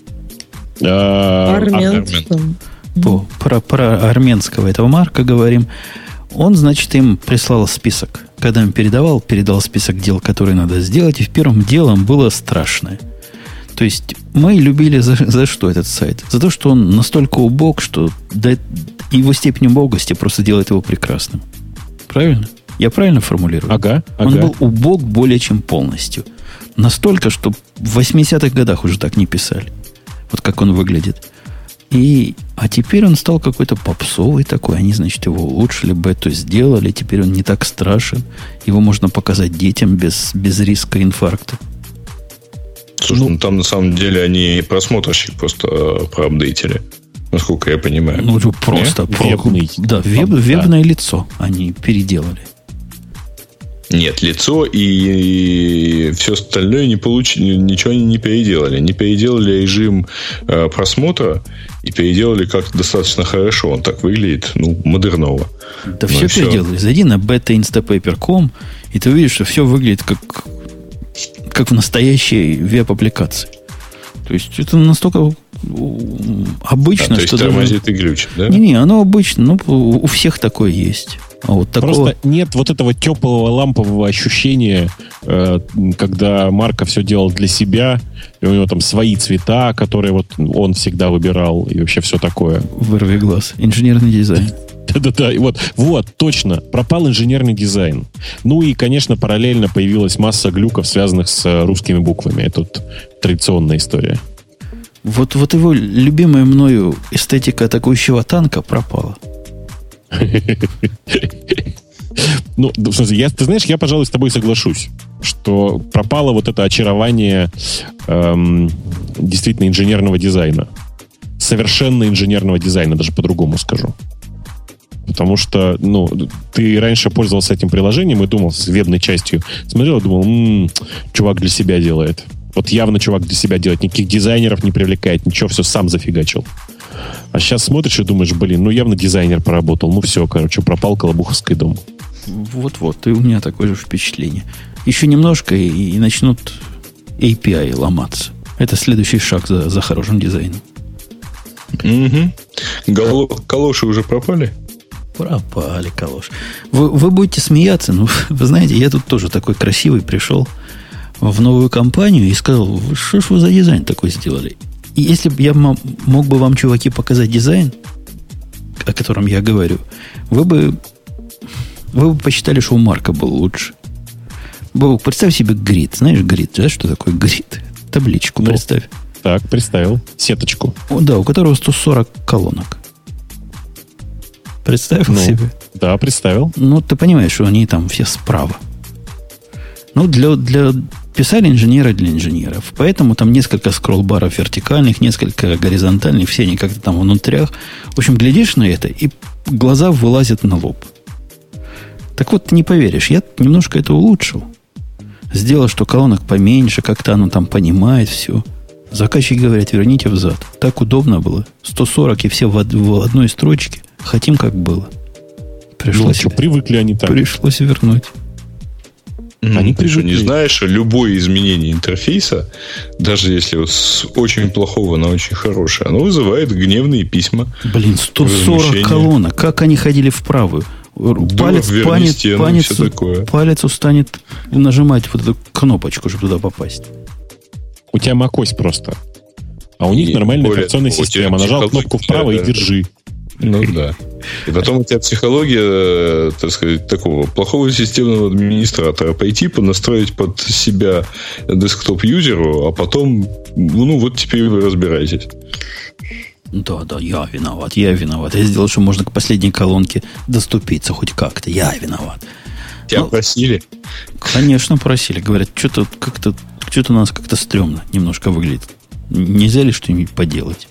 Арменского. По, про, про армянского этого Марка говорим. Он, значит, им прислал список. Когда им передавал, передал список дел, которые надо сделать. И в первом делом было страшное. То есть мы любили за, за что этот сайт? За то, что он настолько убог, что до, его степень убогости просто делает его прекрасным. Правильно? Я правильно формулирую? Ага, ага. Он был убог более чем полностью. Настолько, что в восьмидесятых годах уже так не писали. Вот как он выглядит. И, а теперь он стал какой-то попсовый такой. Они, значит, его улучшили, бету сделали. Теперь он не так страшен. Его можно показать детям без, без риска инфаркта. Слушай, ну, ну там на самом деле они просмотрщик просто э, проапдейтили. Насколько я понимаю. Ну, просто. Про, вебный. Да, веб, вебное да. лицо они переделали. Нет, лицо и, и все остальное не получили, ничего они не переделали. Не переделали режим э, просмотра и переделали как-то достаточно хорошо. Он так выглядит, ну, модерново. Да все переделали. Зайди на бета инстапейпер точка ком, и ты увидишь, что все выглядит как, как в настоящей веб-аппликации. То есть это настолько обычно, а, то есть что тормозит даже... и глючит, да? Не-не, оно обычно. Ну, у всех такое есть. А вот такого... Просто нет вот этого теплого лампового ощущения, э, когда Марко все делал для себя, и у него там свои цвета, которые вот он всегда выбирал, и вообще все такое. Вырви глаз. Инженерный дизайн. Да-да-да, вот, вот, точно, пропал инженерный дизайн. Ну и, конечно, параллельно появилась масса глюков, связанных с русскими буквами. Это вот традиционная история. Вот, вот его любимая мною эстетика атакующего танка пропала. Ну, в смысле, я, ты знаешь, я, пожалуй, с тобой соглашусь, что пропало вот это очарование эм, действительно инженерного дизайна. Совершенно инженерного дизайна, даже по-другому скажу. Потому что, ну, ты раньше пользовался этим приложением и думал, с вебной частью смотрел и думал, м-м, чувак для себя делает. Вот явно чувак для себя делает, никаких дизайнеров не привлекает, ничего, все сам зафигачил. А сейчас смотришь и думаешь, блин, ну явно дизайнер поработал. Ну все, короче, пропал Колобуховский дом. Вот-вот, и у меня такое же впечатление. Еще немножко, и, и начнут эй пи ай ломаться. Это следующий шаг за, за хорошим дизайном. Угу. Гало... Калоши уже пропали? Пропали калоши. Вы, вы будете смеяться, но вы знаете, я тут тоже такой красивый пришел в новую компанию и сказал, что ж вы за дизайн такой сделали? И если бы я мог бы вам, чуваки, показать дизайн, о котором я говорю, вы бы, вы бы посчитали, что у Марка был лучше. Бог, представь себе грид. Знаешь грид? Знаешь, что такое грид? Табличку ну, представь. Так, представил. Сеточку. О, да, у которого сто сорок колонок. Представил ну, себе? Да, представил. Ну, ты понимаешь, что они там все справа. Ну, для, для... Писали инженеры для инженеров. Поэтому там несколько скролл-баров вертикальных, несколько горизонтальных, все они как-то там внутрях. В общем, глядишь на это, и глаза вылазят на лоб. Так вот, ты не поверишь, я немножко это улучшил. Сделал, что колонок поменьше, как-то оно там понимает все. Заказчики говорят, верните взад. Так удобно было. сто сорок и все в, в одной строчке. Хотим, как было. Пришлось, ну, что, привыкли они так. Пришлось вернуть. Они ты что, не знаешь, что любое изменение интерфейса, даже если вот с очень плохого на очень хорошее, оно вызывает гневные письма. Блин, сто сорок колонок. Как они ходили в правую? Палец, Дух, палец, стену, палец, палец устанет нажимать вот эту кнопочку, чтобы туда попасть. У тебя macOS просто. А у них и нормальная операционная система. Нажал кнопку вправо да, и держи. Ну да. И потом у тебя психология, так сказать, такого плохого системного администратора. Пойти понастроить под себя десктоп-юзеру, а потом, ну вот теперь вы разбирайтесь. Да, да, я виноват, я виноват. Я сделал, что можно к последней колонке доступиться хоть как-то. Я виноват. Тебя ну, просили? Конечно, просили. Говорят, что-то как-то, что-то у нас как-то стрёмно немножко выглядит. Нельзя ли что-нибудь поделать?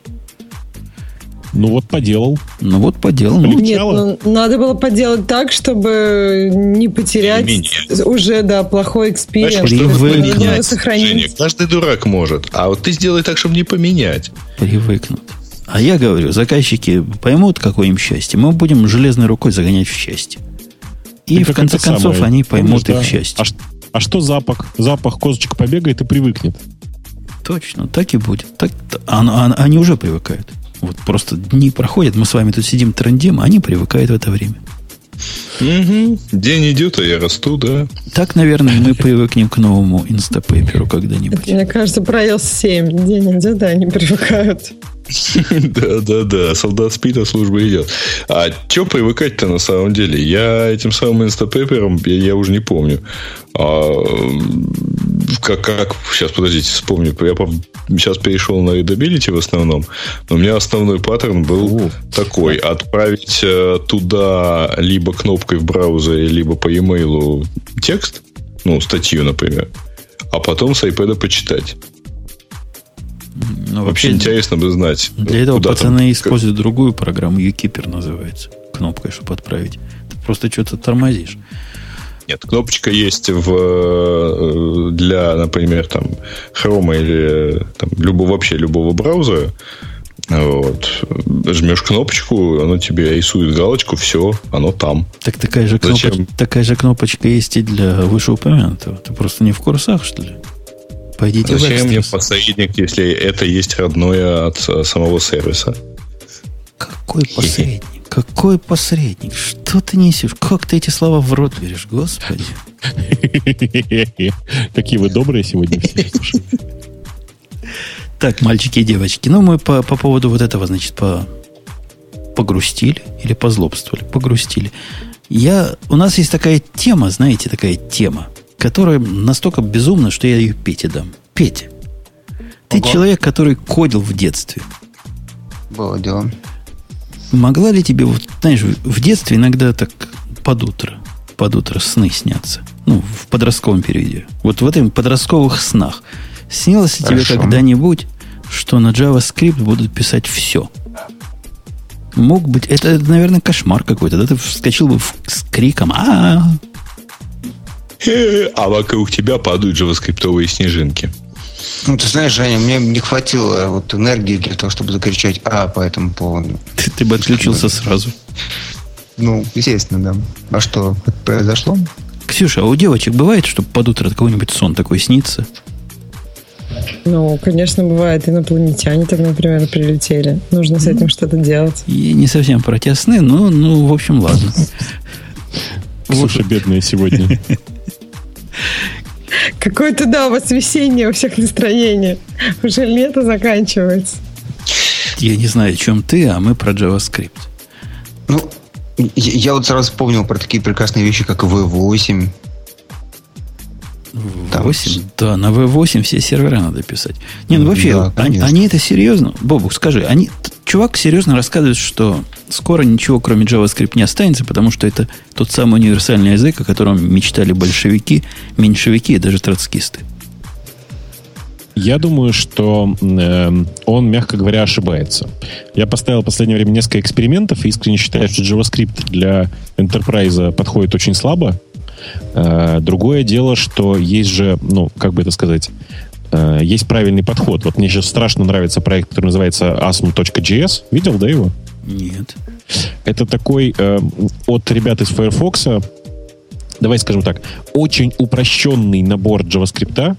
Ну вот поделал. Ну вот поделал. Ну. Нет, ну, надо было поделать так, чтобы не потерять не уже, да, плохой экспириенс. Привыкнуть. Женя, каждый дурак может. А вот ты сделай так, чтобы не поменять. Привыкнуть. А я говорю, заказчики поймут, какое им счастье. Мы будем железной рукой загонять в счастье. И это в конце концов самое. Они поймут Помнишь, их да. счастье. А, а что запах? Запах козочка побегает и привыкнет. Точно, так и будет. Так, а, а, они уже привыкают. Вот просто дни проходят, мы с вами тут сидим, трындим, а они привыкают в это время. Угу. День идет, а я расту, да. Так, наверное, мы привыкнем к новому инстапейперу когда-нибудь. Это, мне кажется, про ай о эс семь. День идет, да, они привыкают. Да, да, да. Солдат спит, а служба идет. А что привыкать-то на самом деле? Я этим самым инстапейпером, я, я уже не помню. А, как, как, сейчас, подождите, вспомню. Я сейчас перешел на readability в основном, но у меня основной паттерн был О. такой. Отправить туда либо кнопкой в браузере, либо по e-mail текст, ну, статью, например, а потом с iPad почитать. Ну, вообще интересно бы знать. Для этого пацаны там используют другую программу, YouKeeper называется, кнопкой, чтобы отправить. Ты просто что-то тормозишь. Нет, кнопочка есть в, для, например, там, Chrome или там, любого, вообще любого браузера. Вот. Жмешь кнопочку, оно тебе рисует галочку, все, оно там. Так такая же, кнопоч... такая же кнопочка есть и для вышеупомянутого. Ты просто не в курсах, что ли? Пойдите в Зачем мне посредник, если это есть родное от самого сервиса? Какой посредник? Какой посредник? Что ты несешь? Как ты эти слова в рот берешь, господи? Какие вы добрые сегодня все. Так, мальчики и девочки, ну мы по, по поводу вот этого, значит, по, погрустили или позлобствовали? Погрустили. Я, у нас есть такая тема, знаете, такая тема, которая настолько безумна, что я ее Пете дам. Петя, ты Ого. человек, который кодил в детстве. Было дело. Могла ли тебе, вот, знаешь, в детстве иногда так под утро, под утро сны снятся? Ну, в подростковом периоде. Вот в этих подростковых снах снилось ли тебе когда-нибудь, что на JavaScript будут писать все? Мог быть... Это, наверное, кошмар какой-то. Да ты вскочил бы с криком а А вокруг тебя падают JavaScript-овые снежинки. Ну, ты знаешь, Женя, мне не хватило вот энергии для того, чтобы закричать «а» по этому поводу. Ты, ты бы отключился сразу. Ну, естественно, да. А что, это произошло? Ксюша, а у девочек бывает, что под утро какой-нибудь сон такой снится? Ну, конечно, бывает. Инопланетяне там, например, прилетели. Нужно с этим что-то делать. Я не совсем про те сны, но, ну, в общем, ладно. Ксюша бедная сегодня. Какое-то, да, у вас весеннее у всех настроение. Уже лето заканчивается. Я не знаю, о чем ты, а мы про JavaScript. Ну, я, я вот сразу вспомнил про такие прекрасные вещи, как ви восемь. ви восемь? Да, на ви восемь все сервера надо писать. Не, ну вообще, да, они, они это серьезно? Бобук, скажи, они, чувак серьезно рассказывает, что скоро ничего кроме JavaScript не останется, потому что это тот самый универсальный язык, о котором мечтали большевики, меньшевики и даже троцкисты. Я думаю, что э, он, мягко говоря, ошибается. Я поставил в последнее время несколько экспериментов и искренне считаю, что JavaScript для Enterprise подходит очень слабо. Э, другое дело, что есть же, ну, как бы это сказать, э, есть правильный подход. Вот мне сейчас страшно нравится проект, который называется asm.js. Видел, да, его? Нет. Это такой э, от ребят из Firefox, давай скажем так, очень упрощенный набор JavaScript.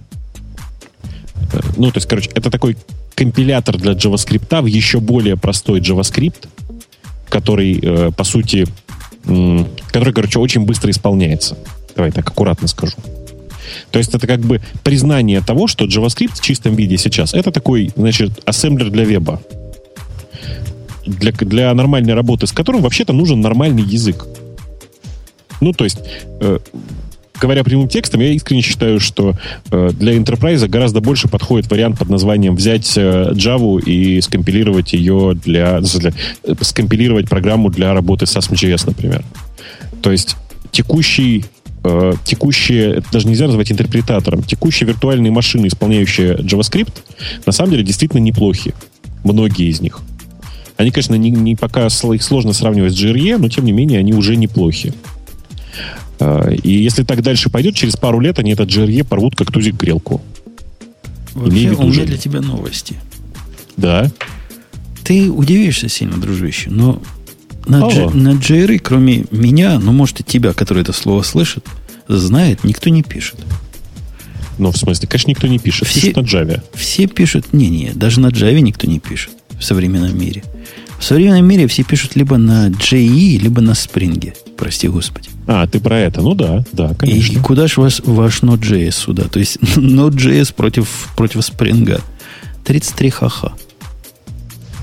Ну, то есть, короче, это такой компилятор для JavaScript в еще более простой JavaScript, который, э, по сути, м- который, короче, очень быстро исполняется. Давай так аккуратно скажу. То есть это как бы признание того, что JavaScript в чистом виде сейчас это такой, значит, ассемблер для веба. Для, для нормальной работы с которым вообще-то нужен нормальный язык. Ну, то есть... Э, Говоря прямым текстом, я искренне считаю, что э, для Enterprise гораздо больше подходит вариант под названием взять э, Java и скомпилировать ее для, для э, скомпилировать программу для работы с asm.js, например. То есть текущий, э, текущие, это даже нельзя назвать интерпретатором, текущие виртуальные машины, исполняющие JavaScript, на самом деле действительно неплохи. Многие из них. Они, конечно, не, не пока их сложно сравнивать с джей ар и, но тем не менее они уже неплохи. И если так дальше пойдет, через пару лет они этот джей ар и порвут как тузик грелку. Вообще, у меня для тебя новости. Да. Ты удивишься сильно, дружище, но на, G, на джей ар и, кроме меня, ну, может, и тебя, который это слово слышит, знает, никто не пишет. Ну, в смысле, конечно, никто не пишет. Все пишут на Java. Все пишут... Не-не, даже на Java никто не пишет в современном мире. В современном мире все пишут либо на джей и, либо на Spring. Прости, Господи. А, ты про это? Ну да, да, конечно. И куда же ваш, ваш Node.js сюда? То есть Node.js против, против Spring. тридцать три ха-ха.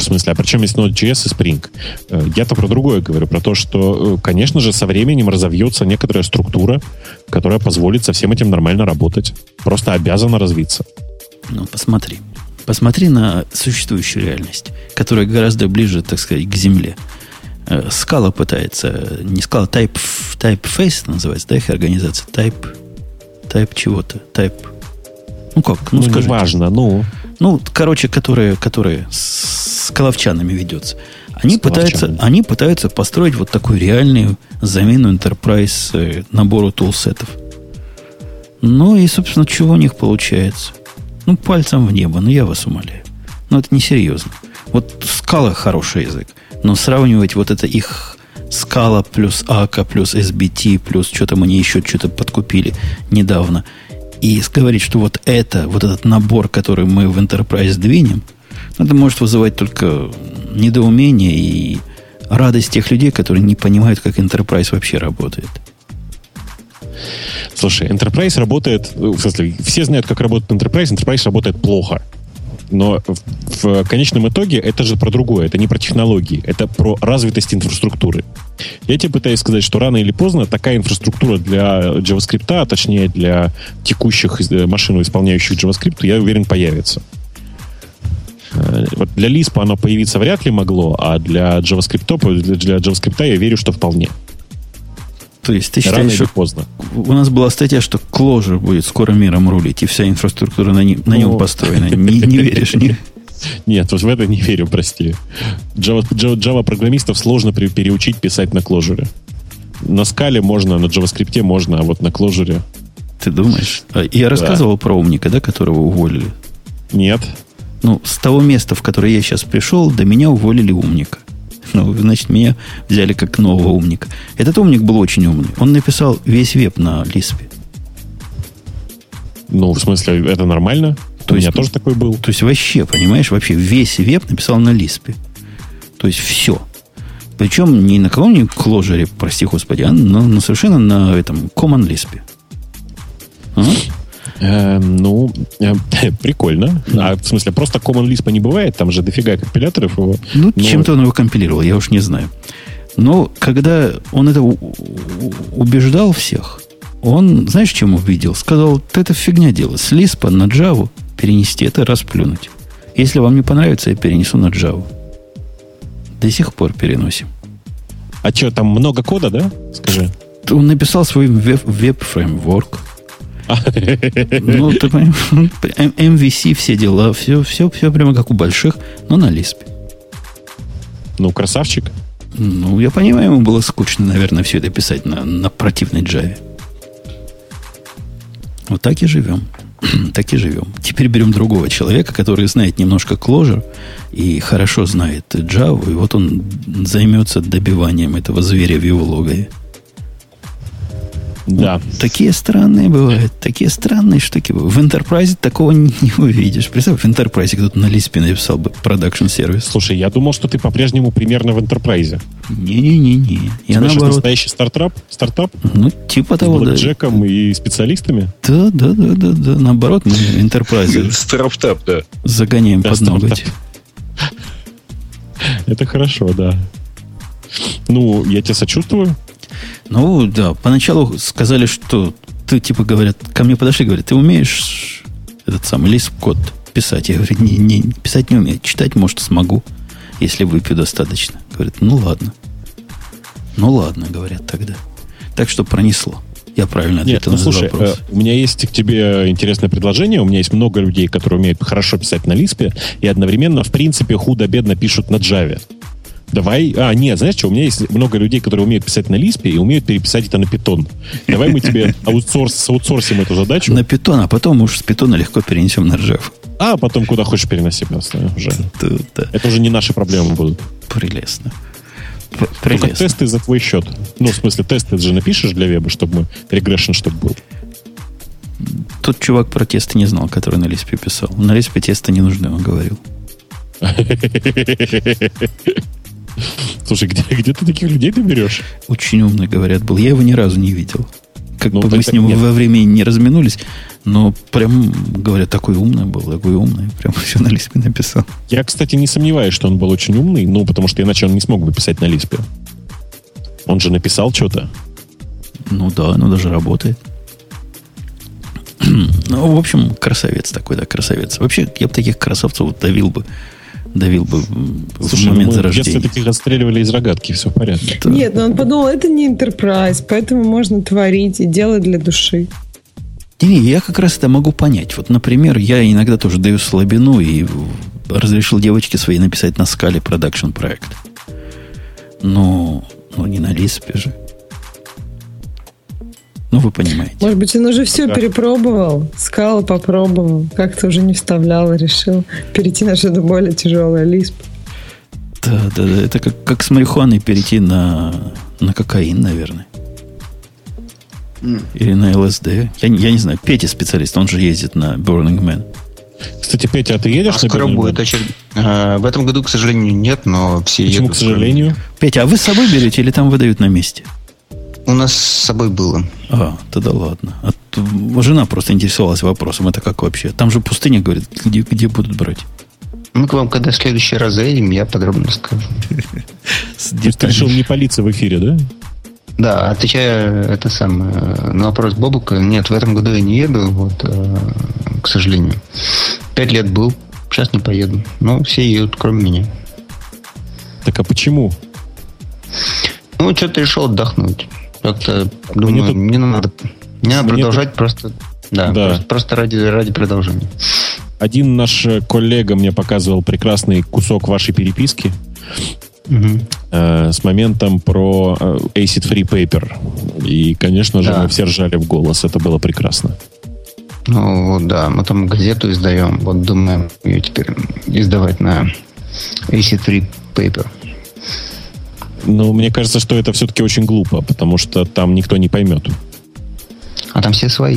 В смысле, а при чем есть Node.js и Spring? Я-то про другое говорю, про то, что, конечно же, со временем разовьется некоторая структура, которая позволит со всем этим нормально работать. Просто обязана развиться. Ну, посмотри. Посмотри на существующую реальность, которая гораздо ближе, так сказать, к Земле. Scala пытается, не Scala, Type, Typeface называется, да, их организация? Type, Type чего-то, Type... Ну как, ну, ну скажите. Неважно, ну... Ну, короче, которые, которые с скаловчанами ведется. Они пытаются, они пытаются построить вот такую реальную замену Enterprise набору тулсетов. Ну и, собственно, чего у них получается? Ну, пальцем в небо, ну я вас умоляю. Ну, это несерьезно. Вот Scala хороший язык, но сравнивать вот это их Scala плюс Akka плюс эс би ти плюс что-то мы еще что-то подкупили недавно, и говорить, что вот это, вот этот набор, который мы в Enterprise двинем, это может вызывать только недоумение и радость тех людей, которые не понимают, как Enterprise вообще работает. Слушай, Enterprise работает... В смысле, все знают, как работает Enterprise. Enterprise работает плохо. Но в, в конечном итоге это же про другое. Это не про технологии. Это про развитость инфраструктуры. Я тебе пытаюсь сказать, что рано или поздно такая инфраструктура для JavaScript, а точнее для текущих машин, исполняющих JavaScript, я уверен, появится. Вот для Lisp оно появиться вряд ли могло, а для JavaScript, для JavaScript я верю, что вполне. То есть ты считаешь, что поздно. У нас была статья, что Clojure будет скоро миром рулить, и вся инфраструктура на, не, на нем построена. Не, не веришь? Не? Нет, вот в это не верю, прости. Java, Java, Java программистов сложно переучить писать на Clojure. На скале можно, на JavaScript можно, а вот на Clojure... Ты думаешь? Я рассказывал да. про умника, да, которого уволили? Нет. Ну, с того места, в которое я сейчас пришел, до меня уволили умника. Ну, значит, меня взяли как нового умника. Этот умник был очень умный. Он написал весь веб на Lisp. Ну, в смысле, это нормально? То У есть, меня тоже такой был. То есть, вообще, понимаешь, вообще весь веб написал на Lisp. То есть, все. Причем не на каком-нибудь Clojure, прости господи, а на, на совершенно на этом Common Lisp. А? Э, ну, э, прикольно. А в смысле, просто Common Lisp не бывает, там же дофига компиляторов его. Ну, но... чем-то он его компилировал, я уж не знаю. Но когда он это у- убеждал всех, он, знаешь, чем увидел? Сказал, это фигня дело. С Lisp на Java перенести, это расплюнуть. Если вам не понравится, я перенесу на Java. До сих пор переносим. А что, там много кода, да? Скажи. Он написал свой веб-фреймворк. Ну, ты понимаешь, эм ви си, все дела, все, все, все прямо как у больших, но на Lisp. Ну, красавчик. Ну, я понимаю, ему было скучно, наверное, все это писать на, на противной Java. Вот так и живем. Так и живем. Теперь берем другого человека, который знает немножко Clojure и хорошо знает Java, и вот он займется добиванием этого зверя в его логове. Да. Вот такие странные бывают. Такие странные штуки бывают. В Enterprise такого не, не увидишь. Представь, в Enterprise кто-то на Lisp написал бы продакшн сервис. Слушай, я думал, что ты по-прежнему примерно в Enterprise. Не-не-не-не. Я наоборот... настоящий стартап? Стартап? Ну, типа того, да. С Джеком и специалистами? Да, да, да, да, да. Наоборот, мы в Enterprise стартап, да. Загоняем под ноготь. Это хорошо, да. Ну, я тебе сочувствую. Ну, да, поначалу сказали, что ты, типа, говорят, ко мне подошли, говорят, ты умеешь этот самый Lisp-код писать? Я говорю, не, не, писать не умею, читать, может, смогу, если выпью достаточно. Говорят, ну, ладно. Ну, ладно, говорят тогда. Так что пронесло. Я правильно ответил. Нет, ну, на слушай, вопрос. Э, у меня есть к тебе интересное предложение. У меня есть много людей, которые умеют хорошо писать на Lisp и одновременно, в принципе, худо-бедно пишут на Java. Давай... А, нет, знаешь что? У меня есть много людей, которые умеют писать на Lisp и умеют переписать это на Python. Давай мы тебе аутсорс, аутсорсим эту задачу. На Python, а потом уж с Python легко перенесем на Java. А потом куда хочешь переноси просто уже. Да, да. Это уже не наши проблемы будут. Прелестно. Только тесты за твой счет. Ну, в смысле, тесты же напишешь для веба, чтобы мы... Регрессион, чтобы был. Тот чувак про тесты не знал, который на Lisp писал. На Lisp тесты не нужны, он говорил. Слушай, где, где ты таких людей ты берешь? Очень умный, говорят, был. Я его ни разу не видел. как ну, бы мы с ним нет. во времени не разминулись, но прям, говорят, такой умный был, такой умный, прям все на Лиспе написал. Я, кстати, не сомневаюсь, что он был очень умный, ну, потому что иначе он не смог бы писать на Лиспе. Он же написал что-то. Ну да, оно даже работает. Ну, в общем, красавец такой, да, красавец. Вообще, я бы таких красавцев давил бы. Давил бы Слушай, в момент ну, зарождения. Если таких отстреливали из рогатки, все в порядке. Да. Нет, но он подумал, это не Enterprise, поэтому можно творить и делать для души. Не, я как раз это могу понять. Вот, например, я иногда тоже даю слабину и разрешил девочке своей написать на скале продакшн проект. Но, но не на Лиспе же. Ну, вы понимаете. Может быть, он уже все да. перепробовал, скала попробовал, как-то уже не вставлял, решил перейти на что-то более тяжелое, Лисп. Да, да, да. Это как, как с марихуаной перейти на, на кокаин, наверное. Mm. Или на ЛСД. Я, я не знаю. Петя специалист, он же ездит на Burning Man. Кстати, Петя, а ты едешь а на скоро будет очер... а, в этом году, к сожалению, нет, но все Почему, едут. к сожалению? Петя, а вы с собой берете или там выдают на месте? У нас с собой было. А, тогда ладно. А то, жена просто интересовалась вопросом. Это как вообще? Там же пустыня, говорит, где, где будут брать? Мы к вам, когда в следующий раз заедем, я подробно скажу. Ты решил не палиться в эфире, да? Да, отвечая это самое, на вопрос Бобука, нет, в этом году я не еду, вот, к сожалению. Пять лет был, сейчас не поеду. Но все едут, кроме меня. Так а почему? Ну, что-то решил отдохнуть. Как-то, думаю, тут... не надо, не надо продолжать тут... просто, да, да. просто, просто ради, ради продолжения. Один наш коллега мне показывал прекрасный кусок вашей переписки угу. э, с моментом про э, Acid Free Paper. И, конечно же, да. мы все ржали в голос. Это было прекрасно. Ну, вот, да. Мы там газету издаем. Вот думаем ее теперь издавать на Acid Free Paper. Ну, мне кажется, что это все-таки очень глупо, потому что там никто не поймет. А там все свои.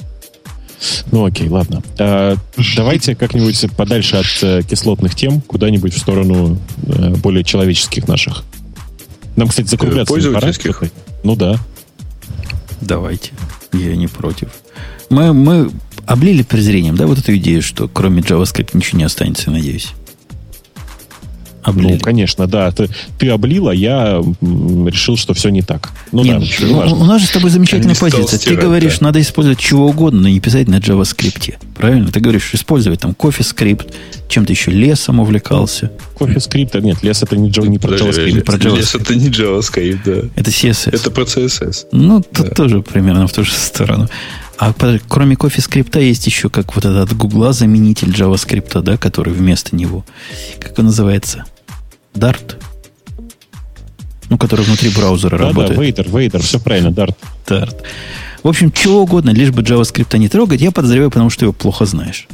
Ну, окей, ладно. А, давайте как-нибудь подальше от э, кислотных тем, куда-нибудь в сторону э, более человеческих наших. Нам, кстати, закругляться не пора. Ну да. Давайте. Я не против. Мы, мы облили презрением, да, вот эту идею, что кроме JavaScript ничего не останется, надеюсь. Облили. Ну, конечно, да. Ты, ты облил, а я решил, что все не так. Ну, Нет, да, ну, у нас же с тобой замечательная позиция. Стирать, ты говоришь, да. надо использовать чего угодно, но не писать на JavaScript. Правильно? Ты говоришь, использовать там CoffeeScript, чем-то еще лесом увлекался. CoffeeScript, нет, лес это не, не про JavaScript. Не про JavaScript. Лес это не JavaScript, да. Это си эс эс. Это про си эс эс. Ну, тут да. тоже примерно в ту же сторону. А кроме CoffeeScript есть еще как вот этот Гугла заменитель JavaScript, да, который вместо него. Как он называется? Dart? Ну, который внутри браузера да, работает. Да, Vader, Vader, все правильно, Dart. Dart. В общем, чего угодно, лишь бы JavaScript не трогать, я подозреваю, потому что его плохо знаешь.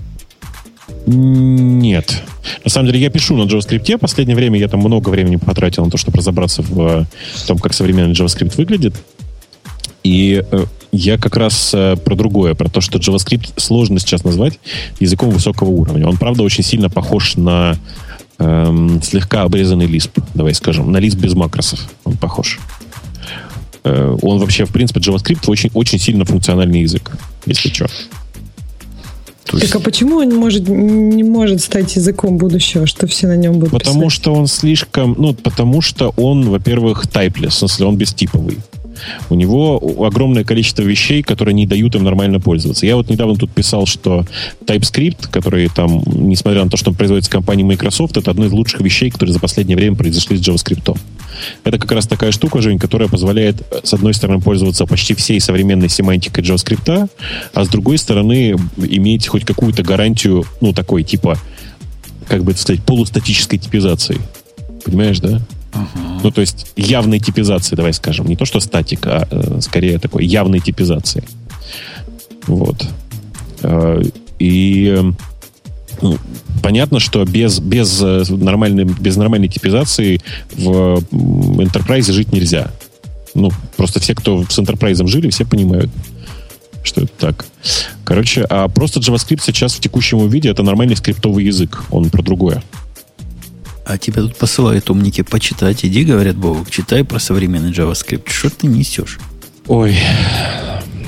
Нет. На самом деле, я пишу на JavaScript. В последнее время я там много времени потратил на то, чтобы разобраться в том, как современный JavaScript выглядит. И э, я как раз э, про другое, про то, что JavaScript сложно сейчас назвать языком высокого уровня. Он, правда, очень сильно похож на эм, слегка обрезанный Lisp, давай скажем, на Lisp без макросов он похож. Э, он вообще, в принципе, JavaScript очень, очень сильно функциональный язык, если что. Так есть... а почему он может, не может стать языком будущего, что все на нем будут Потому писать? что он слишком... Ну, потому что он, во-первых, typeless, в смысле, он бестиповый. У него огромное количество вещей, которые не дают им нормально пользоваться. Я вот недавно тут писал, что TypeScript, который там, несмотря на то, что он производится компанией Microsoft, это одно из лучших вещей, которые за последнее время произошли с JavaScript. Это как раз такая штука, Жень, которая позволяет, с одной стороны, пользоваться почти всей современной семантикой JavaScript, а с другой стороны, иметь хоть какую-то гарантию, ну, такой, типа, как бы это сказать, полустатической типизации. Понимаешь, да? Uh-huh. Ну, то есть явной типизации, давай скажем. Не то, что статик, а э, скорее такой явной типизации. Вот. Э, и э, ну, понятно, что без, без, нормальной, без нормальной типизации в Enterprise жить нельзя. Ну, просто все, кто с Enterprise жили, все понимают, что это так. Короче, а просто JavaScript сейчас в текущем виде это нормальный скриптовый язык. Он про другое. А тебя тут посылают умники почитать. Иди, говорят, Бог, читай про современный JavaScript. Что ты несешь? Ой.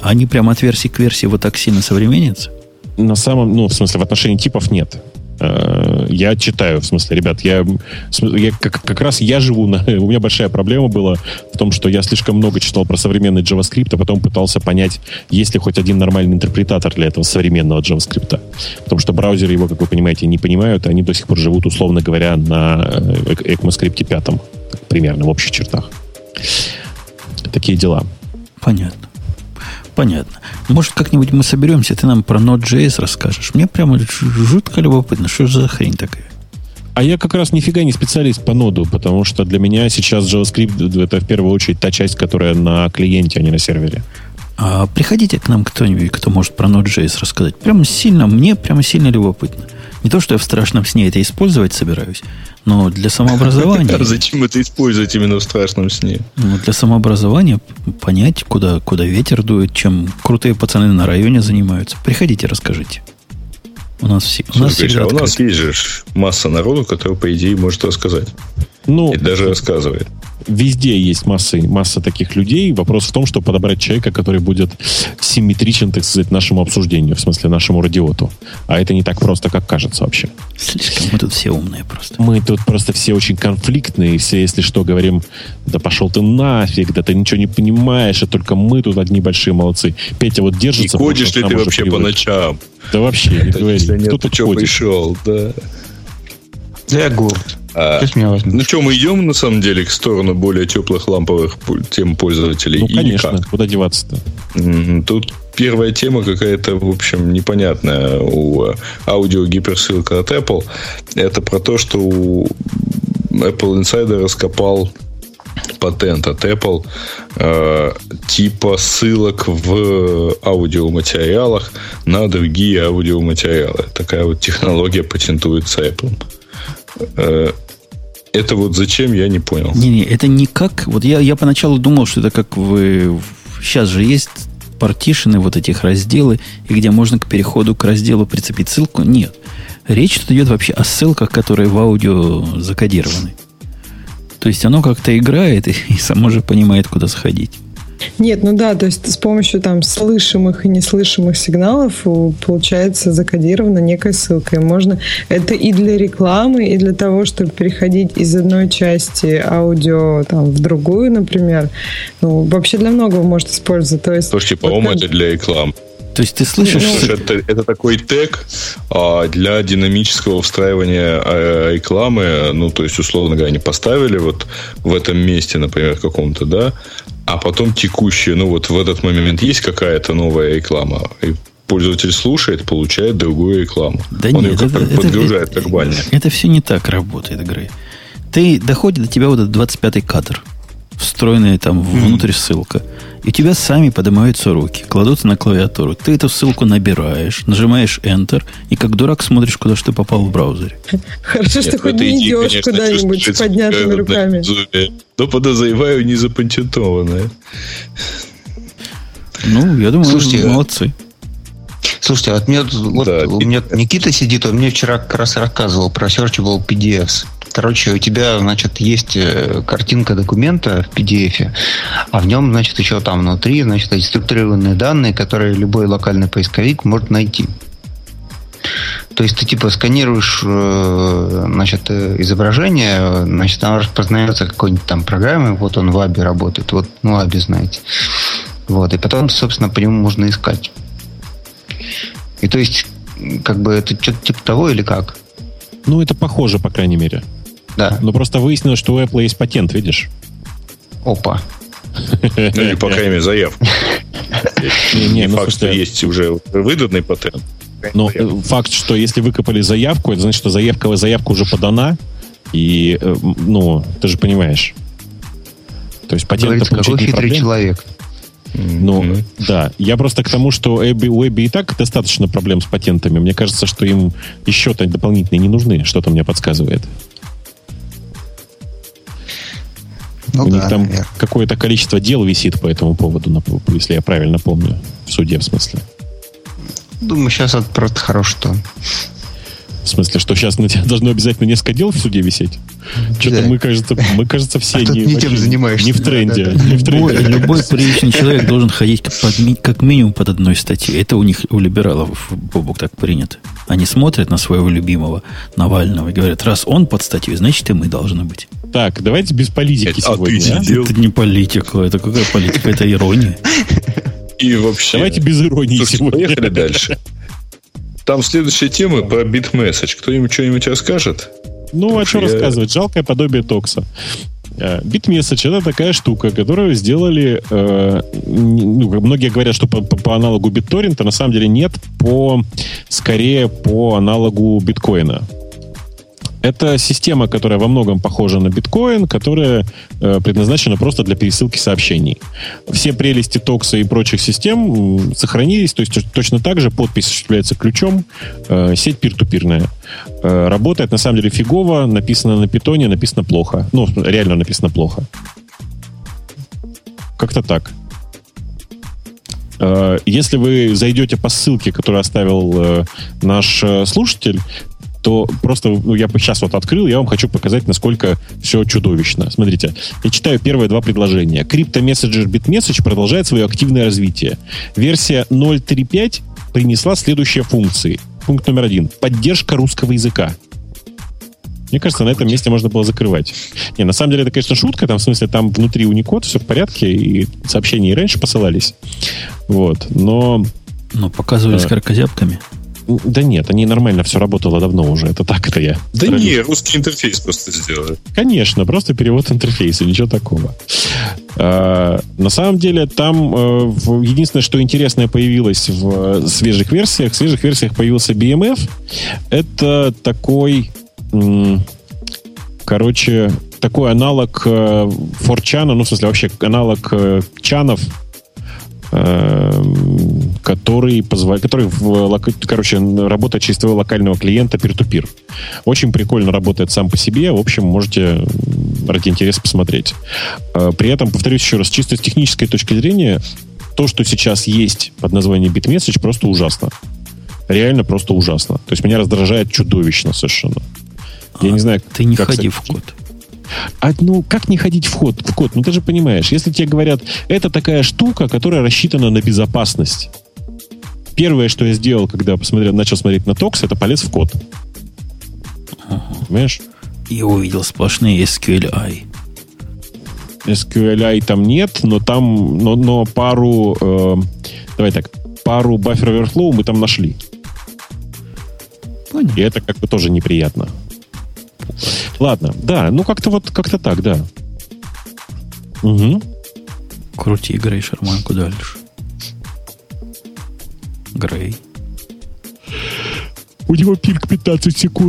они прямо от версии к версии вот так сильно современнятся? На самом, ну, в смысле, в отношении типов нет. Я читаю, в смысле, ребят, я, я как, как раз я живу на... У меня большая проблема была в том, что я слишком много читал про современный JavaScript, а потом пытался понять, есть ли хоть один нормальный интерпретатор для этого современного JavaScript. Потому что браузеры его, как вы понимаете, не понимают, и они до сих пор живут, условно говоря, на ECMAScript пять, примерно, в общих чертах. Такие дела. Понятно. Понятно. Может, как-нибудь мы соберемся, ты нам про Node.js расскажешь. Мне прямо жутко любопытно, что же за хрень такая? А я как раз нифига не специалист по ноду, потому что для меня сейчас JavaScript это в первую очередь та часть, которая на клиенте, а не на сервере. А приходите к нам кто-нибудь, кто может про Node.js рассказать. Прямо сильно, мне прямо сильно любопытно. Не то, что я в страшном сне это использовать собираюсь, но для самообразования... Зачем это использовать именно в страшном сне? Ну, для самообразования понять, куда, куда ветер дует, чем крутые пацаны на районе занимаются. Приходите, расскажите. У нас, все, у нас всегда а у нас есть же масса народу, который, по идее, может рассказать. Ну, и даже рассказывает. Везде есть масса, масса таких людей. Вопрос в том, чтобы подобрать человека, который будет симметричен, так сказать, нашему обсуждению, в смысле нашему радиоту. А это не так просто, как кажется вообще. Слишком мы тут все умные просто. Мы тут просто все очень конфликтные. Все, если что, говорим, да пошел ты нафиг, да ты ничего не понимаешь, а только мы тут одни большие молодцы. Петя вот держится... И ходишь ли ты вообще по ночам? Да вообще, не говори. Кто-то что пришел, да. Да я горд. А, ну что, мы идем на самом деле к сторону более теплых ламповых тем пользователей? Ну, и конечно, никак. Куда деваться-то? Тут первая тема какая-то, в общем, непонятная у аудио-гиперссылка от Apple. Это про то, что у Apple Insider раскопал патент от Apple э, типа ссылок в аудиоматериалах на другие аудиоматериалы. Такая вот технология патентуется Apple. Э, это вот зачем, я не понял. Не-не, это не как... Вот я, я поначалу думал, что это как вы... Сейчас же есть партишены, вот этих разделы, и где можно к переходу к разделу прицепить ссылку. Нет. Речь тут идет вообще о ссылках, которые в аудио закодированы. То есть оно как-то играет и, и само же понимает, куда сходить. Нет, ну да, то есть с помощью там слышимых и неслышимых сигналов получается закодирована некая ссылка. И можно это и для рекламы, и для того, чтобы переходить из одной части аудио там, в другую, например. Ну, вообще для многого может использовать. То есть, слушайте, по-моему, вот, это для рекламы. То есть ты слышишь... Ну, это, это такой тег а, для динамического встраивания а, рекламы. Ну, то есть, условно говоря, они поставили вот в этом месте, например, каком-то, да, а потом текущие, ну, вот в этот момент есть какая-то новая реклама, и пользователь слушает, получает другую рекламу. Да Он нет, ее как-то это, подгружает, это, как баннер. Это, это все не так работает, Грей. Ты доходит до тебя вот этот двадцать пятый кадр, встроенная там внутрь ссылка. И у тебя сами поднимаются руки, кладутся на клавиатуру. Ты эту ссылку набираешь, нажимаешь Enter, и как дурак смотришь, куда же ты попал в браузере. Хорошо, что хоть не идешь куда-нибудь с поднятыми руками. Но, подозреваю, не запатентованное. Ну, я думаю, слушайте, молодцы. Слушайте, вот, мне, вот да, у меня Никита сидит, он мне вчера как раз рассказывал про Searchable пи ди эф. Короче, у тебя, значит, есть картинка документа в пи ди эф, а в нем, значит, еще там внутри, значит, эти структурированные данные, которые любой локальный поисковик может найти. То есть ты типа сканируешь, значит, изображение, значит, оно распознается какой-нибудь там программой, вот он в Аби работает, вот, ну, Аби знаете. Вот, и потом, собственно, по нему можно искать. И то есть, как бы это что-то типа того или как? Ну, это похоже, по крайней мере. Да. Но просто выяснилось, что у Apple есть патент, видишь? Опа. Ну, или, по крайней мере, заявку. Не факт, что есть уже выданный патент. Но факт, что если выкопали заявку, это значит, что заявка, заявка уже подана. И, ну, ты же понимаешь. То есть патент получить не проблема. Человек. Ну, mm-hmm. да. Я просто к тому, что у Эбби и так достаточно проблем с патентами. Мне кажется, что им еще-то дополнительные не нужны. Что-то мне подсказывает. Ну, у да, них там наверное. Какое-то количество дел висит по этому поводу, если я правильно помню. В суде, в смысле. Думаю, сейчас это просто хороший тон. В смысле, что сейчас на тебя должно обязательно несколько дел в суде висеть? Что-то мы, кажется, мы, кажется, все а не, не, тем занимаешься. Не в тренде. Да, да, да. Не в тренде. Любой, любой приличный человек должен ходить под, как минимум под одной статьей. Это у них, у либералов, Бобок, так принято. Они смотрят на своего любимого Навального и говорят, раз он под статьей, значит и мы должны быть. Так, давайте без политики это, сегодня. А ты а? Это не политика, это какая политика, это ирония. И вообще... Давайте без иронии Слушайте, сегодня. Поехали дальше. Там следующая тема про BitMessage. Кто-нибудь что-нибудь расскажет? Ну, а что я... рассказывать? Жалкое подобие Токса. BitMessage — это такая штука, которую сделали, э, ну, многие говорят, что по, по, по аналогу BitTorrent, на самом деле нет, по, скорее по аналогу биткоина. Это система, которая во многом похожа на биткоин, которая э, предназначена просто для пересылки сообщений. Все прелести Токса и прочих систем сохранились, то есть точно так же подпись осуществляется ключом, э, сеть пир-ту-пирная. Э, работает на самом деле фигово, написано на питоне, написано плохо. Ну, реально написано плохо. Как-то так. Э, если вы зайдете по ссылке, которую оставил э, наш э, слушатель, то просто, ну, я сейчас вот открыл, я вам хочу показать, насколько все чудовищно. Смотрите, я читаю первые два предложения. CryptoMessager BitMessage продолжает свое активное развитие. Версия ноль точка три точка пять принесла следующие функции. Пункт номер один. Поддержка русского языка. Мне кажется, на этом месте можно было закрывать. Не, на самом деле, это, конечно, шутка. Там, в смысле, там внутри Unicode все в порядке, и сообщения и раньше посылались. Вот, но... Но показывали с кракозябками. Да нет, они нормально все работало давно уже. Это так это я. Да не, русский интерфейс просто сделали. Конечно, просто перевод интерфейса, ничего такого. А, на самом деле, там а, единственное, что интересное появилось в свежих версиях. В свежих версиях появился би эм эф. Это такой, м- короче, такой аналог форчана, ну, в смысле, вообще аналог чанов, который позволяет, который в, короче, работает через твоего локального клиента peer-to-peer. Очень прикольно работает сам по себе. В общем, можете ради интереса посмотреть. При этом, повторюсь еще раз, чисто с технической точки зрения, то, что сейчас есть под названием BitMessage, просто ужасно. Реально просто ужасно. То есть меня раздражает чудовищно совершенно. Я а не знаю, ты не как ходи сказать. в код. А, ну, как не ходить в код? В код? Ну, ты же понимаешь, если тебе говорят, это такая штука, которая рассчитана на безопасность. Первое, что я сделал, когда посмотрел, начал смотреть на Токс, это полез в код. Ага. Понимаешь? И увидел сплошные эс кью эль ай. эс кью эль ай там нет, но там, но, но пару, э, давай так, пару buffer overflow мы там нашли. Понятно. И это как бы тоже неприятно. Ладно, да, ну как-то вот, как-то так, да. Угу. Крути, Грей шарманку дальше. Грей. У него пик пятнадцать секунд.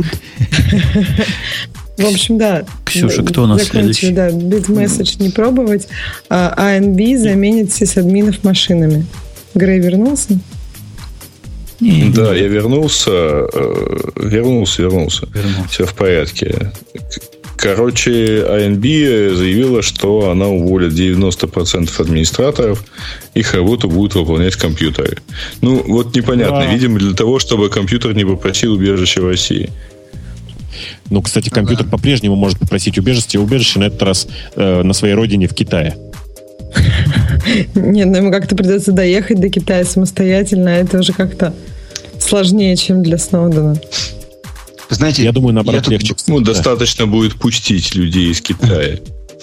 В общем, да. Ксюша, кто у нас следующий? Да, BitMessage не пробовать. А эй энд би заменит сисадминов машинами. Грей вернулся? Не, да, не. я вернулся, вернулся, вернулся, вернулся. Все в порядке. Короче, эй энд би заявила, что она уволит девяносто процентов администраторов, их работу будут выполнять компьютеры. Ну, вот непонятно. Да. Видимо, для того, чтобы компьютер не попросил убежище в России. Ну, кстати, компьютер ага. по-прежнему может попросить убежище, убежище на этот раз э, на своей родине в Китае. Нет, ну ему как-то придется доехать до Китая самостоятельно, а это уже как-то сложнее, чем для Сноудена. Знаете, я думаю, наоборот, я легче. Тут, ну, да. достаточно будет пустить людей из Китая.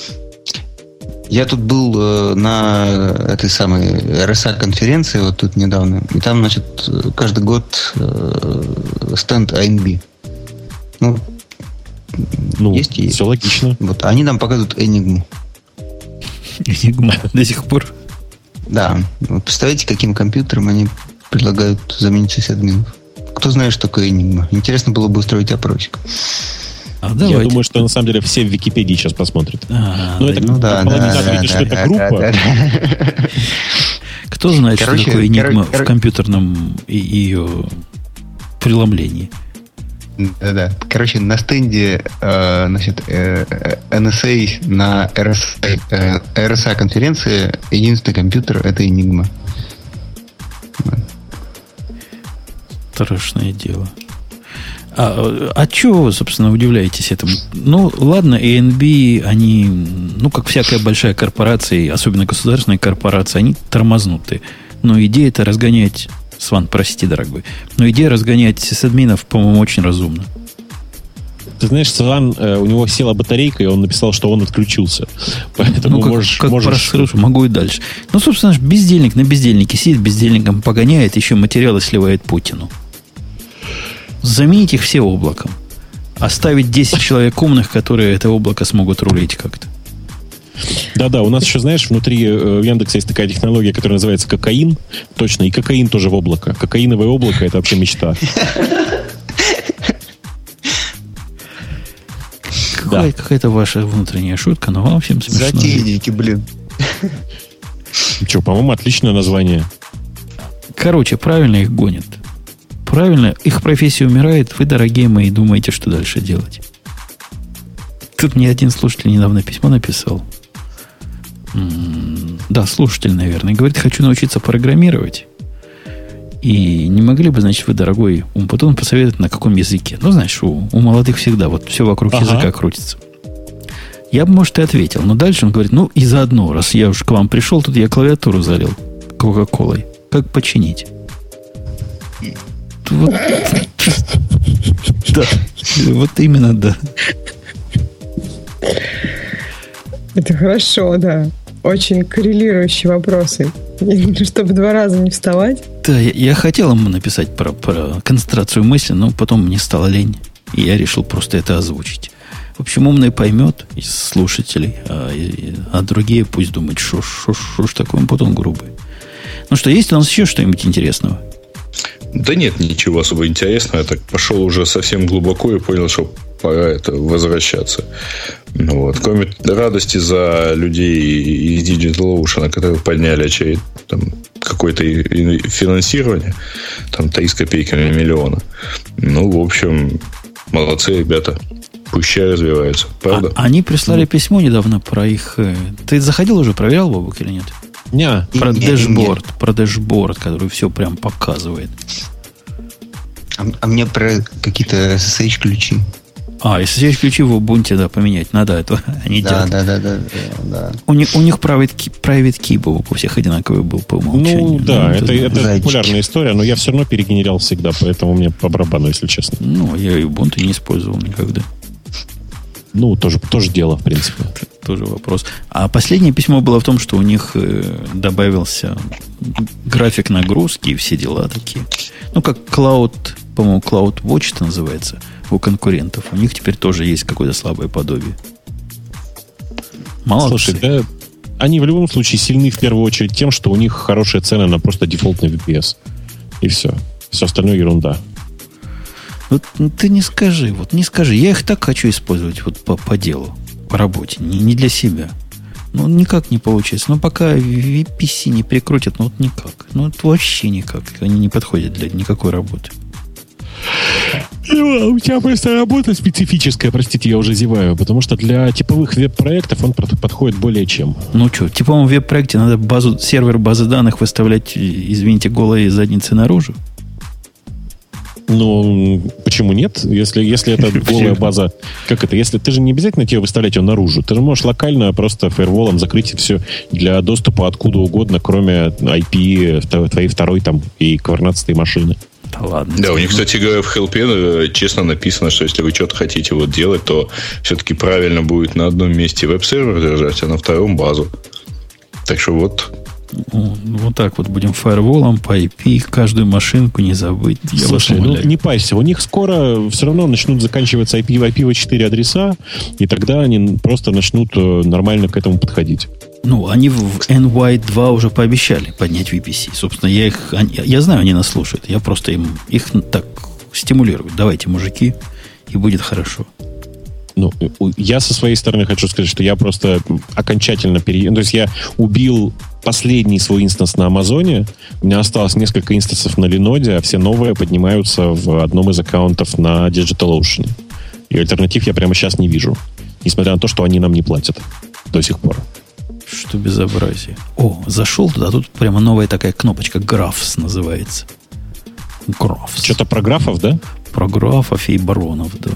Я тут был э, на этой самой эр эс эй-конференции вот тут недавно, и там, значит, каждый год э, стенд эй энд би. Ну, ну есть и все логично. Вот, они нам показывают Enigma. Enigma до сих пор? Да. Вот представляете, каким компьютером они предлагают заменить сисадминов? Кто знает, что такое Enigma? Интересно было бы устроить опросик. А я думаю, что на самом деле все в Википедии сейчас посмотрят. А, Но это ну, да, да, да, да, да, что да, это да, группа. Да, да. Кто знает, короче, что такое Enigma кор- в компьютерном и ее преломлении? Да-да. Короче, на стенде э, значит, э, эн эс эй на эр эс эй, э, эр эс эй-конференции единственный компьютер — это Enigma. Страшное дело. А, а чего вы, собственно, удивляетесь этому? Ну, ладно, эй эн би, они, ну, как всякая большая корпорация, особенно государственная корпорация, они тормознутые. Но идея это разгонять... Сван, прости, дорогой. Но идея разгонять сисадминов, по-моему, очень разумна. Ты знаешь, Сван, э, у него села батарейка, и он написал, что он отключился. Поэтому ну, как, можешь... как можешь... прослышу, могу и дальше. Ну, собственно, бездельник на бездельнике сидит, бездельником погоняет, еще материалы сливает Путину. Заменить их все облаком. Оставить десять человек умных, которые это облако смогут рулить как-то. Да-да, у нас еще, знаешь, внутри э, Яндекса есть такая технология, которая называется кокаин. Точно, и кокаин тоже в облако. Кокаиновое облако – это вообще мечта. Какая, какая-то ваша внутренняя шутка, но вам всем смешно. Затейники, блин. Че, по-моему, отличное название. Короче, правильно их гонят. Правильно, их профессия умирает, вы, дорогие мои, думаете, что дальше делать. Тут мне один слушатель недавно письмо написал. М-м, да, слушатель, наверное. Говорит, хочу научиться программировать. И не могли бы, значит, вы, дорогой Умпутун, посоветовать, на каком языке? Ну, знаешь, у, у молодых всегда вот все вокруг ага. языка крутится. Я бы, может, и ответил. Но дальше он говорит, ну, и заодно, раз я уж к вам пришел, тут я клавиатуру залил Кока-Колой. Как починить? Вот, да, вот именно да. Это хорошо, да. Очень коррелирующие вопросы. Чтобы два раза не вставать. Да, я, я хотел ему написать про, про концентрацию мысли, но потом мне стало лень. И я решил просто это озвучить. В общем, умный поймет из слушателей, а, и, а другие пусть думают, что ж такое, он потом грубый. Ну что, есть у нас еще что-нибудь интересного? Да нет, ничего особо интересного. Я так пошел уже совсем глубоко и понял, что пора это возвращаться. Ну, вот. Кроме радости за людей из DigitalOcean, которые подняли очередь, там, какое-то финансирование, там три с копейками миллиона. Ну, в общем, молодцы ребята. Пущай развиваются. Правда? А, они прислали ну. письмо недавно про их... Ты заходил уже, проверял, Бобок, или нет? Не. Про не, дэшборд. Не. Про дэшборд, который все прям показывает. А, а мне про какие-то эс эс эйч-ключи. А, эс эс эйч-ключи в Ubuntu, да, поменять. Надо это они да, делают. Да, да, да, да, да. У них, у них private key, private key был, у всех одинаковый был по умолчанию. Ну, да, ну, это, это, это Зайчики. популярная история, но я все равно перегенерял всегда, поэтому мне по барабану, если честно. Ну, я и Ubuntu не использовал никогда. Ну, тоже, тоже дело, в принципе. Это тоже вопрос. А последнее письмо было в том, что у них э, добавился график нагрузки и все дела такие. Ну, как Cloud, по-моему, Cloud Watch это называется у конкурентов. У них теперь тоже есть какое-то слабое подобие. Молодцы. Слушай, да, они в любом случае сильны в первую очередь тем, что у них хорошая цена на просто дефолтный ви пи эс. И все. Все остальное ерунда. Вот ты не скажи, вот не скажи. Я их так хочу использовать вот по, по делу, по работе, не, не для себя. Ну, никак не получится. Но пока ви пи си не прикрутят, ну, вот никак. Ну, вот вообще никак. Они не подходят для никакой работы. Ну, у тебя просто работа специфическая, простите, я уже зеваю, потому что для типовых веб-проектов он подходит более чем. Ну что, в типовом веб-проекте надо базу, сервер базы данных выставлять, извините, голой задницей наружу? Ну, почему нет? Если, если это голая база, как это? Если ты же не обязательно тебе выставлять ее наружу, ты же можешь локально просто фаерволом закрыть все для доступа откуда угодно, кроме ай пи твоей второй там и кварнадцатой машины. Да ладно. Да, у них, кстати говоря, в хелпе честно написано, что если вы что-то хотите вот делать, то все-таки правильно будет на одном месте веб-сервер держать, а на втором базу. Так что вот. Вот так вот будем фаерволом по ай пи каждую машинку не забыть. Я Слушай, ну не парься, у них скоро все равно начнут заканчиваться ай пи ви четыре адреса, и тогда они просто начнут нормально к этому подходить. Ну, они в эн уай два уже пообещали поднять ви пи си. Собственно, я их, я знаю, они нас слушают. Я просто им их так стимулирую. Давайте, мужики, и будет хорошо. Ну, я со своей стороны хочу сказать, что я просто окончательно пере... То есть я убил последний свой инстанс на Амазоне. У меня осталось несколько инстансов на Линоде, а все новые поднимаются в одном из аккаунтов на DigitalOcean. И альтернатив я прямо сейчас не вижу. Несмотря на то, что они нам не платят до сих пор. Что безобразие. О, зашел туда, тут прямо новая такая кнопочка. Graphs называется. Graphs. Что-то про графов, да? Про графов и баронов, да.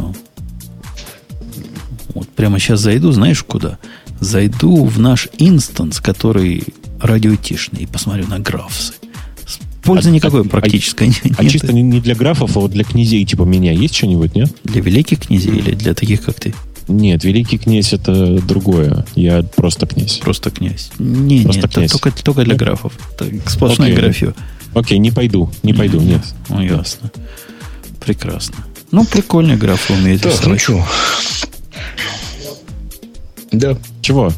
Вот прямо сейчас зайду, знаешь куда? Зайду в наш инстанс, который радиотишный, и посмотрю на графсы. Пользы а, никакой а, практической а, нет. А чисто не, не для графов, а вот для князей типа меня есть что-нибудь, нет? Для великих князей или для таких, как ты? Нет, великий князь это другое. Я просто князь. Просто князь. Не, просто нет, князь. Только, только для графов. Так, сплошное графье. Окей, не пойду, не пойду, нет. Ну, ясно. Прекрасно. Ну, прикольный граф умеет рисовать. Так, ну что? Да. Чего?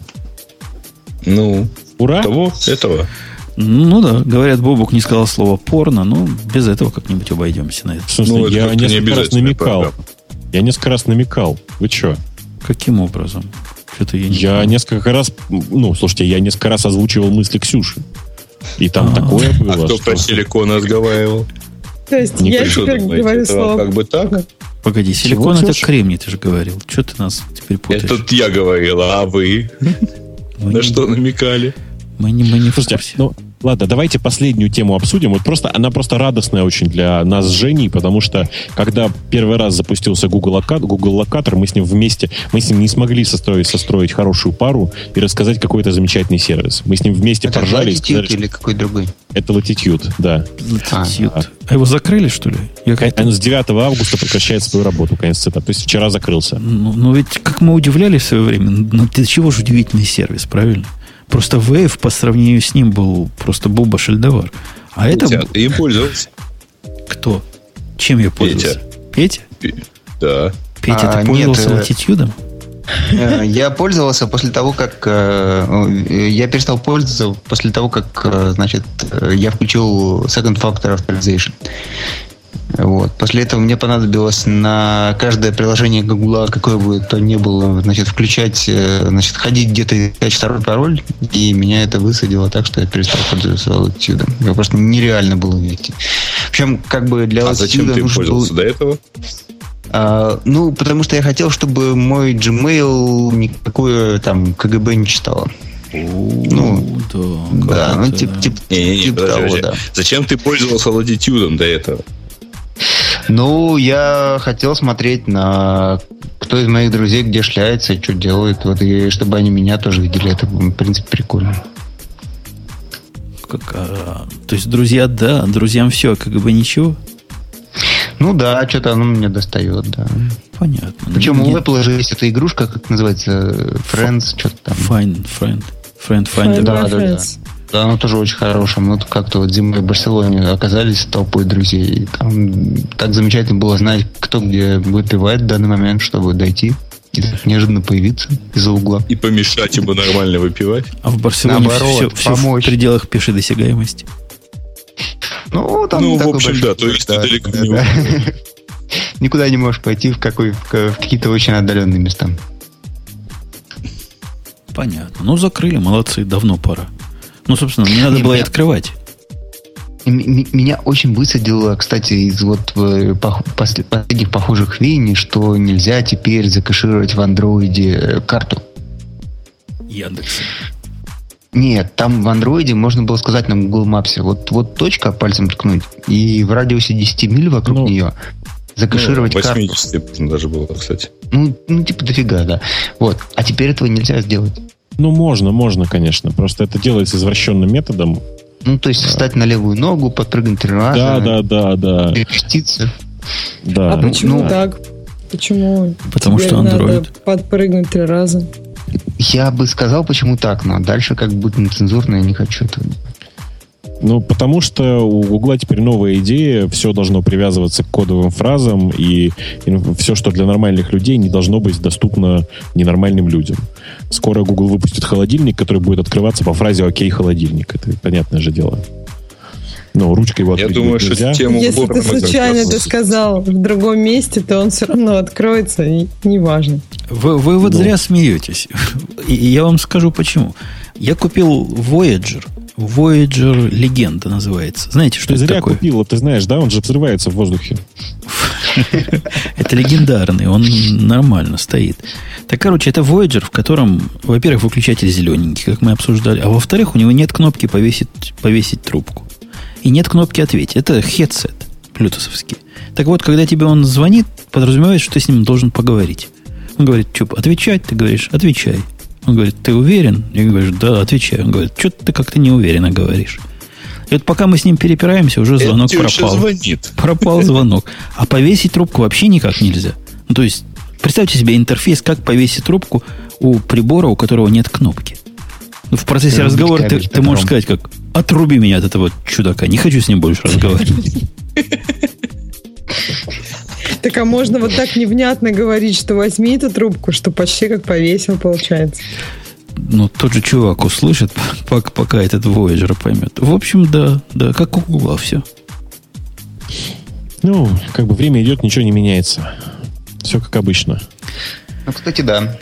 Ну, ура? Того, этого. Ну да, говорят, Бобук не сказал слово порно, но без этого как-нибудь обойдемся на это. В смысле, ну, это я несколько не раз намекал. Программа. Я несколько раз намекал. Вы что? Каким образом? Что-то я не я понимаю. несколько раз, ну, слушайте, я несколько раз озвучивал мысли Ксюши. И там А-а-а. такое было. А кто что... про силикон разговаривал? То есть не я теперь говорю слово. Как бы так? Погоди, силикон это кремний, ты же говорил. Что ты нас теперь путаешь? Это я говорил, а вы? На что намекали? Мы не, мы не в курсе. Ну, ладно, давайте последнюю тему обсудим. Вот просто, она просто радостная очень для нас с Женей, потому что когда первый раз запустился Google Локатор, Google Локатор, мы с ним вместе, мы с ним не смогли состроить, состроить хорошую пару и рассказать какой-то замечательный сервис. Мы с ним вместе это поржали. Это Latitude или какой другой? Это Latitude, да. Latitude. А, а его закрыли, что ли? Я Он с девятого августа прекращает свою работу, конец цитаты. То есть вчера закрылся. Ну, ну ведь, как мы удивлялись в свое время, ну, ты чего же удивительный сервис, правильно? Просто Wave по сравнению с ним был просто буба шельдовар. А Петя, это... ты им пользовался? Кто? Чем я пользовался? Петя? Петя? Да. Петя, а, ты пользовался Latitude? Я пользовался после того, как... Я перестал пользоваться после того, как, значит, я включил Second Factor Authorization. Вот. После этого мне понадобилось на каждое приложение Гугла, какое бы то ни было, значит, включать, значит, ходить где-то искать второй пароль, и меня это высадило так, что я перестал пользоваться Latitude. Его просто нереально было вести. Причем, как бы для Latitude... А зачем ты пользовался был... до этого? А, ну, потому что я хотел, чтобы мой Gmail никакое там КГБ не читало. Ну, да, да ну, типа, тип, не, не, не, тип подожди, того, подожди. да. Зачем ты пользовался Latitude до этого? Ну, я хотел смотреть на кто из моих друзей где шляется, что делает, вот, и чтобы они меня тоже видели. Это, в принципе, прикольно. Как, а, то есть, друзья, да, друзьям все, как бы ничего? Ну да, что-то оно мне достает, да. Понятно. Причем Нет. у Apple же есть эта игрушка, как называется, Friends, что-то там. Find, Friend. Friend Finder. Да, да, да. Да, оно тоже очень хорошее. Мы как-то вот зимой в Барселоне оказались толпой друзей. И там так замечательно было знать, кто где выпивает в данный момент, чтобы дойти и неожиданно появиться из-за угла. И помешать ему нормально выпивать. А в Барселоне Наоборот, все, все в пределах пешей досягаемости. Ну, там ну в общем, да, то есть да, далеко да, не да. Никуда не можешь пойти в, какой, в какие-то очень отдаленные места. Понятно. Ну, закрыли, молодцы, давно пора. Ну, собственно, не надо не, было меня, и открывать. Меня очень высадило, кстати, из вот последних похожих веяний, что нельзя теперь закэшировать в андроиде карту. Яндекса. Нет, там в андроиде можно было сказать на Google Maps, вот, вот точка, пальцем ткнуть, и в радиусе десять миль вокруг ну, нее закэшировать ну, восемьдесят карту. Даже было, кстати. Ну, ну, типа дофига, да. Вот. А теперь этого нельзя сделать. Ну, можно, можно, конечно. Просто это делается извращенным методом. Ну, то есть встать на левую ногу, подпрыгнуть три раза. Да, да, да, да. Переместиться. Да. А почему ну, так? Почему? Потому что Android. Надо подпрыгнуть три раза. Я бы сказал, почему так, но дальше как будет нецензурно, я не хочу этого. Ну, потому что у Гугла теперь новая идея, все должно привязываться к кодовым фразам, и, и все, что для нормальных людей, не должно быть доступно ненормальным людям. Скоро Google выпустит холодильник, который будет открываться по фразе «Окей, холодильник». Это понятное же дело. Но ручкой его открыть Я думаю, нельзя. Что тему Если ты случайно это сказал в другом месте, то он все равно откроется, и неважно. Вы, вы вот ну. зря смеетесь. И я вам скажу почему. Я купил Voyager. Voyager Легенда называется. Знаете, что ты это зря такое? Купил, ты знаешь, да? Он же взрывается в воздухе. Это легендарный, он нормально стоит. Так, короче, это Voyager, в котором, во-первых, выключатель зелененький, как мы обсуждали, а во-вторых, у него нет кнопки повесить, повесить трубку. И нет кнопки «Ответь». Это headset. блютусовские. Так вот, когда тебе он звонит, подразумевает, что ты с ним должен поговорить. Он говорит, что, отвечать? Ты говоришь, отвечай. Он говорит, ты уверен? Я говорю, да, отвечай. Он говорит, что ты как-то неуверенно говоришь. И вот пока мы с ним перепираемся, уже звонок Это пропал. Звонит. Пропал звонок. А повесить трубку вообще никак нельзя. Ну, то есть, представьте себе интерфейс, как повесить трубку у прибора, у которого нет кнопки. Ну, в процессе Рубить разговора ты, кабель ты можешь сказать, как отруби меня от этого чудака. Не хочу с ним больше разговаривать. Так а можно вот так невнятно говорить, что возьми эту трубку, что почти как повесил, получается. Ну, тот же чувак услышит, пока, пока этот Voyager поймет. В общем, да, да, как у Гугла все. Ну, как бы время идет, ничего не меняется. Все как обычно. Ну, кстати, да.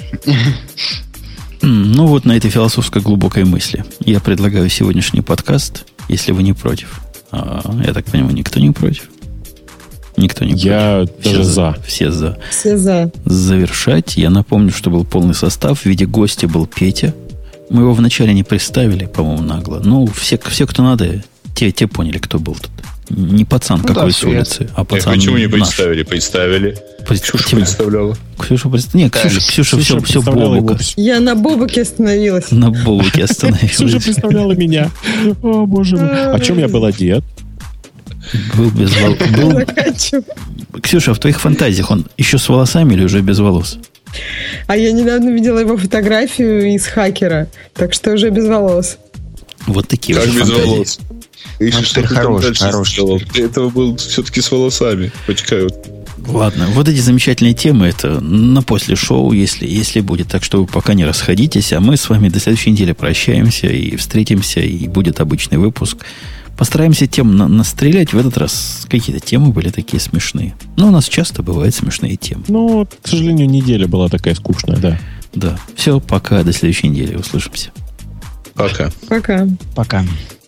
Ну, вот на этой философской глубокой мысли я предлагаю сегодняшний подкаст, если вы не против. А, я так понимаю, никто не против? Никто не я против. Я даже за. за. Все за. Все за. Завершать. Я напомню, что был полный состав. В виде гостя был Петя. Мы его вначале не представили, по-моему, нагло. Ну, все, все кто надо, те, те поняли, кто был тут. Не пацан ну, какой да, с улицы, а пацан Почему не наш. представили? Представили. Пред... Ксюша представляла. Ксюша представляла. Нет, Ксюша, Ксюша, Ксюша все, все Бобука. Я на Бобуке остановилась. На Бобуке остановилась. Ксюша представляла меня. О, боже мой. О чем я был одет? Был без волос. Ксюша, в твоих фантазиях он еще с волосами или уже без волос? А я недавно видела его фотографию из «Хакера», так что уже без волос. Вот такие как вот без фантазии. Волос? И ну, что ты хорош, хорош. Ты этого был все-таки с волосами. Потекают. Ладно, вот эти замечательные темы, это на после шоу, если, если будет. Так что вы пока не расходитесь, а мы с вами до следующей недели прощаемся и встретимся, и будет обычный выпуск. Постараемся тем на- настрелять. В этот раз какие-то темы были такие смешные. Но у нас часто бывают смешные темы. Ну, к сожалению, неделя была такая скучная, да. Да. Все, пока, до следующей недели. Услышимся. Пока. Пока. Пока.